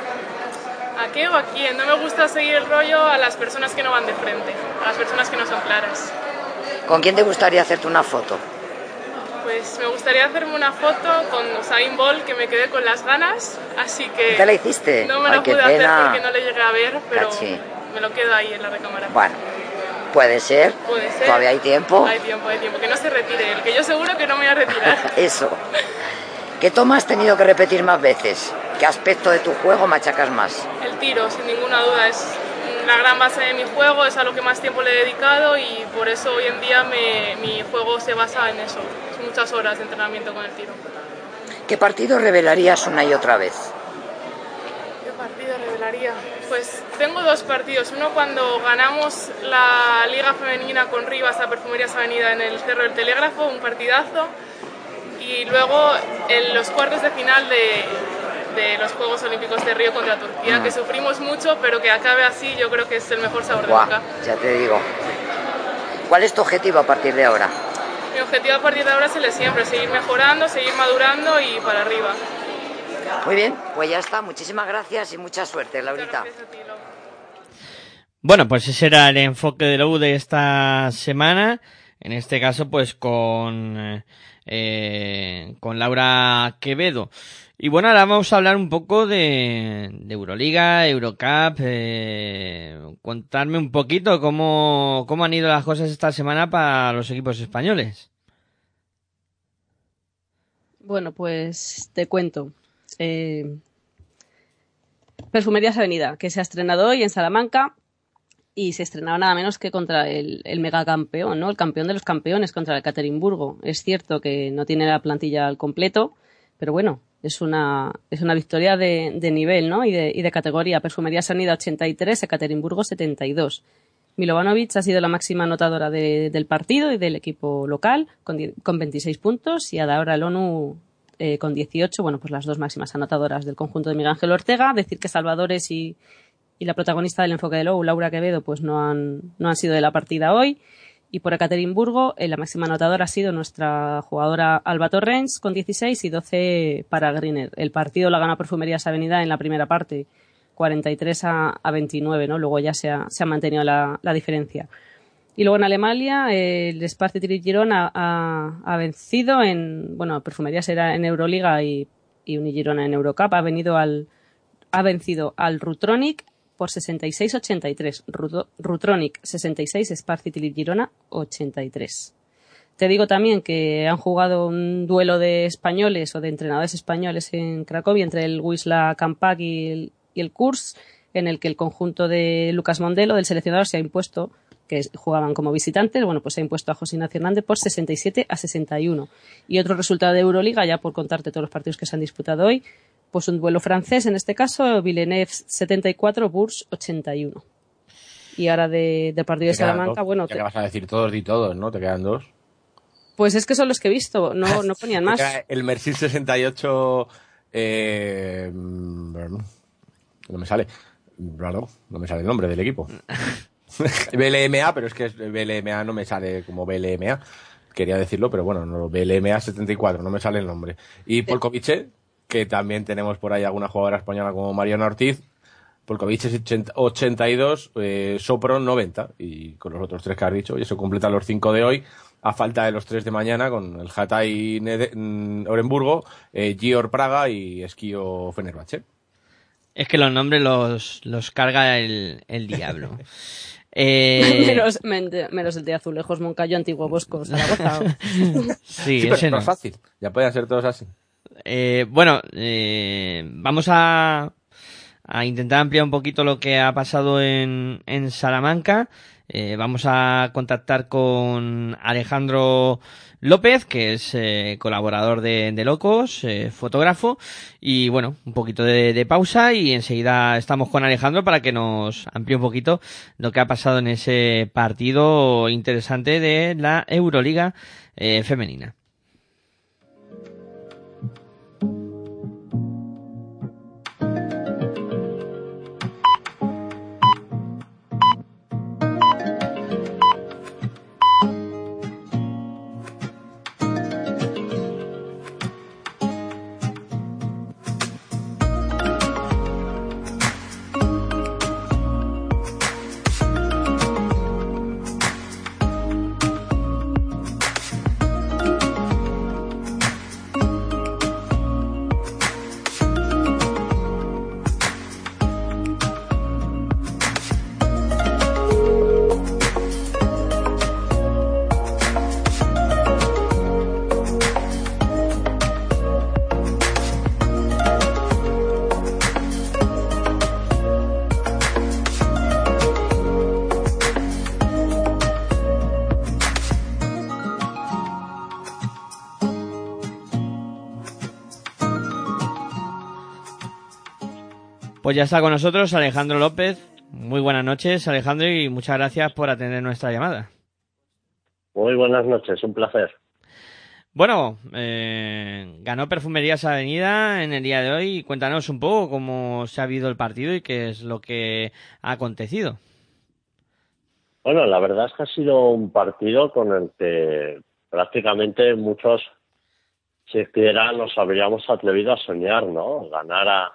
¿A qué o a quién? No me gusta seguir el rollo a las personas que no van de frente, a las personas que no son claras. ¿Con quién te gustaría hacerte una foto? Pues me gustaría hacerme una foto con Usain Bolt, que me quedé con las ganas, así que... ¿Te la hiciste? No me lo pude hacer porque no le llegué a ver, pero me lo quedo ahí en la recámara. Bueno, puede ser. Todavía hay tiempo. Hay tiempo, que no se retire él, que yo seguro que no me voy a retirar. Eso. ¿Qué toma has tenido que repetir más veces? ¿Qué aspecto de tu juego machacas más? El tiro, sin ninguna duda, es la gran base de mi juego, es a lo que más tiempo le he dedicado y por eso hoy en día mi juego se basa en eso. Muchas horas de entrenamiento con el tiro. ¿Qué partido revelarías una y otra vez? ¿Qué partido revelaría? Pues tengo 2 partidos. Uno cuando ganamos la Liga Femenina con Rivas a Perfumerías Avenida en el Cerro del Telégrafo, un partidazo. Y luego en los cuartos de final de los Juegos Olímpicos de Río contra Turquía, que sufrimos mucho, pero que acabe así yo creo que es el mejor sabor de boca. Ya te digo. ¿Cuál es tu objetivo a partir de ahora? Mi objetivo a partir de ahora es el de siempre, seguir mejorando, seguir madurando y para arriba. Muy bien, pues ya está. Muchísimas gracias y mucha suerte, Laurita. Bueno, pues ese era el enfoque de Low de esta semana, en este caso pues con Laura Quevedo. Y bueno, ahora vamos a hablar un poco de Euroliga, Eurocup, contarme un poquito cómo han ido las cosas esta semana para los equipos españoles. Bueno, pues te cuento. Perfumerías Avenida, que se ha estrenado hoy en Salamanca y se estrenaba nada menos que contra el megacampeón, ¿no? El campeón de los campeones, contra el Ekaterimburgo. Es cierto que no tiene la plantilla al completo, pero bueno, es una victoria de nivel, ¿no? Y de categoría. Perfumerías Avenida 83, Ekaterimburgo 72. Milovanovic ha sido la máxima anotadora del partido y del equipo local con 26 puntos y Adaora Lonu con 18, bueno, pues las dos máximas anotadoras del conjunto de Miguel Ángel Ortega. Decir que Salvadores y la protagonista del enfoque de Low, Laura Quevedo, pues no han sido de la partida hoy. Y por Ekaterimburgo, la máxima anotadora ha sido nuestra jugadora Alba Torrens con 16 y 12 para Griner. El partido la ganó Perfumerías Avenida en la primera parte, 43-29, ¿no? Luego ya se ha mantenido la diferencia. Y luego en Alemania, el Sparta Girona ha vencido Perfumerías era en Euroliga y Unigirona en Eurocup. Ha vencido al Rutronic por 66-83. Rutronic 66, Sparta Girona 83. Te digo también que han jugado un duelo de españoles o de entrenadores españoles en Cracovia entre el Wisla Campak y el Kurs, en el que el conjunto de Lucas Mondelo, del seleccionador, se ha impuesto, que jugaban como visitantes, bueno, pues se ha impuesto a José Ignacio Hernández por 67-61. Y otro resultado de Euroliga, ya por contarte todos los partidos que se han disputado hoy, pues un duelo francés, en este caso, Villeneuve 74, Bourges 81. Y ahora del partido de Salamanca, bueno... Ya que vas a decir todos, di todos, ¿no? Te quedan dos. Pues es que son los que he visto, no ponían más. El Mersil 68... no me sale. No me sale el nombre del equipo. BLMA, pero es que BLMA no me sale como BLMA. Quería decirlo, pero bueno, no, BLMA 74, no me sale el nombre. Y Polkovice, que también tenemos por ahí alguna jugadora española como Mariana Ortiz. Polkovice es 82, Sopron 90. Y con los otros tres que has dicho, y eso completa los 5 de hoy, a falta de los 3 de mañana, con el Hatay Orenburgo, Gior Praga y Esquío Fenerbahce. Es que los nombres los carga el diablo. Menos el de Azulejos, Moncayo, Antiguo Bosco, Zaragoza. Sí, pero ese no es fácil. Ya pueden ser todos así. Vamos a intentar ampliar un poquito lo que ha pasado en Salamanca. Vamos a contactar con Alejandro López, que es colaborador de Locos, fotógrafo, y bueno, un poquito de pausa y enseguida estamos con Alejandro para que nos amplíe un poquito lo que ha pasado en ese partido interesante de la Euroliga femenina. Pues ya está con nosotros Alejandro López. Muy buenas noches, Alejandro, y muchas gracias por atender nuestra llamada. Muy buenas noches, un placer. Bueno, ganó Perfumerías Avenida en el día de hoy. Cuéntanos un poco cómo se ha vivido el partido y qué es lo que ha acontecido. Bueno, la verdad es que ha sido un partido con el que prácticamente muchos, siquiera nos habríamos atrevido a soñar, ¿no? Ganar a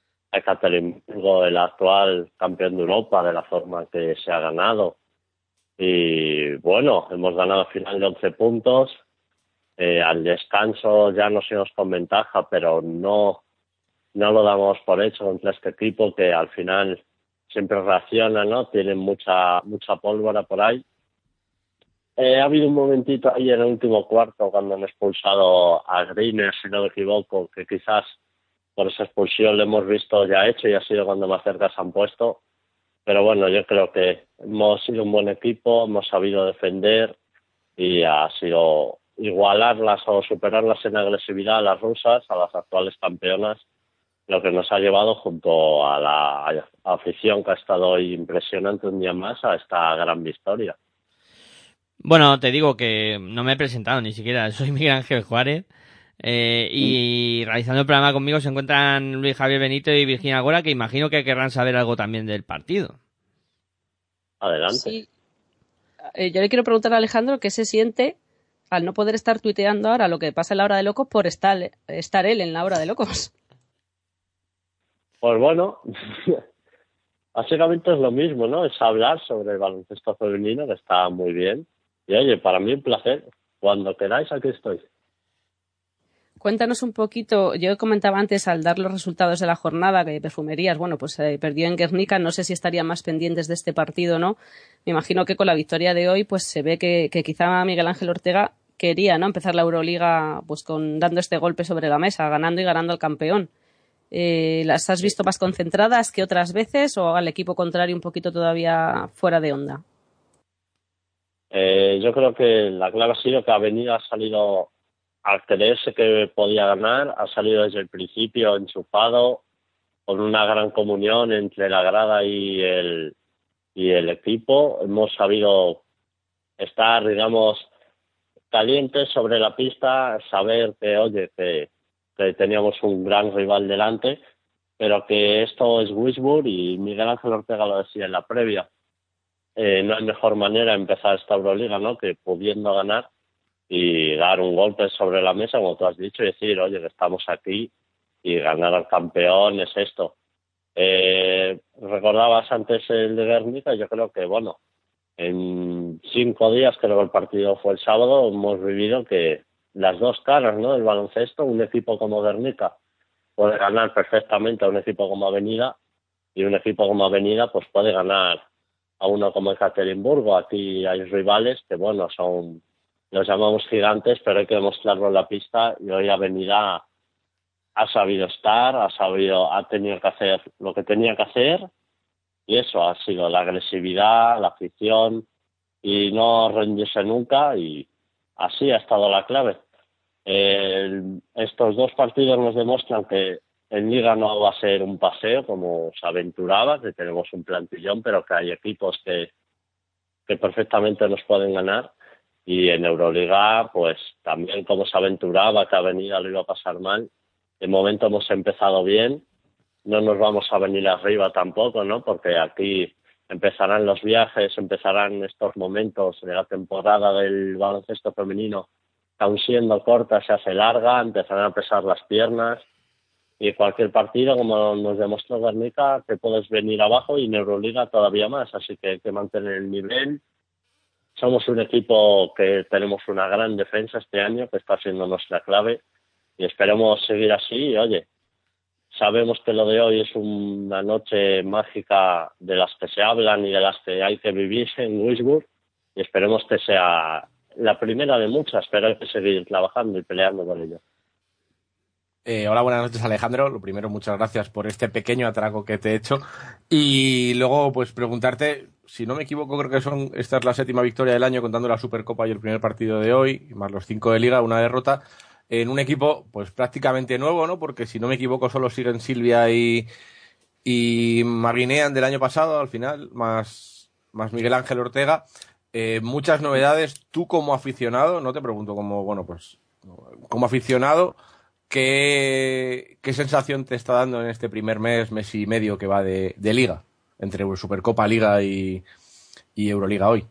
Ekaterimburgo, el actual campeón de Europa, de la forma que se ha ganado, Y bueno, hemos ganado al final de 11 puntos. Al descanso ya nos íbamos con ventaja, pero no lo damos por hecho contra este equipo que al final siempre reacciona, ¿no? Tienen mucha pólvora por ahí. Ha habido un momentito ahí en el último cuarto cuando han expulsado a Greener, si no me equivoco, que quizás por esa expulsión lo hemos visto ya hecho y ha sido cuando más cerca se han puesto. Pero bueno, yo creo que hemos sido un buen equipo, hemos sabido defender y ha sido igualarlas o superarlas en agresividad a las rusas, a las actuales campeonas, lo que nos ha llevado junto a la afición que ha estado hoy impresionante un día más a esta gran victoria. Bueno, te digo que no me he presentado ni siquiera, soy Miguel Ángel Juárez. Y realizando el programa conmigo se encuentran Luis Javier Benito y Virginia Gora, que imagino que querrán saber algo también del partido. Adelante. Sí. Yo le quiero preguntar a Alejandro qué se siente al no poder estar tuiteando ahora lo que pasa en la hora de locos por estar él en la hora de locos. Pues bueno, básicamente es lo mismo, ¿no? Es hablar sobre el baloncesto femenino, que está muy bien. Y oye, para mí un placer. Cuando queráis, aquí estoy. Cuéntanos un poquito, yo comentaba antes al dar los resultados de la jornada que Perfumerías, bueno, pues perdió en Guernica, no sé si estarían más pendientes de este partido o no. Me imagino que con la victoria de hoy pues se ve que quizá Miguel Ángel Ortega quería, ¿no?, empezar la Euroliga pues dando este golpe sobre la mesa, ganando y ganando al campeón. ¿Las has visto más concentradas que otras veces o al equipo contrario un poquito todavía fuera de onda? Yo creo que la clave ha sido que Avenida ha salido al creerse que podía ganar, ha salido desde el principio enchufado, con una gran comunión entre la grada y el equipo. Hemos sabido estar, digamos, calientes sobre la pista, saber que, oye, que teníamos un gran rival delante, pero que esto es Wisburg y Miguel Ángel Ortega lo decía en la previa. No hay mejor manera de empezar esta Euroliga, ¿no?, que pudiendo ganar y dar un golpe sobre la mesa, como tú has dicho, y decir, oye, que estamos aquí y ganar al campeón es esto. Recordabas antes el de Guernica, yo creo que, bueno, en 5 días, creo que el partido fue el sábado, hemos vivido que las dos caras, ¿no?, del baloncesto, un equipo como Guernica puede ganar perfectamente a un equipo como Avenida y un equipo como Avenida pues puede ganar a uno como Ekaterimburgo. Aquí hay rivales que, bueno, los llamamos gigantes, pero hay que demostrarlo en la pista y hoy Avenida ha sabido estar, ha tenido que hacer lo que tenía que hacer y eso ha sido la agresividad, la afición y no rendirse nunca, y así ha estado la clave. Estos dos partidos nos demuestran que en Liga no va a ser un paseo como se aventuraba, que tenemos un plantillón, pero que hay equipos que perfectamente nos pueden ganar. Y en Euroliga, pues también como se aventuraba que Avenida lo iba a pasar mal. De momento hemos empezado bien, no nos vamos a venir arriba tampoco, ¿no?, porque aquí empezarán los viajes, empezarán estos momentos de la temporada del baloncesto femenino, que aun siendo corta se hace larga, empezarán a pesar las piernas. Y cualquier partido, como nos demostró Guernica, te puedes venir abajo y en Euroliga todavía más, así que hay que mantener el nivel. Somos un equipo que tenemos una gran defensa este año, que está siendo nuestra clave, y esperemos seguir así. Y, oye, sabemos que lo de hoy es una noche mágica de las que se hablan y de las que hay que vivir en Wisburg, y esperemos que sea la primera de muchas, pero hay que seguir trabajando y peleando con ello. Hola, buenas noches, Alejandro. Lo primero, muchas gracias por este pequeño atraco que te he hecho. Y luego, pues preguntarte, si no me equivoco, creo que esta es la 7ª victoria del año, contando la Supercopa y el primer partido de hoy, más los 5 de Liga, una derrota, en un equipo pues prácticamente nuevo, ¿no? Porque si no me equivoco, solo siguen Silvia y Marinean del año pasado, al final, más Miguel Ángel Ortega. Muchas novedades. Tú como aficionado, no te pregunto como aficionado, ¿Qué sensación te está dando en este primer mes y medio que va de Liga, entre Supercopa, Liga y Euroliga hoy?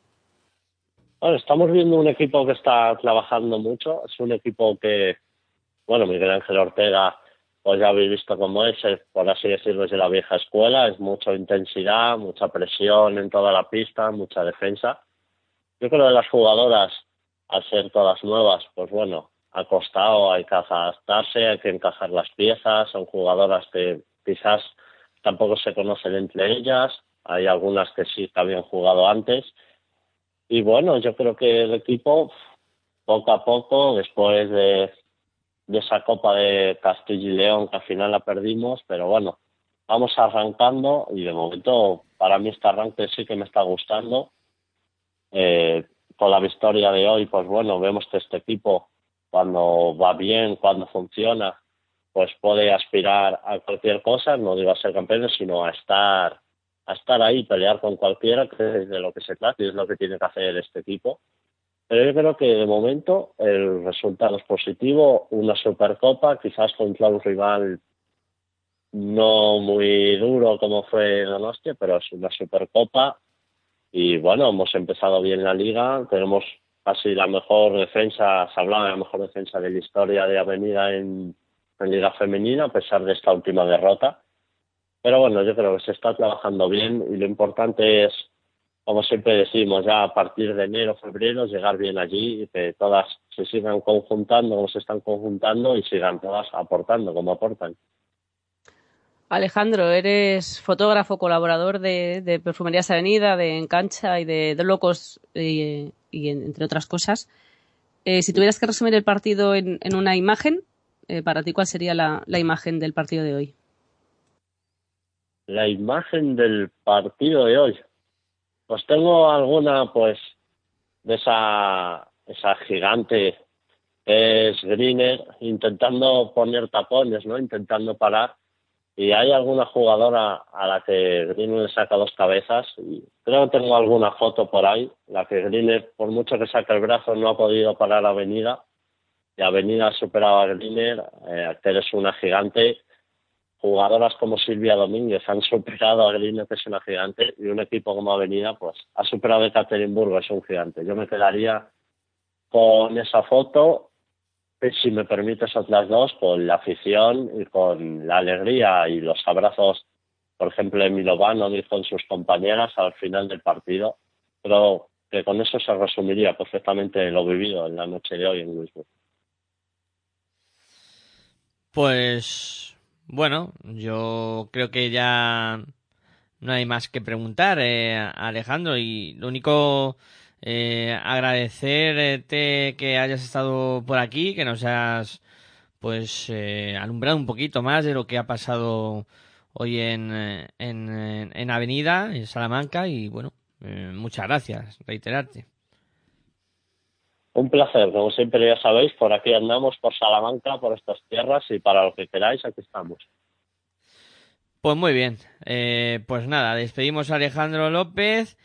Bueno, estamos viendo un equipo que está trabajando mucho. Es un equipo que, bueno, Miguel Ángel Ortega pues ya habéis visto cómo es, por así decirlo, es de la vieja escuela, es mucha intensidad, mucha presión en toda la pista, mucha defensa. Yo creo que las jugadoras, al ser todas nuevas, pues bueno, ha costado, hay que adaptarse, hay que encajar las piezas, son jugadoras que quizás tampoco se conocen entre ellas, hay algunas que sí que habían jugado antes, y bueno, yo creo que el equipo, poco a poco, después de esa Copa de Castilla y León, que al final la perdimos, pero bueno, vamos arrancando, y de momento, para mí este arranque sí que me está gustando. Con la victoria de hoy, pues bueno, vemos que este equipo, cuando va bien, cuando funciona, pues puede aspirar a cualquier cosa, no digo a ser campeones, sino a estar ahí, pelear con cualquiera, que es de lo que se trata y es lo que tiene que hacer este equipo. Pero yo creo que de momento el resultado es positivo, una Supercopa, quizás contra un rival no muy duro como fue Donostia, pero es una Supercopa. Y bueno, hemos empezado bien la liga, tenemos casi la mejor defensa, se hablaba de la mejor defensa de la historia de Avenida en Liga Femenina, a pesar de esta última derrota. Pero bueno, yo creo que se está trabajando bien y lo importante es, como siempre decimos, ya a partir de enero, febrero, llegar bien allí y que todas se sigan conjuntando como se están conjuntando y sigan todas aportando como aportan. Alejandro, eres fotógrafo, colaborador de Perfumerías Avenida, de Encancha y de Locos y entre otras cosas. Si tuvieras que resumir el partido en una imagen, para ti, ¿cuál sería la imagen del partido de hoy? La imagen del partido de hoy. Pues tengo alguna, pues, de esa gigante que es Greener, intentando poner tapones, ¿no? Intentando parar. Y hay alguna jugadora a la que Greener le saca dos cabezas. Y creo que tengo alguna foto por ahí, la que Greener, por mucho que saque el brazo, no ha podido parar a Avenida. Y Avenida ha superado a Greener, que eres una gigante. Jugadoras como Silvia Domínguez han superado a Greener, que es una gigante. Y un equipo como Avenida, pues, ha superado a Ekaterimburgo, es un gigante. Yo me quedaría con esa foto. Si me permites otras dos, con la afición y con la alegría y los abrazos, por ejemplo, de Milovano y con sus compañeras al final del partido. Creo que con eso se resumiría perfectamente lo vivido en la noche de hoy en Louisburg. Pues bueno, yo creo que ya no hay más que preguntar, a Alejandro, y lo único... agradecerte que hayas estado por aquí, que nos has pues alumbrado un poquito más de lo que ha pasado hoy en Avenida, en Salamanca, y bueno, muchas gracias, reiterarte. Un placer, como siempre ya sabéis, por aquí andamos, por Salamanca, por estas tierras, y para lo que queráis, aquí estamos. Pues muy bien, pues nada, despedimos a Alejandro López.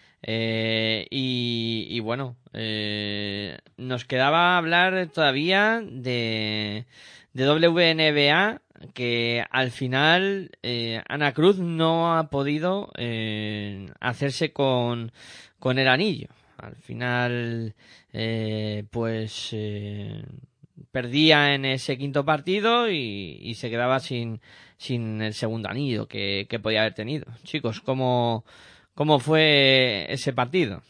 Y bueno, nos quedaba hablar todavía de WNBA, que al final Ana Cruz no ha podido hacerse con el anillo. Al final perdía en ese quinto partido y se quedaba sin el segundo anillo que podía haber tenido. Chicos, ¿cómo fue ese partido?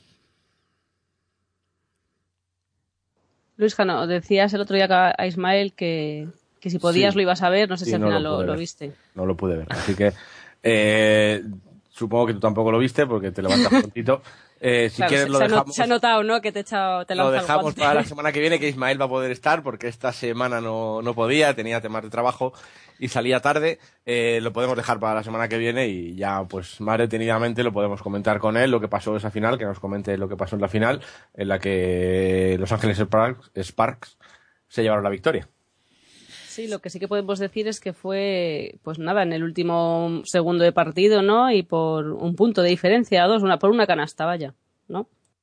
Luis Jano, decías el otro día a Ismael que si podías lo ibas a ver, no sé si al final lo viste. No lo pude ver, así que supongo que tú tampoco lo viste porque te levantas prontito. Si claro, quieres lo dejamos. Se ha notado, ¿no? Que te lo dejamos para la semana que viene, que Ismael va a poder estar porque esta semana no podía, tenía temas de trabajo y salía tarde. Lo podemos dejar para la semana que viene y ya pues más detenidamente lo podemos comentar con él, lo que pasó en esa final, que nos comente lo que pasó en la final, en la que Los Ángeles Sparks se llevaron la victoria. Sí, lo que sí que podemos decir es que fue, pues nada, en el último segundo de partido, ¿no? Y por un punto de diferencia, por una canasta, vaya, ¿no?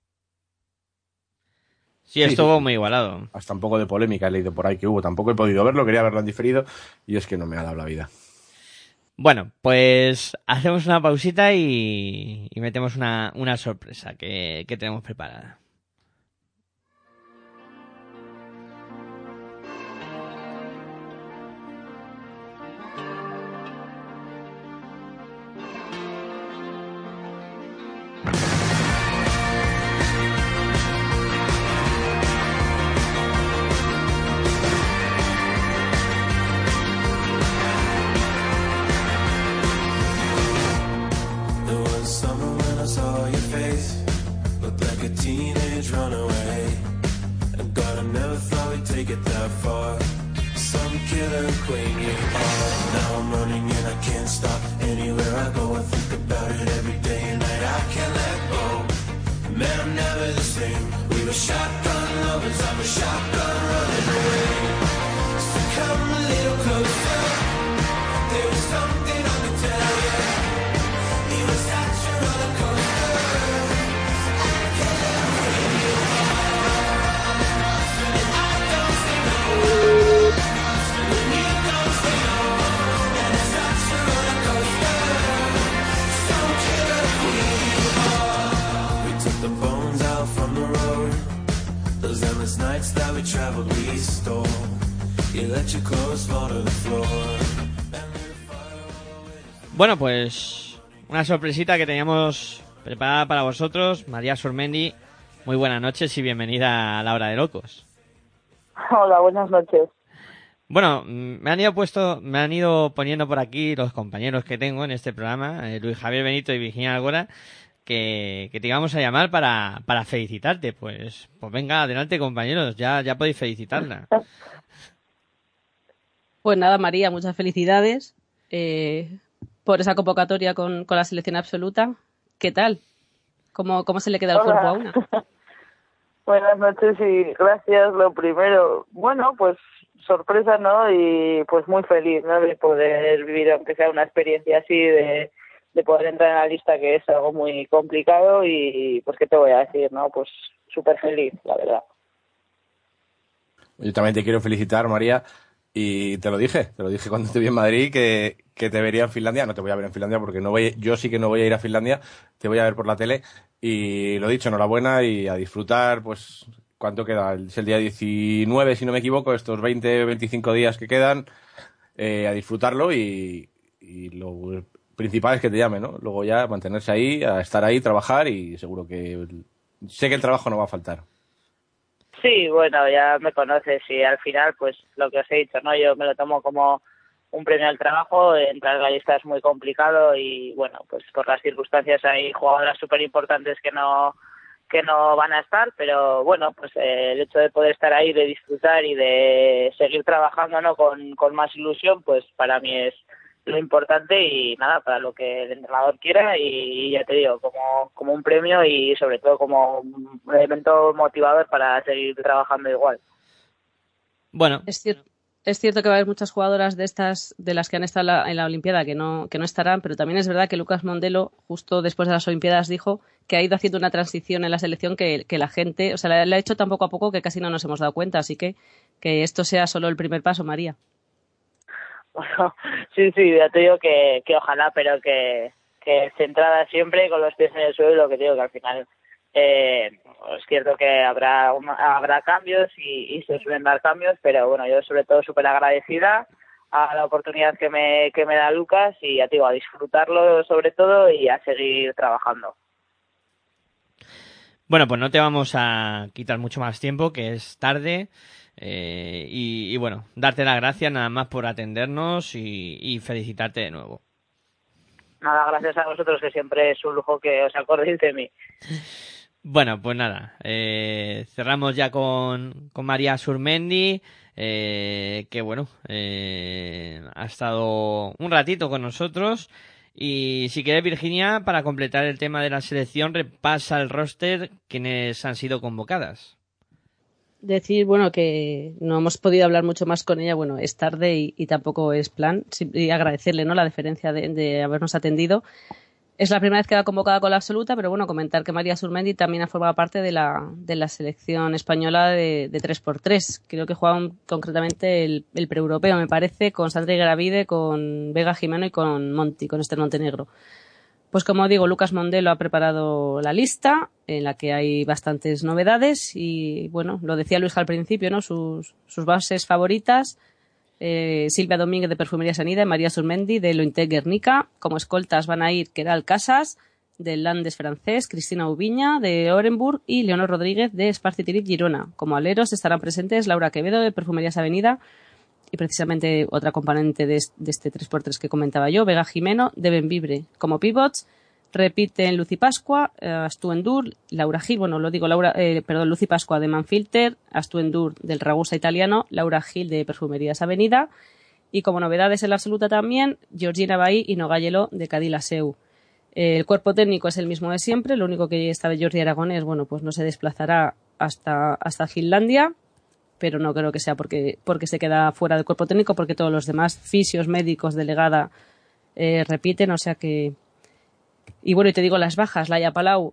Sí, estuvo muy igualado. Hasta un poco de polémica he leído por ahí que hubo. Tampoco he podido verlo, quería verlo en diferido y es que no me ha dado la vida. Bueno, pues hacemos una pausita y metemos una sorpresa que tenemos preparada. it that far. Some killer queen you are. Now I'm running and I can't stop. Anywhere I go I think about it every day and night. I can't let go. Man, I'm never the same. We were shotgun lovers, I'm a shotgun running away. So come a little closer. There was something I could tell you. It was such a roller coaster. I can't let you are. And I don't say no. When you don't say no. And it's such a roller coaster. So killer queen you are. We took the bones out from the road. Those endless nights that we traveled, we stole. You let your clothes fall to the floor. Bueno, pues una sorpresita que teníamos preparada para vosotros. María Surmendi, muy buenas noches y bienvenida a La Hora de Locos. Hola, buenas noches. Bueno, me han ido poniendo por aquí los compañeros que tengo en este programa, Luis Javier Benito y Virginia Algora, que te íbamos a llamar para felicitarte. Pues venga, adelante compañeros, ya podéis felicitarla. Pues nada, María, muchas felicidades por esa convocatoria con la selección absoluta. ¿Qué tal? ¿Cómo se le queda el cuerpo a una? Buenas noches y gracias, lo primero. Bueno, pues sorpresa, ¿no? Y pues muy feliz, ¿no? De poder vivir, aunque sea una experiencia así, de poder entrar en la lista, que es algo muy complicado y pues qué te voy a decir, ¿no? Pues súper feliz, la verdad. Yo también te quiero felicitar, María, y te lo dije cuando te vi en Madrid que te vería en Finlandia. No te voy a ver en Finlandia porque yo sí que no voy a ir a Finlandia, te voy a ver por la tele y lo dicho, enhorabuena y a disfrutar, pues, ¿cuánto queda? Es el día 19, si no me equivoco, estos 20-25 días que quedan, a disfrutarlo y lo principal es que te llame, ¿no? Luego ya mantenerse ahí, a estar ahí, trabajar y seguro que sé que el trabajo no va a faltar. Sí, bueno, ya me conoces y al final, pues lo que os he dicho, ¿no? Yo me lo tomo como un premio al trabajo, entrar en la lista es muy complicado y bueno, pues por las circunstancias hay jugadoras súper importantes que no van a estar, pero bueno, pues el hecho de poder estar ahí, de disfrutar y de seguir trabajando, ¿no? con más ilusión, pues para mí es lo importante y nada, para lo que el entrenador quiera y ya te digo, como un premio y sobre todo como un elemento motivador para seguir trabajando igual. Bueno, es cierto que va a haber muchas jugadoras de las que han estado en la Olimpiada que no estarán, pero también es verdad que Lucas Mondelo, justo después de las Olimpiadas, dijo que ha ido haciendo una transición en la selección que la gente, o sea, le ha hecho tan poco a poco que casi no nos hemos dado cuenta, así que esto sea solo el primer paso, María. Bueno, sí, ya te digo que ojalá, pero que centrada siempre con los pies en el suelo, y lo que te digo que al final es cierto que habrá cambios y se suelen dar cambios, pero bueno, yo sobre todo súper agradecida a la oportunidad que me da Lucas y ya te digo, a disfrutarlo sobre todo y a seguir trabajando. Bueno, pues no te vamos a quitar mucho más tiempo, que es tarde. Y bueno, darte las gracias nada más por atendernos y felicitarte de nuevo. Nada, gracias a vosotros, que siempre es un lujo que os acordéis de mí. Bueno, pues nada, cerramos ya con María Surmendi, que bueno, ha estado un ratito con nosotros. Y si quieres, Virginia, para completar el tema de la selección, repasa el roster, quienes han sido convocadas. Decir, bueno, que no hemos podido hablar mucho más con ella, bueno, es tarde y tampoco es plan, y agradecerle, ¿no?, la deferencia de habernos atendido. Es la primera vez que va convocada con la absoluta, pero bueno, comentar que María Surmendi también ha formado parte de la selección española de 3x3. Creo que jugaban concretamente el pre-europeo, me parece, con Sandra Gravide, con Vega Jimeno y con Monti, con Esther Montenegro. Pues como digo, Lucas Mondelo ha preparado la lista, en la que hay bastantes novedades y bueno, lo decía Luis al principio, ¿no? Sus bases favoritas, Silvia Domínguez de Perfumería Sanida y María Surmendi de Lointe Guernica. Como escoltas van a ir Keral Casas del Landes francés, Cristina Ubiña de Orenburg y Leonor Rodríguez de Esparcitirit Girona. Como aleros estarán presentes Laura Quevedo de Perfumerías Avenida y precisamente otra componente de este 3x3 que comentaba yo, Vega Jimeno de Benvibre. Como pivots, repiten Lucy Pascua, Astu Endur, Laura Gil, Lucy Pascua de Manfilter, Astu Endur del Ragusa italiano, Laura Gil de Perfumerías Avenida, y como novedades en la absoluta también, Georgina Bahí y Nogayelo de Cadila Seu. El cuerpo técnico es el mismo de siempre, lo único que esta vez Jordi Aragonés, pues no se desplazará hasta Finlandia, pero no creo que sea porque se queda fuera del cuerpo técnico, porque todos los demás fisios, médicos, delegada, repiten, o sea que... Y bueno, y te digo las bajas, Laia Palau,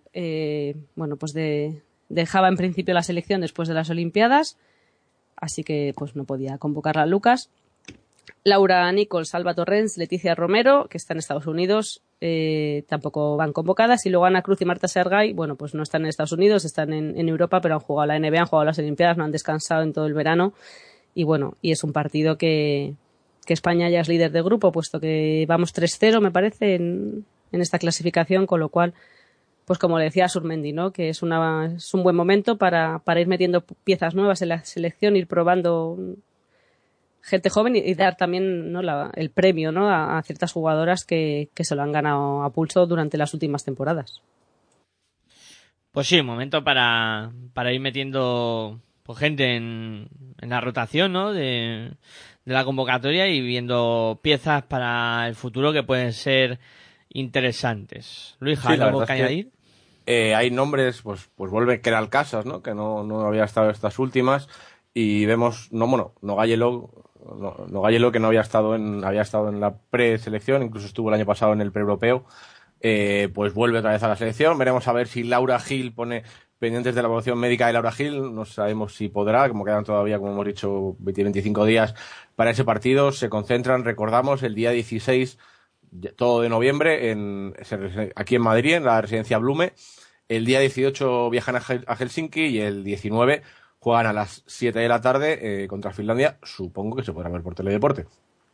dejaba en principio la selección después de las Olimpiadas, así que pues no podía convocarla a Lucas. Laura Nichols, Alba Torrens, Leticia Romero, que están en Estados Unidos, tampoco van convocadas, y luego Ana Cruz y Marta Sergay, pues no están en Estados Unidos, están en Europa, pero han jugado la NBA, han jugado las Olimpiadas, no han descansado en todo el verano, y es un partido que España ya es líder de grupo, puesto que vamos 3-0, me parece, en esta clasificación, con lo cual, pues como le decía Surmendi, ¿no? Que es un buen momento para ir metiendo piezas nuevas en la selección, ir probando gente joven y dar también, ¿no? el premio, ¿no? a ciertas jugadoras que se lo han ganado a pulso durante las últimas temporadas. Pues sí, un momento para ir metiendo gente en la rotación, ¿no? de la convocatoria y viendo piezas para el futuro que pueden ser interesantes. Luis, ¿algo que añadir? Hay nombres, pues vuelve Keral Casas, ¿no? Que no había estado estas últimas, y vemos Nogayelo que no había estado en la preselección, incluso estuvo el año pasado en el pre-europeo, pues vuelve otra vez a la selección. Veremos a ver si Laura Gil pone pendientes de la evaluación médica de Laura Gil, no sabemos si podrá, como quedan todavía, como hemos dicho, 20-25 días para ese partido. Se concentran, recordamos, el día 16 todo de noviembre aquí en Madrid, en la residencia Blume. El día 18 viajan a Helsinki y el 19 juegan a las 7 de la tarde contra Finlandia. Supongo que se podrá ver por Teledeporte.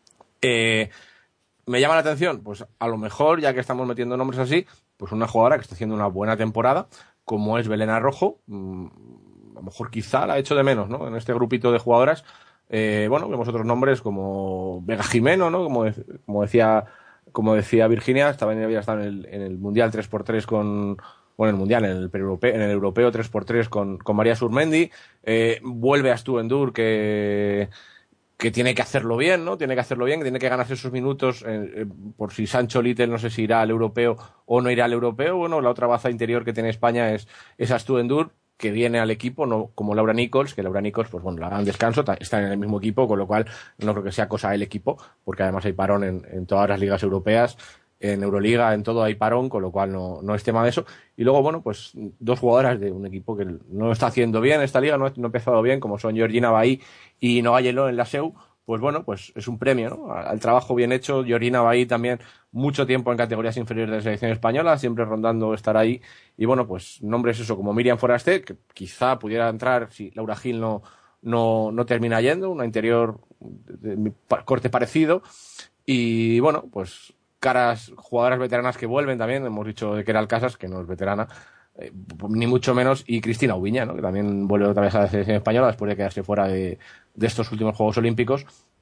Me llama la atención, pues a lo mejor, ya que estamos metiendo nombres así, pues una jugadora que está haciendo una buena temporada, como es Belén Arrojo. A lo mejor quizá la echo de menos, ¿no? En este grupito de jugadoras, vemos otros nombres como Vega Jimeno, ¿no? Como decía Virginia, había estado en el Mundial 3x3 en el Europeo 3x3 con María Surmendi. Vuelve a Astu Endur, que tiene que hacerlo bien, ¿no? Tiene que ganarse esos minutos, por si Sancho Little no sé si irá al Europeo o no irá al Europeo. Bueno, la otra baza interior que tiene España es Astu Endur, que viene al equipo, no como Laura Nichols, que Laura Nichols, pues bueno, la dan descanso, están en el mismo equipo, con lo cual no creo que sea cosa del equipo, porque además hay parón en todas las ligas europeas, en Euroliga, en todo hay parón, con lo cual no es tema de eso. Y luego, pues dos jugadoras de un equipo que no está haciendo bien esta liga, no ha empezado bien, como son Georgina Bahí y Nogayelo en la SEU. Pues es un premio, ¿no? Al trabajo bien hecho. Georgina Bahí también mucho tiempo en categorías inferiores de la selección española, siempre rondando estar ahí. Y pues nombres como Miriam Foraste, que quizá pudiera entrar si Laura Gil no termina yendo, una interior de corte parecido. Y pues jugadoras veteranas que vuelven también. Hemos dicho de Keral Casas, que no es veterana, ni mucho menos, y Cristina Ubiña, ¿no? Que también vuelve otra vez a la selección española después de quedarse fuera de estos últimos Juegos Olímpicos.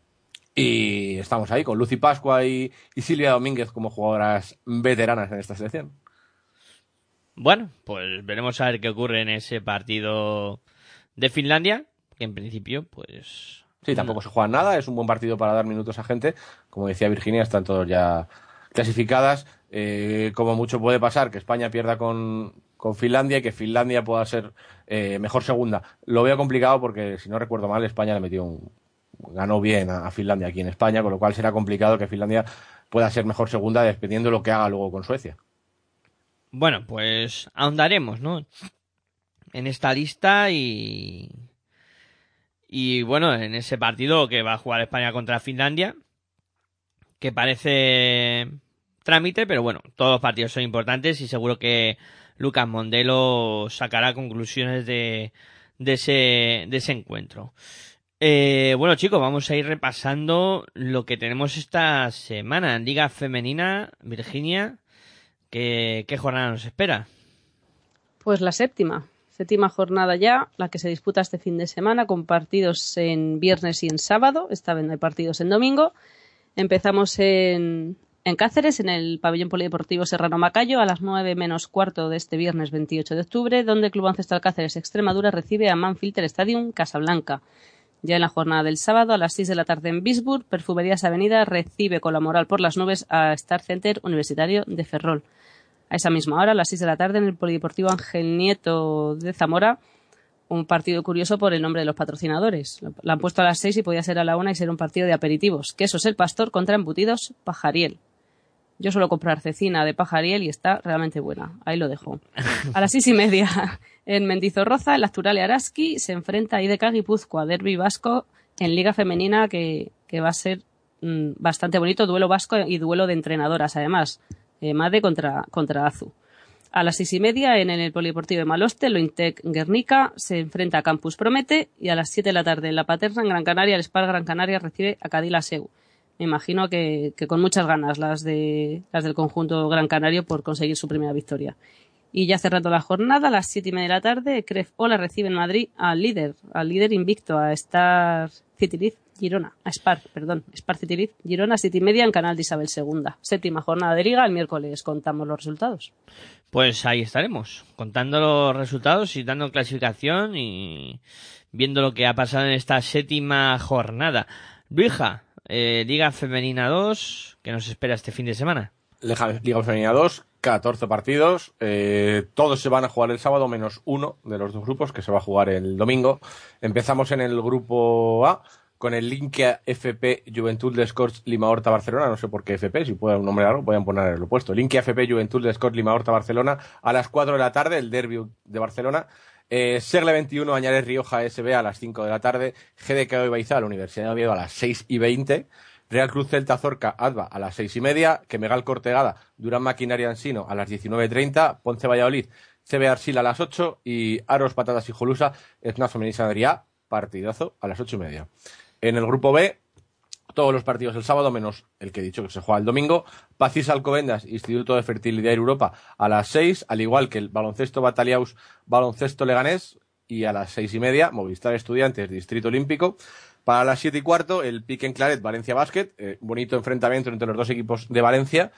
Y estamos ahí con Lucy Pascua y Silvia Domínguez como jugadoras veteranas en esta selección. Bueno, pues veremos a ver qué ocurre en ese partido de Finlandia, que en principio, pues... Sí, tampoco se juega nada, es un buen partido para dar minutos a gente. Como decía Virginia, están todos ya clasificadas. Como mucho puede pasar que España pierda con Finlandia y que Finlandia pueda ser mejor segunda. Lo veo complicado porque, si no recuerdo mal, España ganó bien a Finlandia aquí en España, con lo cual será complicado que Finlandia pueda ser mejor segunda dependiendo de lo que haga luego con Suecia. Bueno, pues ahondaremos, ¿no? En esta lista y bueno, en ese partido que va a jugar España contra Finlandia, que parece trámite, pero bueno, todos los partidos son importantes y seguro que Lucas Mondelo sacará conclusiones de ese encuentro. Bueno, chicos, vamos a ir repasando lo que tenemos esta semana en Liga Femenina. Virginia, ¿qué jornada nos espera? Pues la séptima jornada ya, la que se disputa este fin de semana, con partidos en viernes y en sábado. Esta vez no hay partidos en domingo. Empezamos en En Cáceres, en el pabellón polideportivo Serrano Macayo, a las 9 menos cuarto de este viernes 28 de octubre, donde el Club Ancestral Cáceres Extremadura recibe a Manfilter Stadium Casablanca. Ya en la jornada del sábado, a las 6 de la tarde en Bisburg, Perfumerías Avenida recibe con la moral por las nubes a Star Center Universitario de Ferrol. A esa misma hora, a las 6 de la tarde, en el Polideportivo Ángel Nieto de Zamora, un partido curioso por el nombre de los patrocinadores. La han puesto a las 6 y podía ser a la 1 y ser un partido de aperitivos. Quesos El Pastor contra Embutidos Pajariel. Yo suelo comprar cecina de Pajariel y está realmente buena. Ahí lo dejo. A las 6:30 en Mendizorroza, el Actual Araski se enfrenta a IDK Guipúzcoa, derbi vasco en Liga Femenina que va a ser bastante bonito, duelo vasco y duelo de entrenadoras además. Made contra Azu. A las 6:30 en el Polideportivo de Maloste, Lointec Guernica se enfrenta a Campus Promete y a las 7 de la tarde en La Paterna, en Gran Canaria, el Spar Gran Canaria recibe a Cadila Seu. Me imagino que con muchas ganas las del conjunto Gran Canario por conseguir su primera victoria. Y ya cerrando la jornada, a las 7:30 de la tarde, Cref Ola recibe en Madrid al líder invicto, a Spar Citiliz Girona, Girona, 7:30 en Canal de Isabel II. Séptima jornada de Liga, el miércoles contamos los resultados. Pues ahí estaremos, contando los resultados y dando clasificación y viendo lo que ha pasado en esta séptima jornada. Luija, Liga Femenina 2, ¿qué nos espera este fin de semana? Liga Femenina 2, 14 partidos, todos se van a jugar el sábado, menos uno de los dos grupos, que se va a jugar el domingo. Empezamos en el grupo A, con el Linkia FP Juventud de Scorch Lima Horta Barcelona, no sé por qué FP, si puede un nombre largo, pueden poner el opuesto. Linkia FP Juventud de Scorch Lima Horta Barcelona, a las 4 de la tarde, el derbi de Barcelona. Segle 21, Añares Rioja SB a las 5 de la tarde, GDK Baizal, Universidad de Oviedo a las 6:20, Real Cruz Celta Zorca Adva a las 6:30, Quemegal Cortegada Durán Maquinaria Ansino a las 19:30, Ponce Valladolid CB Arsil a las 8 y Aros Patatas y Jolusa Esnas Femenina Adrià, partidazo a las 8:30. En el grupo B, todos los partidos el sábado, menos el que he dicho que se juega el domingo. Pacís Alcobendas, Instituto de Fertilidad Europa, a las 6, al igual que el Baloncesto Bataliaus, Baloncesto Leganés, y a las 6:30, Movistar Estudiantes, Distrito Olímpico. Para las 7:15, el Pique en Claret, Valencia Basket, bonito enfrentamiento entre los dos equipos de Valencia.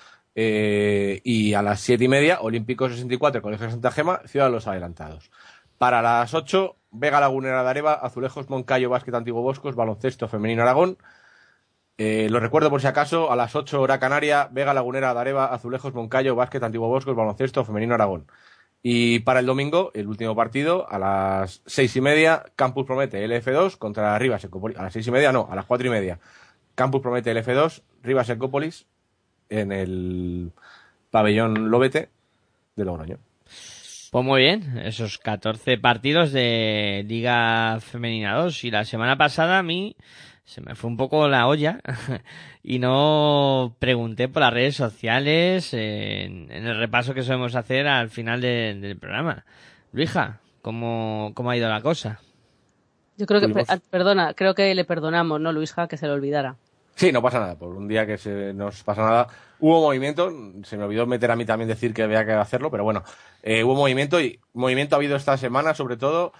Y a las 7:30, Olímpico 64, Colegio Santa Gema, Ciudad de los Adelantados. Para las 8, Vega Lagunera de Areva, Azulejos Moncayo, Básquet Antiguo Boscos, Baloncesto Femenino Aragón. Lo recuerdo por si acaso, a las 8 hora Canaria, Vega Lagunera de Areva, Azulejos Moncayo, Básquet Antiguo Boscos, Baloncesto Femenino Aragón. Y para el domingo, el último partido, a las 6:30, Campus Promete LF2 contra Rivas Ecópolis. A las 6:30 no, a las 4:30. Campus Promete LF2, Rivas Ecópolis, en el pabellón Lobete de Logroño. Pues muy bien, esos 14 partidos de Liga Femenina 2. Y la semana pasada a mí se me fue un poco la olla y no pregunté por las redes sociales en el repaso que solemos hacer al final del programa. Luija, ¿cómo ha ido la cosa? Yo creo que, creo que le perdonamos, ¿no, Luisja, que se le olvidara? Sí, no pasa nada, por un día que nos pasa nada. Hubo movimiento, se me olvidó meter a mí también decir que había que hacerlo, pero bueno, hubo movimiento y movimiento ha habido esta semana, sobre todo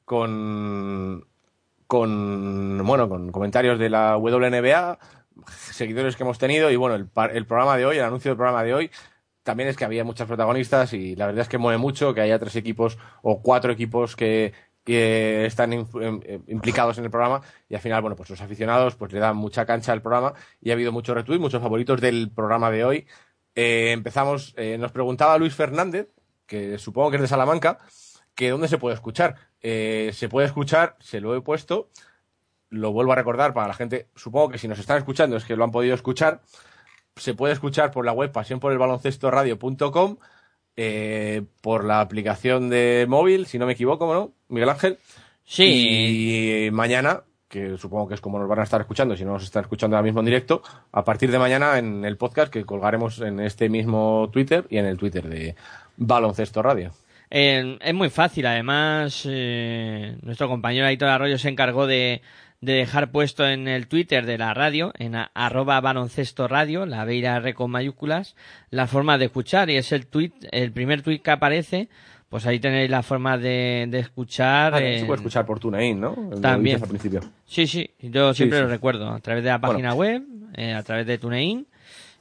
con comentarios de la WNBA, seguidores que hemos tenido y bueno, el programa de hoy, el anuncio del programa de hoy, también es que había muchas protagonistas y la verdad es que mueve mucho que haya 3 equipos o 4 equipos que están implicados en el programa y al final, bueno, pues los aficionados pues le dan mucha cancha al programa y ha habido muchos retweets, muchos favoritos del programa de hoy. Empezamos, nos preguntaba Luis Fernández, que supongo que es de Salamanca, que dónde se puede escuchar. Se puede escuchar, se lo he puesto, lo vuelvo a recordar para la gente, supongo que si nos están escuchando es que lo han podido escuchar. Se puede escuchar por la web pasionporelbaloncestoradio.com, por la aplicación de móvil, si no me equivoco, ¿no, Miguel Ángel? Sí. Y mañana, que supongo que es como nos van a estar escuchando, si no nos están escuchando ahora mismo en directo, a partir de mañana en el podcast que colgaremos en este mismo Twitter y en el Twitter de Baloncesto Radio. Es muy fácil, además nuestro compañero Aitor Arroyo se encargó de dejar puesto en el Twitter de la radio, en @baloncestoradio, la B y la R con mayúsculas, la forma de escuchar, y es el primer tweet que aparece, pues ahí tenéis la forma de escuchar. Se puede escuchar por TuneIn, ¿no? También. Al principio. Sí, yo siempre lo recuerdo, a través de la página web, a través de TuneIn,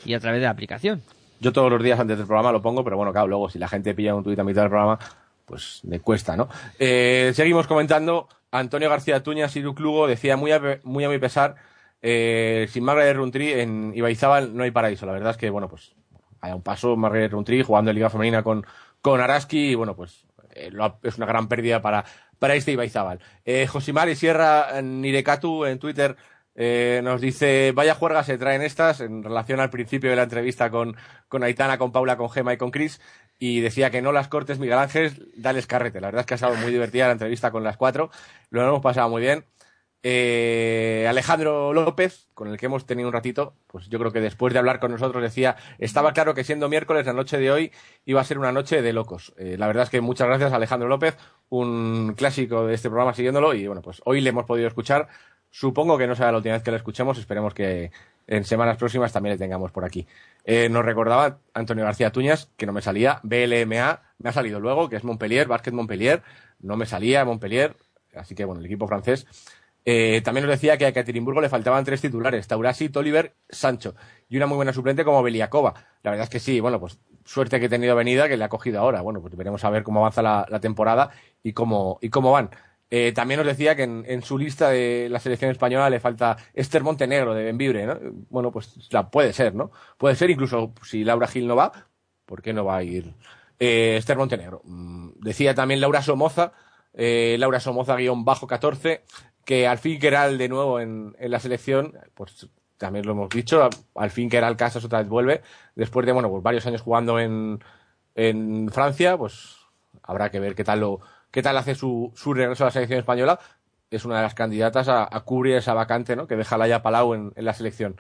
y a través de la aplicación. Yo todos los días antes del programa lo pongo, pero bueno, claro, luego si la gente pilla un tuit a mitad del programa, pues le cuesta, ¿no? Seguimos comentando. Antonio García Tuñas, Iru Klugo, decía muy a mi pesar, sin Margaret Rountree en Ibaizábal no hay paraíso. La verdad es que, bueno, pues hay un paso, Margaret Rountree jugando en Liga Femenina con Araski, y bueno, pues es una gran pérdida para este Ibaizábal. Josimar y Sierra Nirekatu en Twitter nos dice, vaya juerga se traen estas, en relación al principio de la entrevista con Aitana, con Paula, con Gemma y con Chris, y decía que no las cortes, Miguel Ángel, dales carrete. La verdad es que ha estado muy divertida la entrevista con las 4, lo hemos pasado muy bien. Alejandro López, con el que hemos tenido un ratito, pues yo creo que después de hablar con nosotros decía, estaba claro que siendo miércoles la noche de hoy iba a ser una noche de locos. La verdad es que muchas gracias a Alejandro López, un clásico de este programa siguiéndolo, y bueno, pues hoy le hemos podido escuchar. Supongo que no será la última vez que lo escuchemos, esperemos que en semanas próximas también le tengamos por aquí. Nos recordaba Antonio García Tuñas, que no me salía, BLMA, me ha salido luego, que es Montpellier, Básquet Montpellier, no me salía Montpellier, así que bueno, el equipo francés. También nos decía que a Ekaterimburgo le faltaban 3 titulares, Taurasi, Toliver, Sancho, y una muy buena suplente como Beliakova. La verdad es que sí, bueno, pues suerte que he tenido venida, que le ha cogido ahora. Bueno, pues veremos a ver cómo avanza la temporada y cómo van. También nos decía que en su lista de la selección española le falta Esther Montenegro de Bembibre, ¿no? Bueno, pues puede ser, ¿no? Puede ser, incluso si Laura Gil no va, ¿por qué no va a ir Esther Montenegro? Decía también Laura Somoza, Laura Somoza _14, que al fin que era de nuevo en la selección, pues también lo hemos dicho, al fin que era el Casas otra vez vuelve, después de, bueno, pues varios años jugando en Francia, pues habrá que ver qué tal hace su regreso a la selección española. Es una de las candidatas a cubrir esa vacante, ¿no?, que deja Laia Palau en la selección.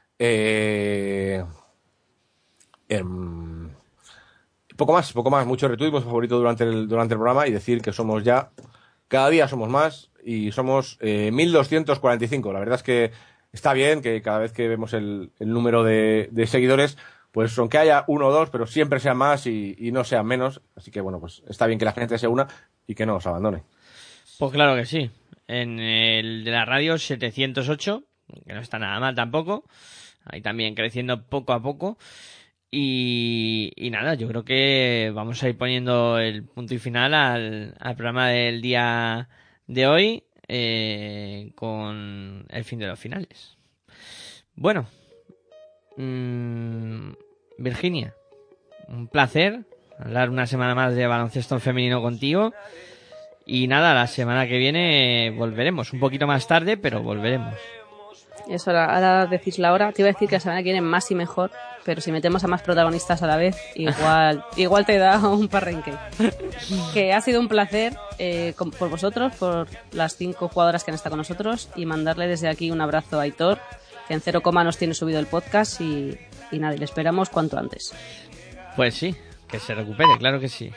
Poco más, mucho retuit, favorito durante el programa, y decir que somos ya, cada día somos más, y somos 1245. La verdad es que está bien que cada vez que vemos el número de seguidores, pues aunque haya 1 o 2, pero siempre sean más y no sean menos. Así que bueno, pues está bien que la gente se una y que no os abandone. Pues claro que sí. En el de la radio 708, que no está nada mal tampoco. Ahí también creciendo poco a poco. Y nada, yo creo que vamos a ir poniendo el punto y final al programa del día de hoy, con el fin de los finales. Bueno, Virginia, un placer hablar una semana más de baloncesto femenino contigo. Y nada, la semana que viene volveremos, un poquito más tarde, pero volveremos. Eso, ahora decís la hora. Te iba a decir que la semana que viene más y mejor, pero si metemos a más protagonistas a la vez, igual te da un parrenque. Que ha sido un placer por vosotros, por las 5 jugadoras que han estado con nosotros, y mandarle desde aquí un abrazo a Aitor, que en 0, nos tiene subido el podcast, y nada, le esperamos cuanto antes. Pues sí, que se recupere, claro que sí.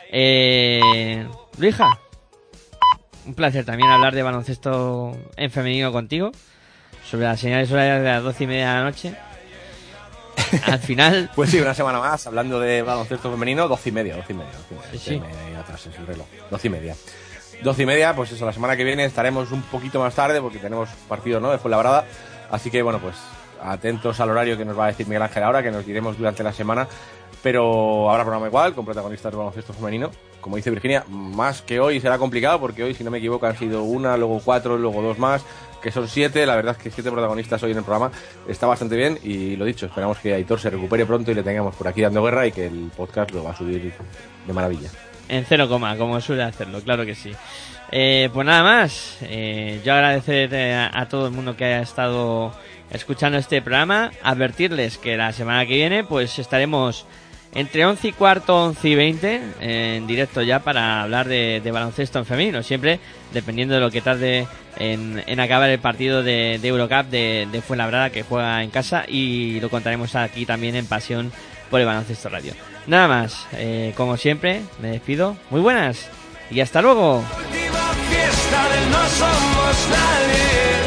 Luija, un placer también hablar de baloncesto en femenino contigo, sobre las señales horarias de las 12:30 de la noche. Al final... Pues sí, una semana más hablando de baloncesto femenino, 12:30. Sí. Atrás es el reloj, 12:30. 12:30, pues eso, la semana que viene estaremos un poquito más tarde porque tenemos partido, ¿no?, de Fuenlabrada. Así que bueno, pues atentos al horario que nos va a decir Miguel Ángel ahora, que nos diremos durante la semana. Pero habrá programa igual, con protagonistas de baloncesto femenino. Como dice Virginia, más que hoy será complicado, porque hoy, si no me equivoco, han sido 1, luego 4, luego 2 más, que son 7. La verdad es que 7 protagonistas hoy en el programa está bastante bien, y lo dicho, esperamos que Aitor se recupere pronto y le tengamos por aquí dando guerra, y que el podcast lo va a subir de maravilla. En 0, como suele hacerlo, claro que sí. Pues nada más, yo agradecer a todo el mundo que haya estado escuchando este programa, advertirles que la semana que viene pues estaremos entre 11:15, 11:20 en directo ya para hablar de baloncesto en femenino, siempre dependiendo de lo que tarde en acabar el partido de Eurocup de Fuenlabrada, que juega en casa, y lo contaremos aquí también en Pasión por el Baloncesto Radio. Nada más, como siempre, me despido. Muy buenas y hasta luego. Fiesta del no somos nadie.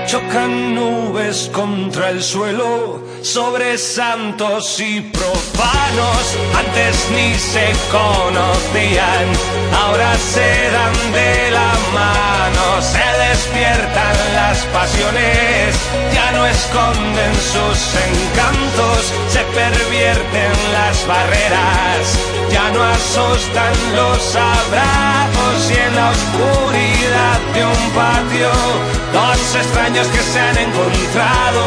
Chocan nubes contra el suelo, sobre santos y profanos. Antes ni se conocían, ahora se dan de la mano. Se despiertan las pasiones, ya no esconden sus encantos. Se pervierten las barreras, ya no asustan los abrazos. Y en la oscuridad de un patio, dos extraños que se han encontrado.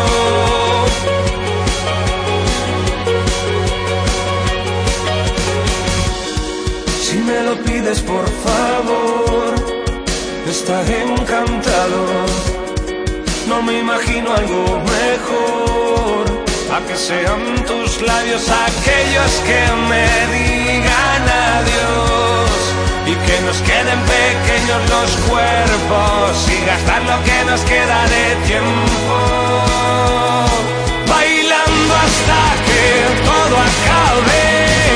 Si me lo pides por favor, estaré encantado. No me imagino algo mejor, a que sean tus labios aquellos que me digan adiós. Y que nos queden pequeños los cuerpos y gastar lo que nos queda de tiempo, bailando hasta que todo acabe.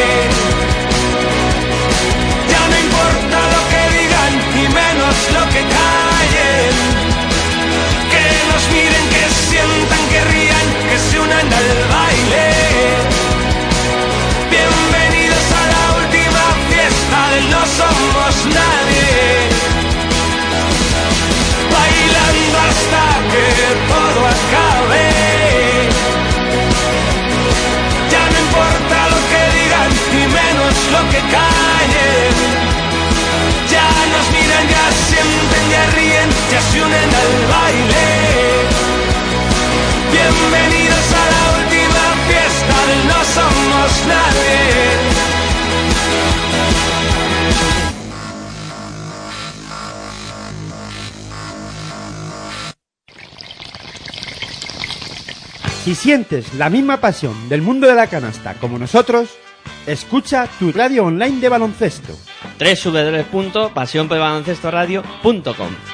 Ya no importa lo que digan y menos lo que callen. Que nos miren, que sientan, que rían, que se unan al baile. Bienvenidos a la última fiesta del No Somos Nadie. Bailando hasta que todo acabe. Ya no importa lo que digan y menos lo que callen. Ya nos miran, ya sienten, ya ríen, ya se unen al baile. Bienvenidos a la última fiesta del No Somos Nadie. Si sientes la misma pasión del mundo de la canasta como nosotros, escucha tu radio online de baloncesto. www.pasionporbaloncestoradio.com